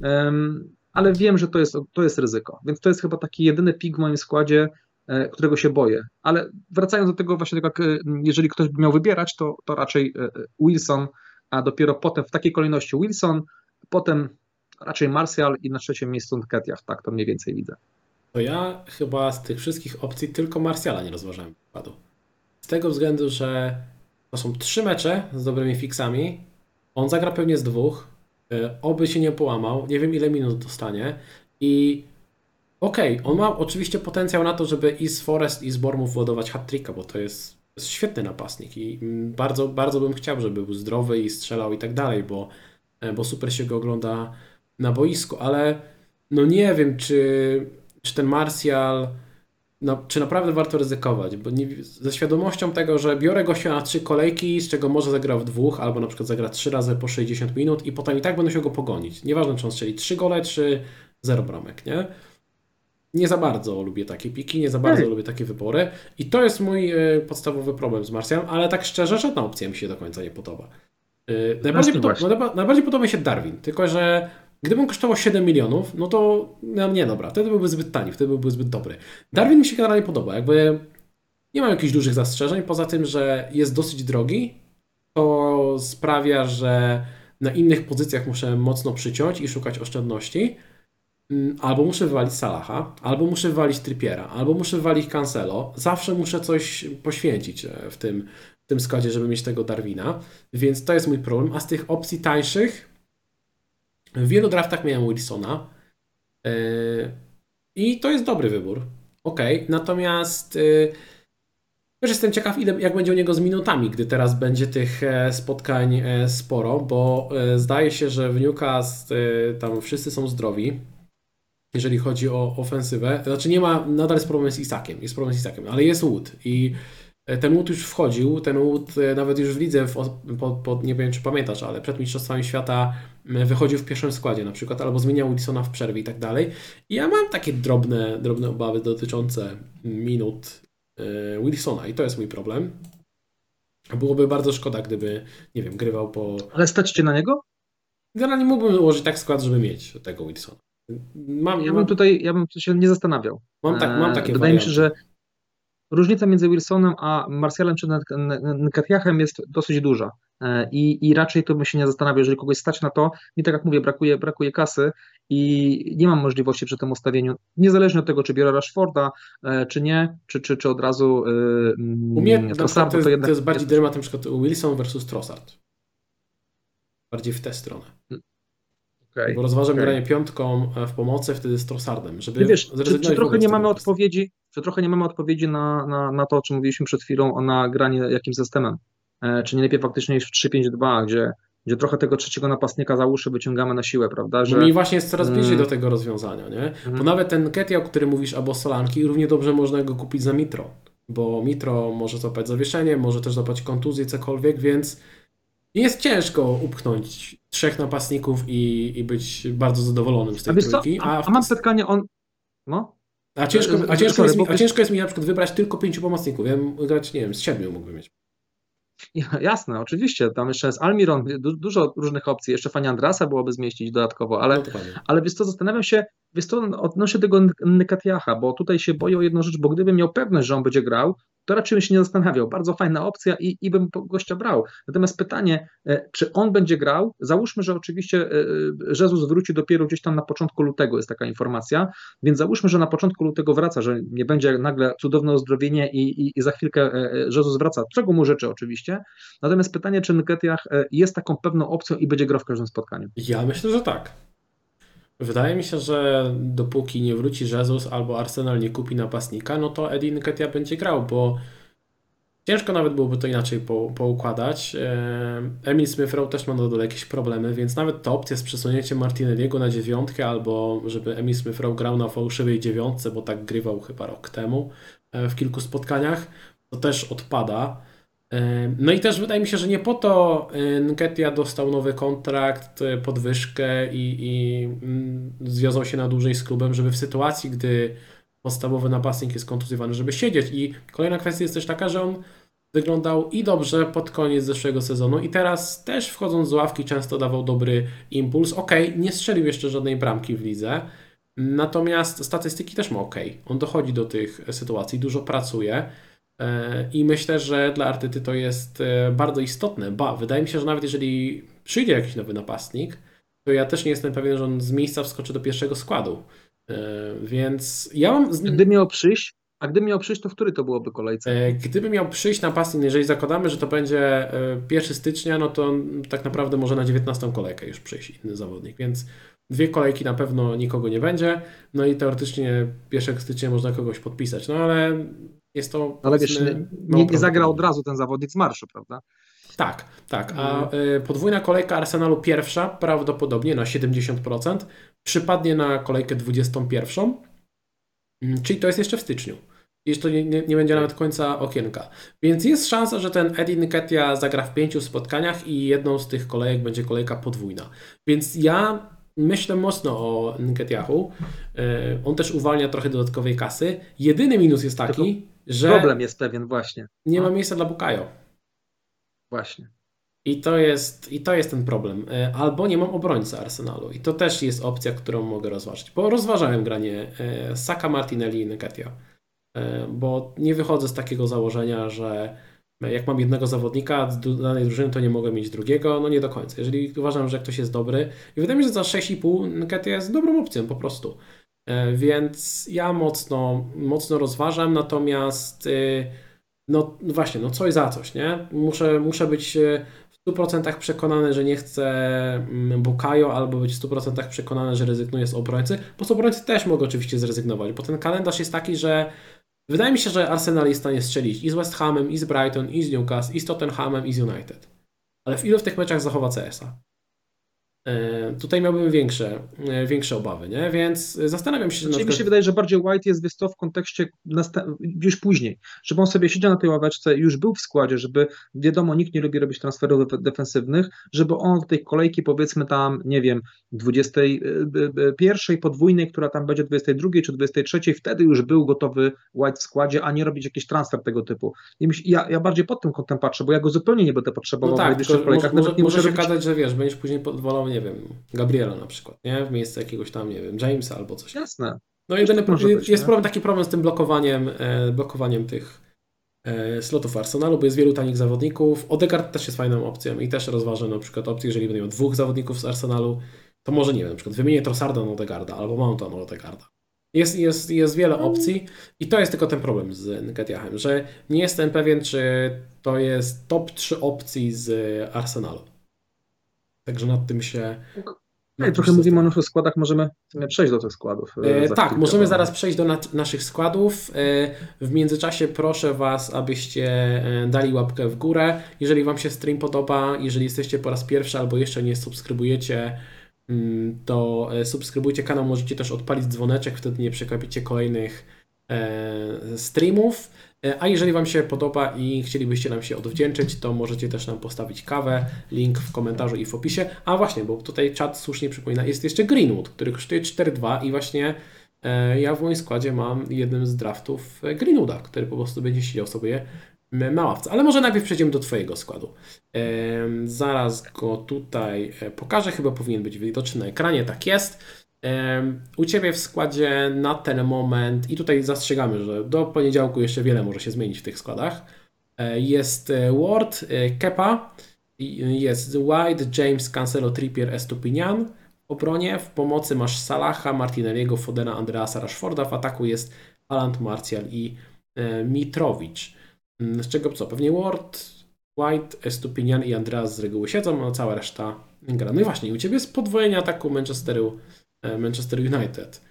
Ale wiem, że to jest, to jest ryzyko. Więc to jest chyba taki jedyny pik w moim składzie, którego się boję. Ale wracając do tego właśnie, tak jak jeżeli ktoś by miał wybierać, to, to raczej Wilson, a dopiero potem w takiej kolejności Wilson, potem raczej Martial i na trzecim miejscu Nketiah, tak to mniej więcej widzę. To ja chyba z tych wszystkich opcji tylko Martiala nie rozważałem wkładu. Z tego względu, że to są trzy mecze z dobrymi fixami, on zagra pewnie z dwóch, oby się nie połamał, nie wiem ile minut dostanie i okej, okay, on ma oczywiście potencjał na to, żeby i z Forest i z Bournemouth ładować hat-tricka, bo to jest, to jest świetny napastnik i bardzo, bardzo bym chciał, żeby był zdrowy i strzelał i tak dalej, bo, bo super się go ogląda na boisku, ale no nie wiem, czy, czy ten Martial, no, czy naprawdę warto ryzykować, bo nie, ze świadomością tego, że biorę gościa na trzy kolejki, z czego może zagra w dwóch, albo na przykład zagra trzy razy po sześćdziesiąt minut i potem i tak będę się go pogonić. Nieważne, czy on strzeli trzy gole, czy zero bramek, nie? Nie za bardzo lubię takie piki, nie za bardzo hmm. lubię takie wybory i to jest mój y, podstawowy problem z Martialem, ale tak szczerze, żadna opcja mi się do końca nie podoba. Y, najbardziej, podoba, no, najbardziej podoba mi się Darwin, tylko że gdyby on kosztował siedem milionów, no to no nie dobra, wtedy byłby zbyt tani, wtedy byłby zbyt dobry. Darwin mi się generalnie podoba, jakby nie mam jakichś dużych zastrzeżeń, poza tym, że jest dosyć drogi, to sprawia, że na innych pozycjach muszę mocno przyciąć i szukać oszczędności. Albo muszę wywalić Salaha, albo muszę wywalić Trippiera, albo muszę wywalić Cancelo. Zawsze muszę coś poświęcić w tym, w tym składzie, żeby mieć tego Darwina, więc to jest mój problem. A z tych opcji tańszych w wielu draftach miałem Wilsona yy, i to jest dobry wybór. Ok, natomiast yy, też jestem ciekaw, ile, jak będzie u niego z minutami, gdy teraz będzie tych spotkań sporo, bo zdaje się, że w Newcastle tam wszyscy są zdrowi, jeżeli chodzi o ofensywę. Znaczy nie ma, nadal jest problem z Isakiem, jest problem z Isakiem, ale jest Wood i ten Wood już wchodził, ten Wood nawet już w lidze, w, po, po, nie wiem czy pamiętasz, ale przed Mistrzostwami Świata wychodził w pierwszym składzie na przykład, albo zmieniał Wilsona w przerwie i tak dalej. I ja mam takie drobne, drobne obawy dotyczące minut Wilsona i to jest mój problem. Byłoby bardzo szkoda, gdyby, nie wiem, grywał po... Ale stać cię na niego? Generalnie mógłbym ułożyć tak skład, żeby mieć tego Wilsona. Mam, Ja bym mam, tutaj, ja bym się nie zastanawiał. mam, tak, mam takie Wydaje mi warianty. się, że różnica między Wilsonem a Martialem czy Nketiahem jest dosyć duża. I, I raczej to bym się nie zastanawiał, jeżeli kogoś stać na to. Mi tak jak mówię, brakuje, brakuje kasy i nie mam możliwości przy tym ustawieniu, niezależnie od tego, czy biorę Rashforda, czy nie, czy, czy, czy od razu U mnie na Trossarda, to, jest, to jednak to jest bardziej jest... dylemat na przykład Wilson versus Trossard. Bardziej w tę stronę. Okay, Bo rozważam okay. granie piątką w pomocy wtedy z Trossardem, żeby Wiesz, czy, czy trochę nie mamy tego odpowiedzi, czy trochę nie mamy odpowiedzi na, na, na to, o czym mówiliśmy przed chwilą, na granie jakim systemem. E, czy nie lepiej faktycznie niż w trzy pięć dwa, gdzie, gdzie trochę tego trzeciego napastnika za uszy wyciągamy na siłę, prawda? Że... No mi właśnie jest coraz bliżej mm. do tego rozwiązania, nie? Mm. Bo nawet ten Nketiah, o którym mówisz, albo Solanki, równie dobrze można go kupić za Mitro, bo Mitro może złapać zawieszenie, może też złapać kontuzję, cokolwiek, więc jest ciężko upchnąć trzech napastników i, i być bardzo zadowolonym z tej a trójki. A, a, a mam spotkanie on... No? A ciężko, a, ciężko Sorry, jest mi, bo a ciężko jest mi na przykład wybrać tylko pięciu pomocników. Ja bym grać, nie wiem, z siedmiu mógłbym mieć. Jasne, oczywiście, tam jeszcze jest Almiron, du dużo różnych opcji, jeszcze Fani Andrasa byłoby zmieścić dodatkowo, ale, No ale wiesz co, zastanawiam się, wiesz co, odnośnie tego Nketiaha, bo tutaj się boję o jedną rzecz, bo gdybym miał pewność, że on będzie grał, to raczej bym się nie zastanawiał. Bardzo fajna opcja i, i bym gościa brał. Natomiast pytanie, czy on będzie grał? Załóżmy, że oczywiście Jezus wróci dopiero gdzieś tam na początku lutego, jest taka informacja, więc załóżmy, że na początku lutego wraca, że nie będzie nagle cudowne uzdrowienie i, i, i za chwilkę Jezus wraca, czego mu życzę oczywiście. Natomiast pytanie, czy Nketiah jest taką pewną opcją i będzie grał w każdym spotkaniu? Ja myślę, że tak. Wydaje mi się, że dopóki nie wróci Jezus albo Arsenal nie kupi napastnika, no to Eddie Nketiah będzie grał, bo ciężko nawet byłoby to inaczej po, poukładać. Emil Smith-Rowe też ma na dole jakieś problemy, więc nawet ta opcja z przesunięciem Martinelliego na dziewiątkę albo żeby Emil Smith-Rowe grał na fałszywej dziewiątce, bo tak grywał chyba rok temu w kilku spotkaniach, to też odpada. No i też wydaje mi się, że nie po to Nketiah dostał nowy kontrakt, podwyżkę i, i związał się na dłużej z klubem, żeby w sytuacji, gdy podstawowy napastnik jest kontuzjowany, żeby siedzieć. I kolejna kwestia jest też taka, że on wyglądał i dobrze pod koniec zeszłego sezonu i teraz też wchodząc z ławki często dawał dobry impuls. Okej, nie strzelił jeszcze żadnej bramki w lidze, natomiast statystyki też ma okej. On dochodzi do tych sytuacji, dużo pracuje. I myślę, że dla Artety to jest bardzo istotne, ba, wydaje mi się, że nawet jeżeli przyjdzie jakiś nowy napastnik, to ja też nie jestem pewien, że on z miejsca wskoczy do pierwszego składu. Więc ja mam... Gdy miał przyjść, a gdyby miał przyjść, to w który to byłoby kolejce? Gdyby miał przyjść napastnik, jeżeli zakładamy, że to będzie pierwszego stycznia, no to tak naprawdę może na dziewiętnastą kolejkę już przyjść inny zawodnik, więc dwie kolejki na pewno nikogo nie będzie, no i teoretycznie pierwszego stycznia można kogoś podpisać, no ale jest to... Ale wiesz, nie, nie, nie zagrał od razu ten zawodnik z marszu, prawda? Tak, tak, a y, podwójna kolejka Arsenalu pierwsza prawdopodobnie na siedemdziesiąt procent przypadnie na kolejkę dwudziestą pierwszą, czyli to jest jeszcze w styczniu. Jeśli to nie, nie, nie będzie nawet końca okienka. Więc jest szansa, że ten Eddie Nketiah zagra w pięciu spotkaniach i jedną z tych kolejek będzie kolejka podwójna. Więc ja myślę mocno o Nketiahu. On też uwalnia trochę dodatkowej kasy. Jedyny minus jest taki, Tylko że problem jest pewien właśnie. Nie ma miejsca dla Bukayo. Właśnie. I to jest, i to jest ten problem. Albo nie mam obrońcy Arsenalu. I to też jest opcja, którą mogę rozważyć. Bo rozważałem granie Saka, Martinelli i Nketiah. Bo nie wychodzę z takiego założenia, że jak mam jednego zawodnika z danej drużyny, to nie mogę mieć drugiego. No nie do końca. Jeżeli uważam, że ktoś jest dobry i wydaje mi się, że za sześć i pół Nketiah jest dobrą opcją po prostu. Więc ja mocno, mocno rozważam, natomiast no właśnie, no coś za coś, nie? Muszę, muszę być w stu procentach przekonany, że nie chcę Bukayo, albo być w stu procentach przekonany, że rezygnuję z obrońcy, bo z obrońcy też mogę oczywiście zrezygnować, bo ten kalendarz jest taki, że wydaje mi się, że Arsenal jest w stanie strzelić i z West Hamem, i z Brighton, i z Newcastle, i z Tottenhamem, i z United. Ale w ilu w tych meczach zachowa C S a? Tutaj miałbym większe, większe obawy, nie? Więc zastanawiam się, że na Znaczy, mi przykład... się wydaje, że bardziej White jest wiesz co, w kontekście nasta- gdzieś później, żeby on sobie siedział na tej ławeczce, już był w składzie, żeby wiadomo, nikt nie lubi robić transferów def- defensywnych, żeby on w tej kolejki powiedzmy tam, nie wiem, dwudziestej pierwszej podwójnej, która tam będzie dwudziestej drugiej czy dwudziestej trzeciej, wtedy już był gotowy White w składzie, a nie robić jakiś transfer tego typu. I myśl- ja, ja bardziej pod tym kątem patrzę, bo ja go zupełnie nie będę No potrzebował w tak, najbliższych tylko może, kolejkach, może, nawet nie może muszę się robić. okazać, że wiesz, będziesz później wolał, nie wiem, Gabriela na przykład, nie? W miejsce jakiegoś tam, nie wiem, Jamesa albo coś. Jasne. No Też jedyny, tak może być, jest nie? problem, taki problem z tym blokowaniem, e, blokowaniem tych e, slotów Arsenalu, bo jest wielu tanich zawodników. Odegaard też jest fajną opcją i też rozważę na przykład opcję, jeżeli będę miał dwóch zawodników z Arsenalu, to może nie wiem, na przykład wymienię Trossarda na Odegaarda albo Mounta na Odegaarda. Jest, jest, jest wiele opcji i to jest tylko ten problem z Nketiahem, że nie jestem pewien, czy to jest top trzy opcji z Arsenalu. Także nad tym się... No nad i tym trochę się mówimy o zastanawiam. naszych składach, możemy przejść do tych składów e, E, za tak, chwilkę, możemy bo- zaraz przejść do na naszych składów. E, w międzyczasie proszę Was, abyście e, dali łapkę w górę, jeżeli Wam się stream podoba, jeżeli jesteście po raz pierwszy albo jeszcze nie subskrybujecie, mm, to e, subskrybujcie kanał, możecie też odpalić dzwoneczek, wtedy nie przegapicie kolejnych e, streamów. E, A jeżeli Wam się podoba i chcielibyście nam się odwdzięczyć, to możecie też nam postawić kawę. Link w komentarzu i w opisie. A właśnie, bo tutaj czat słusznie przypomina, jest jeszcze Greenwood, który kosztuje cztery dwa i właśnie e, ja w moim składzie mam jednym z draftów e, Greenwooda, który po prostu będzie siedział sobie m- na ławce. Ale może najpierw przejdziemy do Twojego składu. E, zaraz go tutaj e, pokażę, chyba powinien być widoczny na ekranie, tak jest. Em, U Ciebie w składzie na ten moment, i tutaj zastrzegamy, że do poniedziałku jeszcze wiele może się zmienić w tych składach, e, jest e, Ward, e, Kepa, i- jest White, James, Cancelo, Trippier, Estupinian. W obronie, w pomocy masz Salaha, Martinelliego, Fodena, Andreasa, Rashforda, w ataku jest Haaland, Martial i e, Mitrowicz. Mm, Z czego co? Pewnie Ward, White, Estupinian i Andreas z reguły siedzą, a cała reszta gra. No i właśnie, u Ciebie jest podwojenie ataku Manchesteru Manchester United.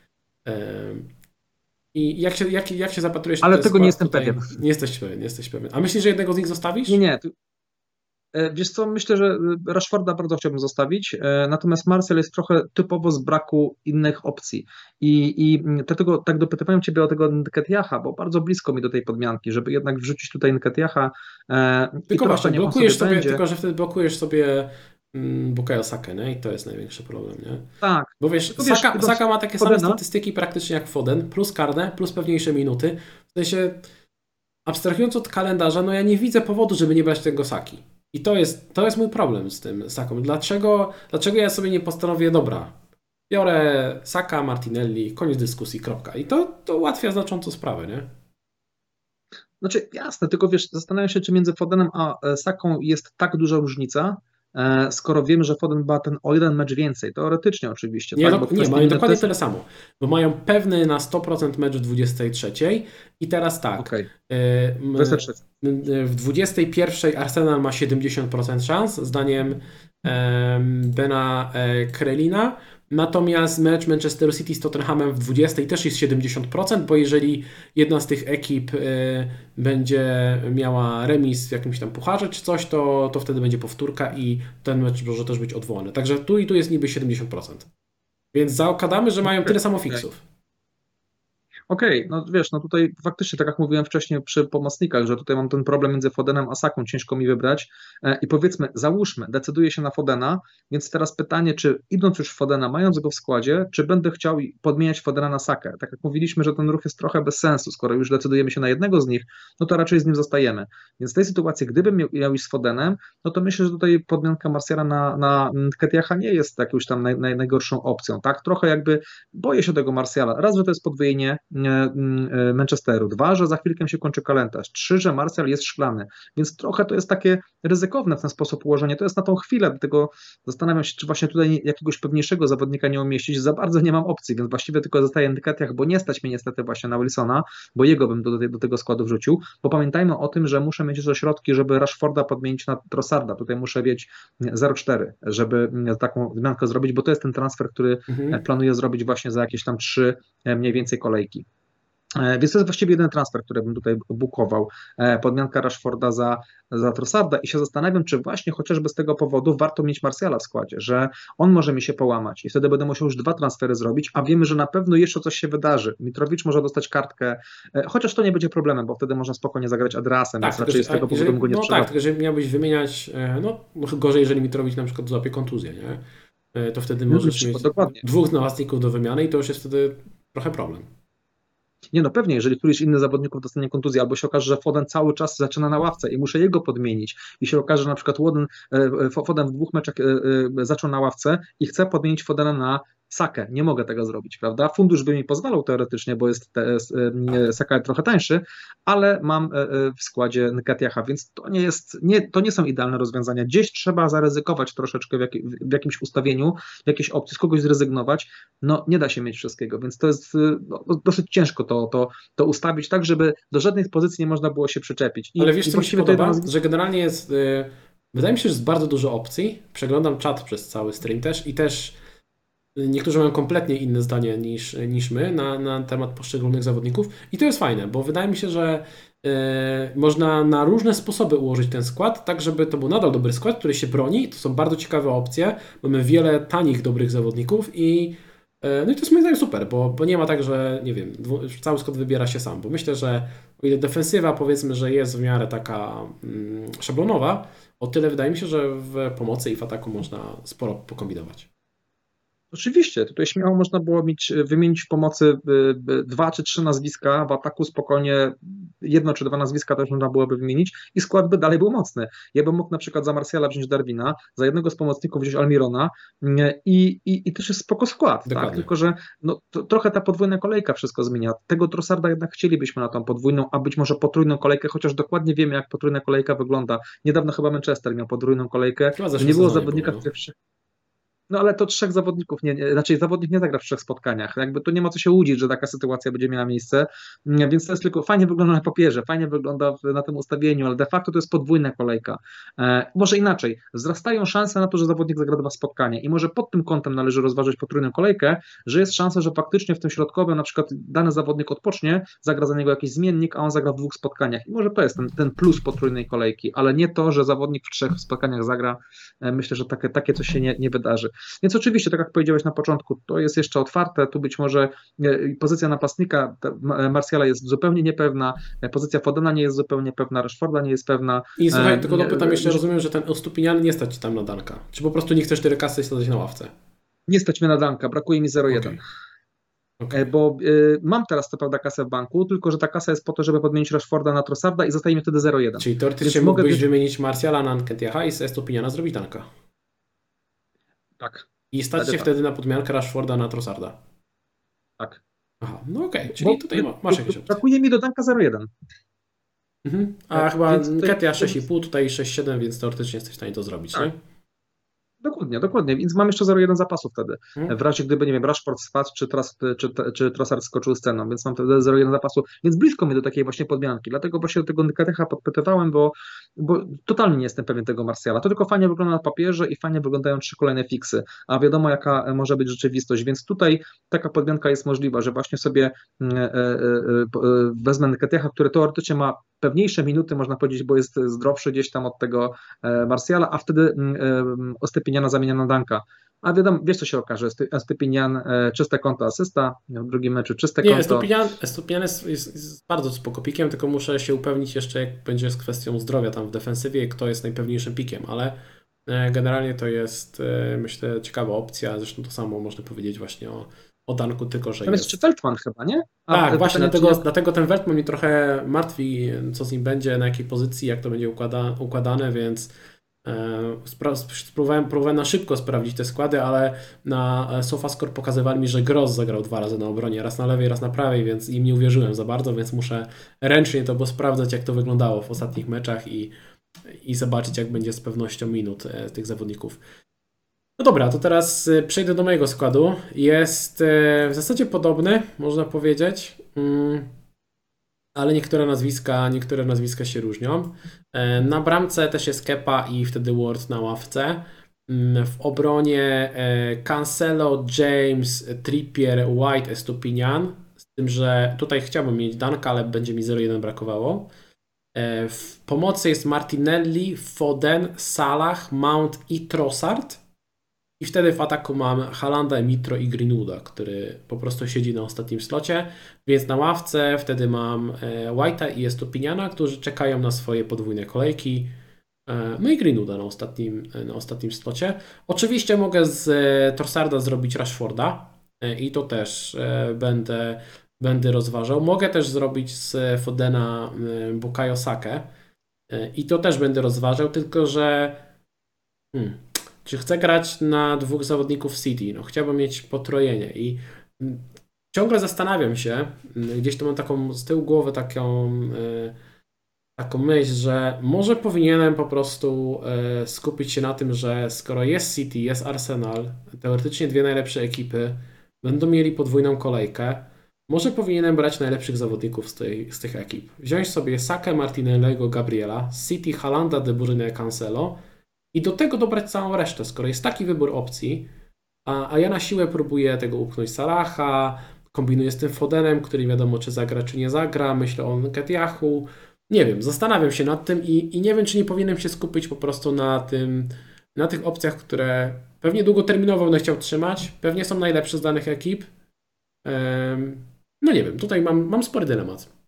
I jak się, jak, jak się zapatrujesz Ale na ten tego nie skład jestem tutaj? pewien. Nie jesteś pewien, nie jesteś pewien. A myślisz, że jednego z nich zostawisz? Nie, nie. tu- e, Wiesz co, myślę, że e, Rashforda bardzo chciałbym zostawić, e, natomiast Martial jest trochę typowo z braku innych opcji. I, i dlatego tak dopytywałem Ciebie o tego Nketiaha, bo bardzo blisko mi do tej podmianki, żeby jednak wrzucić tutaj Nketiaha e, i Tylko trochę właśnie, niech on blokujesz sobie sobie, będzie. tylko że wtedy blokujesz sobie mm, Bukayo Sakę, nie? I to jest największy problem, nie? Tak, Bo wiesz, tylko wiesz, Saka, idąc Saka ma takie same Fodena, statystyki praktycznie jak Foden, plus karne, plus pewniejsze minuty. W sensie, abstrahując od kalendarza, no ja nie widzę powodu, żeby nie brać tego Saki. I to jest, to jest mój problem z tym Saką. Dlaczego, dlaczego ja sobie nie postanowię, dobra, biorę Saka, Martinelli, koniec dyskusji, kropka. I to, to ułatwia znacząco sprawę, nie? znaczy jasne, tylko wiesz, zastanawiam się, czy między Fodenem a e, Saką jest tak duża różnica, e, skoro wiem, że Foden ma ten o jeden mecz więcej, teoretycznie oczywiście, Nie, tak, do, bo w nie kwestii mają minut to dokładnie jest... tyle samo, bo mają pewny na sto procent mecz w dwudziestej trzeciej i teraz tak, Okej, y, m, dwadzieścia trzy. y, w dwudziestej pierwszej Arsenal ma siedemdziesiąt procent szans, zdaniem em, Bena e, Krelina, natomiast mecz Manchesteru City z Tottenhamem w dwudziestej też jest siedemdziesiąt procent, bo jeżeli jedna z tych ekip y, będzie miała remis w jakimś tam pucharze czy coś, to, to wtedy będzie powtórka i ten mecz może też być odwołany. Także tu i tu jest niby siedemdziesiąt procent. Więc zaokładamy, że mają tyle samo fiksów. Okej, no wiesz, no tutaj faktycznie, tak jak mówiłem wcześniej przy pomocnikach, że tutaj mam ten problem między Fodenem a Saką, ciężko mi wybrać e, i powiedzmy, załóżmy, decyduję się na Fodena, więc teraz pytanie, czy idąc już w Fodena, mając go w składzie, czy będę chciał podmieniać Fodena na Sakę? Tak jak mówiliśmy, że ten ruch jest trochę bez sensu, skoro już decydujemy się na jednego z nich, no to raczej z nim zostajemy. Więc w tej sytuacji, gdybym miał, miał iść z Fodenem, no to myślę, że tutaj podmianka Martiala na, na Nketiaha nie jest jakąś tam naj, naj, najgorszą opcją, tak? Trochę jakby boję się tego Martiala. Raz, że to jest podwojenie Manchesteru. Dwa, że za chwilkę się kończy kalendarz. Trzy, że Martial jest szklany. Więc trochę to jest takie ryzykowne w ten sposób ułożenie. To jest na tą chwilę, dlatego zastanawiam się, czy właśnie tutaj jakiegoś pewniejszego zawodnika nie umieścić. Za bardzo nie mam opcji, więc właściwie tylko zostaje Nketiah, bo nie stać mnie niestety właśnie na Wilsona, bo jego bym do, do tego składu wrzucił. Bo pamiętajmy o tym, że muszę mieć jeszcze środki, żeby Rashforda podmienić na Trossarda. Tutaj muszę mieć zero przecinek cztery, żeby taką zmiankę zrobić, bo to jest ten transfer, który Mhm. planuję zrobić właśnie za jakieś tam trzy mniej więcej kolejki. E, Więc to jest właściwie jeden transfer, który bym tutaj bukował. E, Podmianka Rashforda za, za Trossarda i się zastanawiam, czy właśnie chociażby z tego powodu warto mieć Martiala w składzie, że on może mi się połamać i wtedy będę musiał już dwa transfery zrobić, a wiemy, że na pewno jeszcze coś się wydarzy. Mitrowicz może dostać kartkę, e, chociaż to nie będzie problemem, bo wtedy można spokojnie zagrać Adreasem, Tak, więc tylko raczej że, z a tego powodu jeżeli, bym go nie no tak, sprzedał. tylko że miałbyś wymieniać, e, no może gorzej, jeżeli Mitrowicz na przykład złapie kontuzję, nie? E, To wtedy No, na możesz przykład, mieć dokładnie. dwóch napastników do wymiany i to już jest wtedy trochę problem. Nie no pewnie, jeżeli któryś inny zawodników dostanie kontuzję, albo się okaże, że Foden cały czas zaczyna na ławce i muszę jego podmienić i się okaże, że na przykład Foden, e, Foden w dwóch meczach e, e, zaczął na ławce i chcę podmienić Fodena na Sakę. Nie mogę tego zrobić, prawda? Fundusz by mi pozwalał teoretycznie, bo jest te, e, Saka trochę tańszy, ale mam e, e, w składzie Nketiaha, więc to nie jest, nie, to nie są idealne rozwiązania. Gdzieś trzeba zaryzykować troszeczkę w, jak, w jakimś ustawieniu, w jakiejś opcji, z kogoś zrezygnować. No nie da się mieć wszystkiego, więc to jest y, no, dosyć ciężko to, to, to ustawić tak, żeby do żadnej pozycji nie można było się przyczepić. I, Ale wiesz, i co mi się właściwie to jedno podoba? nazwisko. Że generalnie jest, y, wydaje mi się, że jest bardzo dużo opcji. Przeglądam czat przez cały stream też i też niektórzy mają kompletnie inne zdanie niż, niż my na, na temat poszczególnych zawodników i to jest fajne, bo wydaje mi się, że y, można na różne sposoby ułożyć ten skład, tak żeby to był nadal dobry skład, który się broni. To są bardzo ciekawe opcje. Mamy wiele tanich, dobrych zawodników i y, no i to jest moim zdaniem super, bo, bo nie ma tak, że nie wiem, dwu, cały skład wybiera się sam, bo myślę, że o ile defensywa powiedzmy, że jest w miarę taka mm, szablonowa, o tyle wydaje mi się, że w pomocy i w ataku można sporo pokombinować. Oczywiście, tutaj śmiało można było mieć, wymienić w pomocy y, y, dwa czy trzy nazwiska, w ataku spokojnie jedno czy dwa nazwiska też można byłoby wymienić i skład by dalej był mocny. Ja bym mógł na przykład za Martiala wziąć Darwina, za jednego z pomocników wziąć Almirona y, i, i, i też jest spoko skład, tak? Dokładnie. Tylko że no, to, trochę ta podwójna kolejka wszystko zmienia. Tego Trossarda jednak chcielibyśmy na tą podwójną, a być może potrójną kolejkę, chociaż dokładnie wiemy, jak potrójna kolejka wygląda. Niedawno chyba Manchester miał podwójną kolejkę, Chyba w zeszłym nie było sezonie zawodnika było, w no. tych no ale to trzech zawodników, nie, nie, znaczy zawodnik nie zagra w trzech spotkaniach. Jakby to nie ma co się łudzić, że taka sytuacja będzie miała miejsce. Mm, Więc to jest tylko fajnie wygląda na papierze, fajnie wygląda w, na tym ustawieniu, ale de facto to jest podwójna kolejka. E, może inaczej, wzrastają szanse na to, że zawodnik zagra dwa spotkania i może pod tym kątem należy rozważyć potrójną kolejkę, że jest szansa, że faktycznie w tym środkowym na przykład dany zawodnik odpocznie, zagra za niego jakiś zmiennik, a on zagra w dwóch spotkaniach. I może to jest ten, ten plus potrójnej kolejki, ale nie to, że zawodnik w trzech spotkaniach zagra. E, myślę, że takie, takie coś się nie, nie wydarzy. Więc oczywiście, tak jak powiedziałeś na początku, to jest jeszcze otwarte, tu być może e, pozycja napastnika Martiala jest zupełnie niepewna, e, pozycja Fodena nie jest zupełnie pewna, Rashforda nie jest pewna. I słuchaj, E, tylko dopytam jeszcze, e, rozumiem, że ten Ostupinian nie stać ci tam na Danka. Czy po prostu nie chcesz tyle kasy i stać na ławce? Nie stać mnie na Danka, brakuje mi zero jeden. Okej. E, Okej. Bo e, mam teraz co prawda kasę w banku, tylko że ta kasa jest po to, żeby podmienić Rashforda na Trossarda i zostaje mi wtedy zero jeden. Czyli teoretycznie Więc mogę mógłbyś wziąć- wymienić Martiala na Nketiaha i z Estupiniana zrobić Danka. Tak, I stać Wtedy się tak. wtedy na podmiankę Rashforda na Trossarda. tak. Aha, no okej, czyli Bo- tutaj ma, masz jakieś opcje. Brakuje mi do Danka zero jeden. Mhm. A Tak, chyba więc tutaj- Nketia sześć i pół, tutaj sześć siedem, więc teoretycznie jesteś w stanie to zrobić, Tak. nie? Dokładnie, dokładnie, więc mam jeszcze zero jeden zapasu wtedy. Mhm. W razie gdyby, nie wiem, Rashford spadł, czy, tras, czy, czy Trossard skoczył z ceną, więc mam wtedy zero jeden zapasu, więc blisko mi do takiej właśnie podmianki, dlatego właśnie do tego Nketecha podpytywałem, bo, bo totalnie nie jestem pewien tego Martiala. To tylko fajnie wygląda na papierze i fajnie wyglądają trzy kolejne fiksy, a wiadomo jaka może być rzeczywistość, więc tutaj taka podmianka jest możliwa, że właśnie sobie e, e, e, wezmę Nketecha, który teoretycznie ma pewniejsze minuty, można powiedzieć, bo jest zdrowszy gdzieś tam od tego e, Martiala, a wtedy e, Ostepiniana zamienia na Danka. A wiadomo, wiesz co się okaże, Estepinian e, czyste konto asysta, w drugim meczu czyste Nie, konto. Estupinian, Estupinian jest, jest, jest bardzo spoko pikiem, tylko muszę się upewnić jeszcze, jak będzie z kwestią zdrowia tam w defensywie, kto jest najpewniejszym pikiem, ale e, generalnie to jest, e, myślę, ciekawa opcja. Zresztą to samo można powiedzieć właśnie o, o Danku, tylko że Tam jest jest... jeszcze Feldman chyba, nie? A Tak, pytanie, właśnie, czy dlatego, jak- dlatego ten Welt mnie trochę martwi, co z nim będzie, na jakiej pozycji, jak to będzie układa, układane, więc e, spra- spróbowałem, próbowałem na szybko sprawdzić te składy, ale na e, SofaScore pokazywali mi, że Gross zagrał dwa razy na obronie, raz na lewej, raz na prawej, więc im nie uwierzyłem za bardzo, więc muszę ręcznie to sprawdzać, jak to wyglądało w ostatnich meczach i, i zobaczyć, jak będzie z pewnością minut e, tych zawodników. No dobra, to teraz e, przejdę do mojego składu. Jest e, w zasadzie podobny, można powiedzieć, mm, ale niektóre nazwiska, niektóre nazwiska się różnią. E, Na bramce też jest Kepa i wtedy Ward na ławce. Mm, W obronie e, Cancelo, James, Trippier, White, Estupinian. tym, że tutaj chciałbym mieć Danka, ale będzie mi zero jeden brakowało. W pomocy jest Martinelli, Foden, Salah, Mount i Trossard. I wtedy w ataku mam Haalanda, Mitro i Greenwooda, który po prostu siedzi na ostatnim slocie. Więc na ławce wtedy mam White'a i Estupiniana, którzy czekają na swoje podwójne kolejki. No i Greenwooda na ostatnim, na ostatnim slocie. Oczywiście mogę z Trossarda zrobić Rashforda i to też będę, będę rozważał. Mogę też zrobić z Fodena Bukayo Sakę i to też będę rozważał, tylko że hmm, czy chcę grać na dwóch zawodników City? No chciałbym mieć potrojenie i ciągle zastanawiam się, gdzieś to mam taką z tyłu głowy taką taką myśl, że może powinienem po prostu e, skupić się na tym, że skoro jest City, jest Arsenal, teoretycznie dwie najlepsze ekipy, będą mieli podwójną kolejkę, może powinienem brać najlepszych zawodników z, tej, z tych ekip. Wziąć sobie Sakę, Martinelliego, Gabriela, City, Haalanda, De Bruyne, Cancelo i do tego dobrać całą resztę, skoro jest taki wybór opcji, a, a ja na siłę próbuję tego upchnąć Salaha, kombinuję z tym Fodenem, który nie wiadomo czy zagra, czy nie zagra, myślę o Nketiahu. Nie wiem, zastanawiam się nad tym i, i nie wiem, czy nie powinienem się skupić po prostu na tym, na tych opcjach, które pewnie długoterminowo będę chciał trzymać, pewnie są najlepsze z danych ekip. Um, no nie wiem, tutaj mam, mam spory dylemat.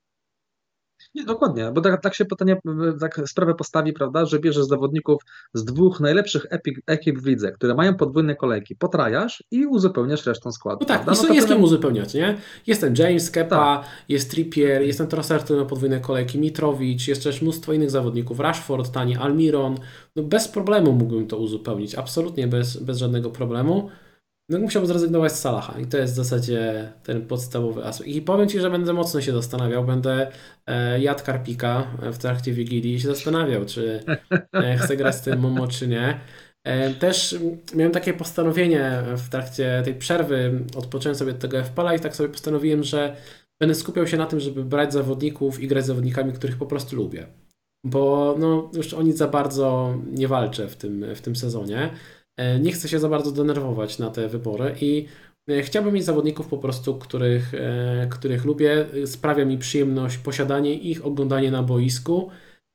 Nie, dokładnie, bo tak, tak się pytanie, tak sprawę postawi, prawda, że bierzesz zawodników z dwóch najlepszych epik, ekip w lidze, które mają podwójne kolejki, potrajasz i uzupełniasz resztą składu. No tak, prawda? i No jest to kim uzupełniać, nie? Jest ten James, Kepa, tak. jest Trippier, jest ten Trossard, który ma podwójne kolejki, Mitrowicz, jest też mnóstwo innych zawodników, Rashford, tani Almiron, no bez problemu mógłbym to uzupełnić, absolutnie bez, bez żadnego problemu. No musiałbym zrezygnować z Salaha i to jest w zasadzie ten podstawowy aspekt. I powiem Ci, że będę mocno się zastanawiał, będę e, jadł karpika w trakcie Wigilii i się zastanawiał, czy e, chcę grać z tym Momo, czy nie. E, też miałem takie postanowienie w trakcie tej przerwy, odpocząłem sobie od tego F P L a i tak sobie postanowiłem, że będę skupiał się na tym, żeby brać zawodników i grać z zawodnikami, których po prostu lubię. Bo no, już o nic za bardzo nie walczę w tym, w tym sezonie. Nie chcę się za bardzo denerwować na te wybory i chciałbym mieć zawodników po prostu, których, których lubię. Sprawia mi przyjemność posiadanie ich, oglądanie na boisku.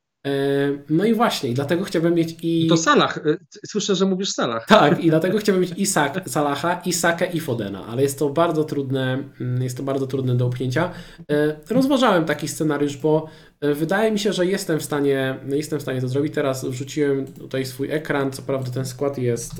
No i właśnie, dlatego chciałbym mieć i... To Salah, słyszę, że mówisz Salah. Tak, i dlatego chciałbym mieć i Sak, Salaha, i Sakę, i Fodena, ale jest to bardzo trudne, jest to bardzo trudne do upchnięcia. Rozważałem taki scenariusz, bo wydaje mi się, że jestem w stanie, jestem w stanie to zrobić. Teraz wrzuciłem tutaj swój ekran, co prawda ten skład jest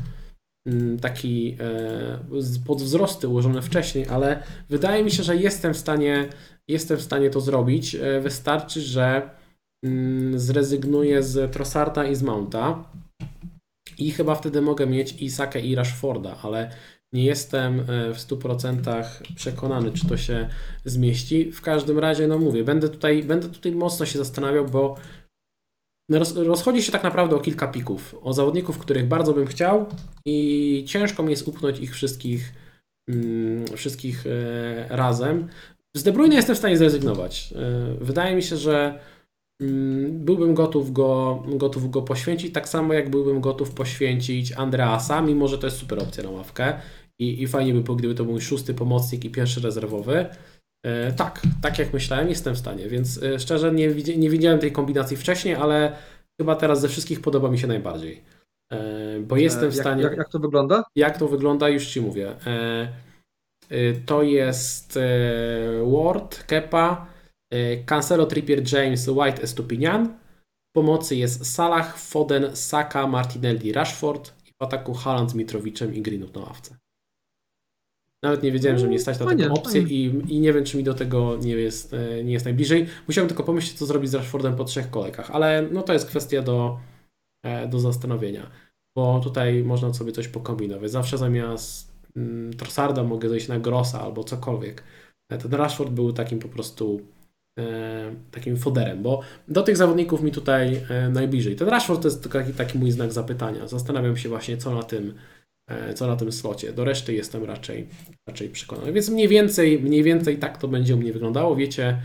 taki pod wzrosty ułożony wcześniej, ale wydaje mi się, że jestem w stanie, jestem w stanie to zrobić. Wystarczy, że zrezygnuję z Trossarda i z Mounta i chyba wtedy mogę mieć i Sakę i Rashforda, ale nie jestem w stu procentach przekonany, czy to się zmieści. W każdym razie, no mówię, będę tutaj, będę tutaj mocno się zastanawiał, bo roz, rozchodzi się tak naprawdę o kilka pików, o zawodników, których bardzo bym chciał i ciężko mi jest upchnąć ich wszystkich, mm, wszystkich e, razem. Z De Bruyne jestem w stanie zrezygnować. E, wydaje mi się, że byłbym gotów go, gotów go poświęcić, tak samo jak byłbym gotów poświęcić Andreasa, mimo że to jest super opcja na ławkę i, i fajnie by było, gdyby to był mój szósty pomocnik i pierwszy rezerwowy. E, tak, tak jak myślałem, jestem w stanie, więc e, szczerze nie, nie widziałem tej kombinacji wcześniej, ale chyba teraz ze wszystkich podoba mi się najbardziej, e, bo jestem w jak, stanie... Jak, jak to wygląda? Jak to wygląda, już Ci mówię. E, e, to jest e, Ward, Kepa, Cancelo, Trippier, James, White, Estupinian. W pomocy jest Salah, Foden, Saka, Martinelli, Rashford i w ataku Haaland z Mitrowiczem i Greenwood na ławce. Nawet nie wiedziałem, że mnie stać na Fajnie, taką opcję i, i nie wiem, czy mi do tego nie jest, nie jest najbliżej. Musiałem tylko pomyśleć, co zrobić z Rashfordem po trzech kolejkach, ale no to jest kwestia do, do zastanowienia, bo tutaj można sobie coś pokombinować. Zawsze zamiast mm, Trossarda mogę dojść na Grossa albo cokolwiek. Ten Rashford był takim po prostu takim foderem, bo do tych zawodników mi tutaj najbliżej. Ten Rashford to jest taki, taki mój znak zapytania. Zastanawiam się właśnie, co na tym, co na tym slocie. Do reszty jestem raczej, raczej przekonany. Więc mniej więcej, mniej więcej tak to będzie u mnie wyglądało. Wiecie,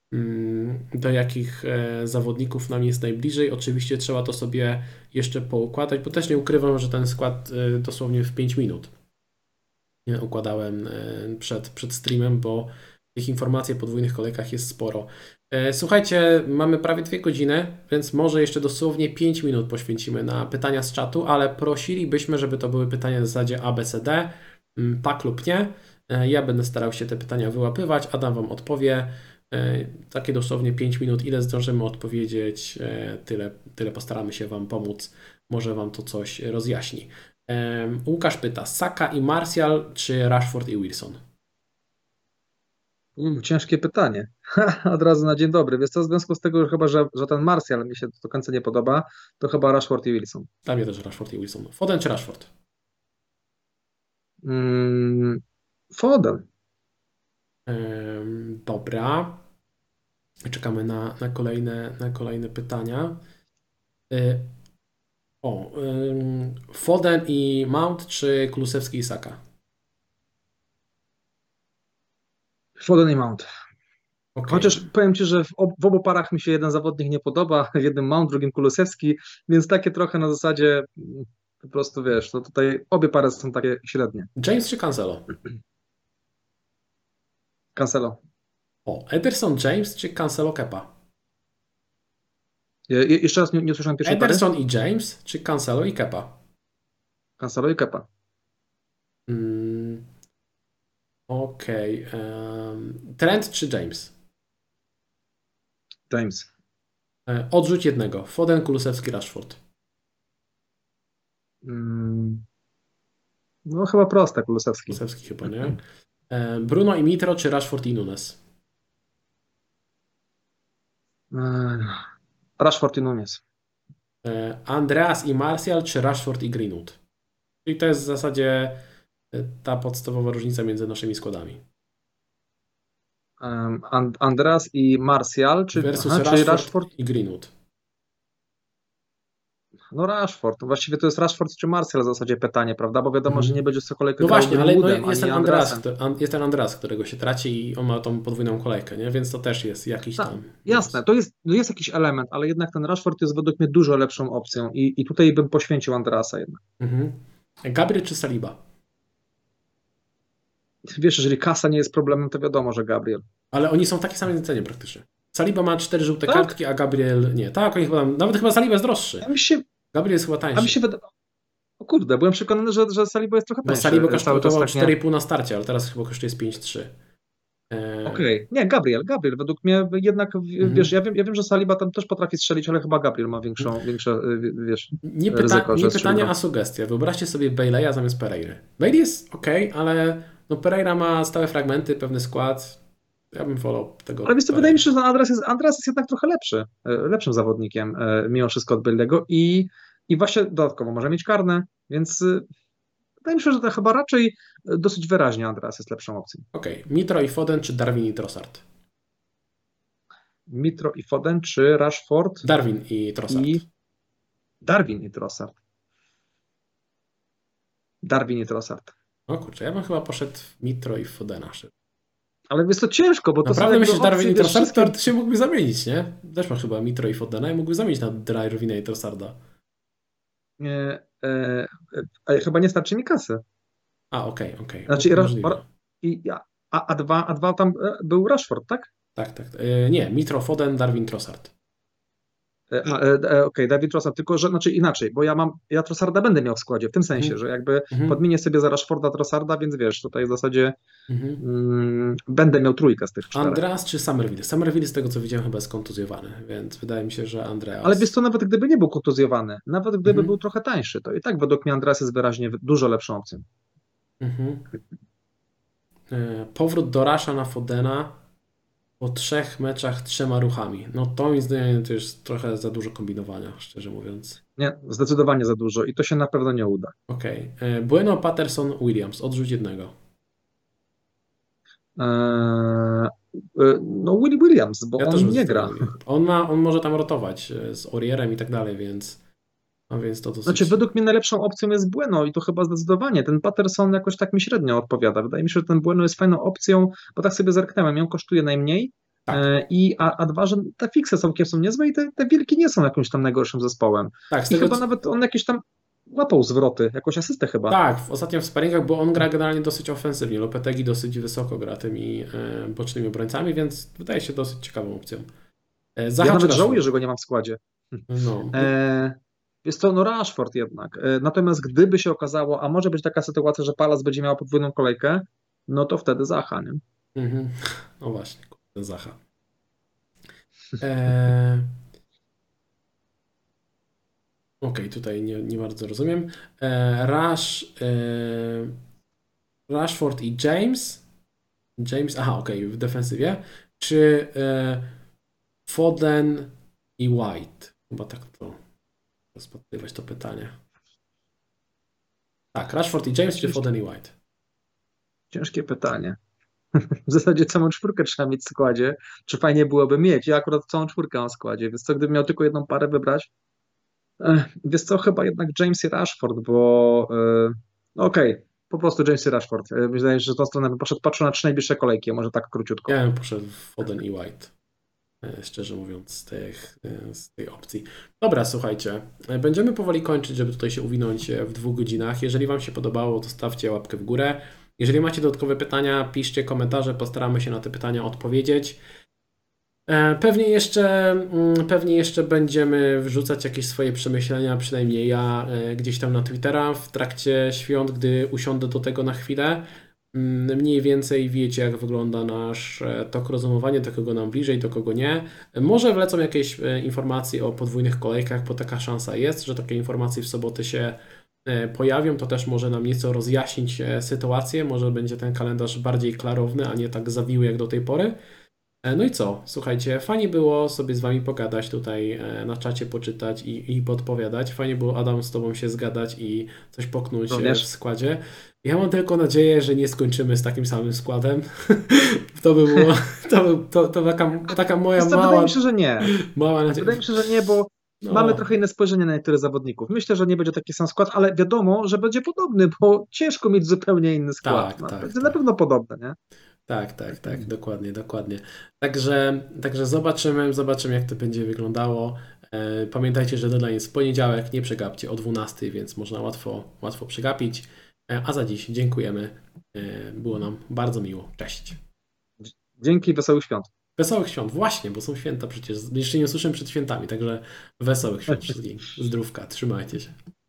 do jakich zawodników nam jest najbliżej. Oczywiście trzeba to sobie jeszcze poukładać, bo też nie ukrywam, że ten skład dosłownie w pięć minut układałem przed, przed streamem, bo tych informacji o podwójnych kolejkach jest sporo. Słuchajcie, mamy prawie dwie godziny, więc może jeszcze dosłownie pięć minut poświęcimy na pytania z czatu, ale prosilibyśmy, żeby to były pytania w zasadzie A, B, C, D, tak lub nie. Ja będę starał się te pytania wyłapywać, Adam Wam odpowie. Takie dosłownie pięć minut, ile zdążymy odpowiedzieć, tyle, tyle postaramy się Wam pomóc. Może Wam to coś rozjaśni. Łukasz pyta, Saka i Martial, czy Rashford i Wilson? Mm, ciężkie pytanie. Ha, od razu na dzień dobry. Wiesz co, w związku z tego, że chyba, że, że ten Martial mi się do końca nie podoba, to chyba Rashford i Wilson. Dla mnie też Rashford i Wilson. Foden czy Rashford? Mm, Foden. Ym, dobra. Czekamy na, na, kolejne, na kolejne pytania. Y, o, ym, Foden i Mount, czy Kulusewski i Saka? Foden i Mount. Okay. Chociaż powiem Ci, że w, ob, w obu parach mi się jeden zawodnik nie podoba, w jednym Mount, w drugim Kulusewski, więc takie trochę na zasadzie po prostu wiesz, no tutaj obie pary są takie średnie. James czy Cancelo? Cancelo. O, Ederson James czy Cancelo Kepa? Je, jeszcze raz nie, nie usłyszałem pierwszej Ederson pary. i James czy Cancelo i Kepa? Cancelo i Kepa. Mm, Okej. Okay. Um, Trent czy James? James. E, odrzuć jednego. Foden, Kulusewski, Rashford. Mm, no chyba proste, Kulusewski. Kulusewski chyba, nie? E, Bruno i Mitro czy Rashford i Nunes? Rashford i Nunes. E, Andreas i Martial czy Rashford i Greenwood? Czyli to jest w zasadzie ta podstawowa różnica między naszymi składami. Um, And, Andreas i Martial, czy, Versus aha, Rashford, czy Rashford i Greenwood. No Rashford. Właściwie to jest Rashford czy Martial w zasadzie pytanie, prawda? Bo wiadomo, Mhm. że nie będzie co kolejkę No grał właśnie, ale no Greenwoodem, jest, ten ani Andreas, Andreasem. kto- jest ten Andreas, którego się traci i on ma tą podwójną kolejkę, nie? Więc to też jest jakiś Tak, tam... jasne, to jest, no jest jakiś element, ale jednak ten Rashford jest według mnie dużo lepszą opcją i, i tutaj bym poświęcił Andreasa jednak. Mhm. Gabriel czy Saliba? Wiesz, jeżeli kasa nie jest problemem, to wiadomo, że Gabriel. Ale oni są w takiej samej cenie praktycznie. Saliba ma cztery żółte Tak? kartki, a Gabriel nie. Tak, oni chyba, nawet chyba Saliba jest droższy. A mi się, Gabriel jest chyba a mi tańszy. się wydaje... O kurde, byłem przekonany, że, że Saliba jest trochę No tańszy. Saliba Cały czas kosztował tak nie... cztery i pół na starcie, ale teraz chyba kosztuje pięć trzy. E... Okej, okay. Nie, Gabriel, Gabriel, według mnie jednak, Mhm. wiesz, ja wiem, ja wiem, że Saliba tam też potrafi strzelić, ale chyba Gabriel ma większą, większe, wiesz, Nie, pyta ryzyko, nie że pytanie, strzeli. a sugestia. Wyobraźcie sobie Bailey'a zamiast Pereiry. Bailey jest ok, ale no Pereira ma stałe fragmenty, pewny skład. Ja bym wolał tego. Ale wiesz co, Pereira. wydaje mi się, że Andreas jest, Andreas jest jednak trochę lepszy, lepszym zawodnikiem mimo wszystko od Bailey'ego i, i właśnie dodatkowo może mieć karne, więc wydaje mi się, że to chyba raczej dosyć wyraźnie Andreas jest lepszą opcją. Okej, okay. Mitro i Foden czy Darwin i Trossard? Mitro i Foden czy Rashford? Darwin i Trossard. I Darwin i Trossard. Darwin i Trossard. O kurczę, ja bym chyba poszedł w Mitro i w Fodena. Ale jest to ciężko, bo to naprawdę są myślisz, że Darwin i Trossard wszystkie... to się mógłby zamienić, nie? Też masz chyba Mitro i Fodena i mógłby zamienić na Darwina i Trossarda. Nie, e, e, chyba nie starczy mi kasy. A, okej, okay, okej. Okay. Znaczy, Możliwe. I, a, a, dwa, a dwa tam był Rashford, tak? Tak, tak. E, nie, Mitro, Foden, Darwin, Trossard. E, e, Okej, okay, David Trossard, tylko że znaczy inaczej, bo ja mam, ja Trossarda będę miał w składzie, w tym sensie, Mhm. że jakby Mhm. podmienię sobie za Rashforda Trossarda, więc wiesz, tutaj w zasadzie Mhm. mm, będę miał trójkę z tych czterech. Andreas czy Summerville? Summerville z tego co widziałem chyba jest kontuzjowany, więc wydaje mi się, że Andreas... Ale wiesz co, nawet gdyby nie był kontuzjowany, nawet gdyby Mhm. był trochę tańszy, to i tak według mnie Andreas jest wyraźnie dużo lepszą opcją. Mhm. E, powrót do Rasha na Fodena po trzech meczach trzema ruchami. No to mi zdaniem to jest trochę za dużo kombinowania, szczerze mówiąc. Nie, zdecydowanie za dużo i to się na pewno nie uda. Okej. Okay. Bueno, Patterson, Williams. Odrzuć jednego. Eee, no Willie Williams, bo ja on też nie gra. On, ma, on może tam rotować z Aurierem i tak dalej, więc... A więc to dosyć... Znaczy, według mnie najlepszą opcją jest Bueno i to chyba zdecydowanie. Ten Patterson jakoś tak mi średnio odpowiada. Wydaje mi się, że ten Bueno jest fajną opcją, bo tak sobie zerknąłem, ją kosztuje najmniej. Tak. E, I a, a dwa, że te fiksy całkiem są niezłe i te, te wielki nie są jakimś tam najgorszym zespołem. Tak, z I tego, chyba co... nawet on jakieś tam łapał zwroty, jakąś asystę chyba. Tak, w ostatnio w sparingach, bo on gra generalnie dosyć ofensywnie. Lopetegui dosyć wysoko gra tymi e, bocznymi obrońcami, więc wydaje się dosyć ciekawą opcją. E, Zaha Ja czy nawet Rashford? żałuję, że go nie mam w składzie. No, E, jest to no Rashford jednak. E, natomiast gdyby się okazało, a może być taka sytuacja, że Palace będzie miała podwójną kolejkę, no to wtedy Zaha, nie? mhm. No właśnie, kurde, Zaha. E, Okej, tutaj nie, nie bardzo rozumiem. E, Rush, e, Rashford i James. James, aha, okej, w defensywie. Czy e, Foden i White? Chyba tak to rozpatrywać to pytanie. Tak, Rashford i James, czy Ciężkie, Foden i White? ciężkie pytanie. W zasadzie całą czwórkę trzeba mieć w składzie. Czy fajnie byłoby mieć? Ja akurat całą czwórkę mam w składzie, więc co gdybym miał tylko jedną parę wybrać? Ech, wiesz co, chyba jednak James i Rashford, bo e, no okej, po prostu James i Rashford. E, Wydaje się, że tą stronę bym poszedł, patrzę na trzy najbliższe kolejki, a może tak króciutko. Ja bym poszedł w Foden i White, e, szczerze mówiąc, z, tych, e, z tej opcji. Dobra, słuchajcie, e, będziemy powoli kończyć, żeby tutaj się uwinąć e, w dwóch godzinach. Jeżeli Wam się podobało, to stawcie łapkę w górę. Jeżeli macie dodatkowe pytania, piszcie komentarze, postaramy się na te pytania odpowiedzieć. E, Pewnie jeszcze, mm, pewnie jeszcze będziemy wrzucać jakieś swoje przemyślenia, przynajmniej ja, e, gdzieś tam na Twittera w trakcie świąt, gdy usiądę do tego na chwilę. Mm, Mniej więcej wiecie, jak wygląda nasz e, tok rozumowania, do kogo nam bliżej, do kogo nie. E, Może wlecą jakieś e, informacje o podwójnych kolejkach, bo taka szansa jest, że takie informacje w sobotę się e, pojawią. To też może nam nieco rozjaśnić e, sytuację. Może będzie ten kalendarz bardziej klarowny, a nie tak zawiły jak do tej pory. E, No i co? Słuchajcie, fajnie było sobie z Wami pogadać tutaj e, na czacie, poczytać i, i podpowiadać. Fajnie było, Adam, z Tobą się zgadać i coś poknąć e, w Również. składzie. Ja mam tylko nadzieję, że nie skończymy z takim samym składem. To by było, to, by, to, to taka, taka moja Wiesz co, wydaje mała, mi się, że nie. mała nadzieja. Wydaje mi się, że nie, bo mamy No, trochę inne spojrzenie na niektórych zawodników. Myślę, że nie będzie taki sam skład, ale wiadomo, że będzie podobny, bo ciężko mieć zupełnie inny skład. tak, No, tak, będzie na tak. pewno podobny, nie? Tak, tak, tak, dokładnie, dokładnie. Także, także zobaczymy, zobaczymy jak to będzie wyglądało. E, Pamiętajcie, że deadline jest w poniedziałek, nie przegapcie o dwunastej, więc można łatwo, łatwo przegapić. E, A za dziś dziękujemy. E, Było nam bardzo miło. Cześć. Dzięki, wesołych świąt. Wesołych świąt, właśnie, bo są święta przecież. Jeszcze nie usłyszę przed świętami, także wesołych świąt wszystkim. Zdrówka, trzymajcie się.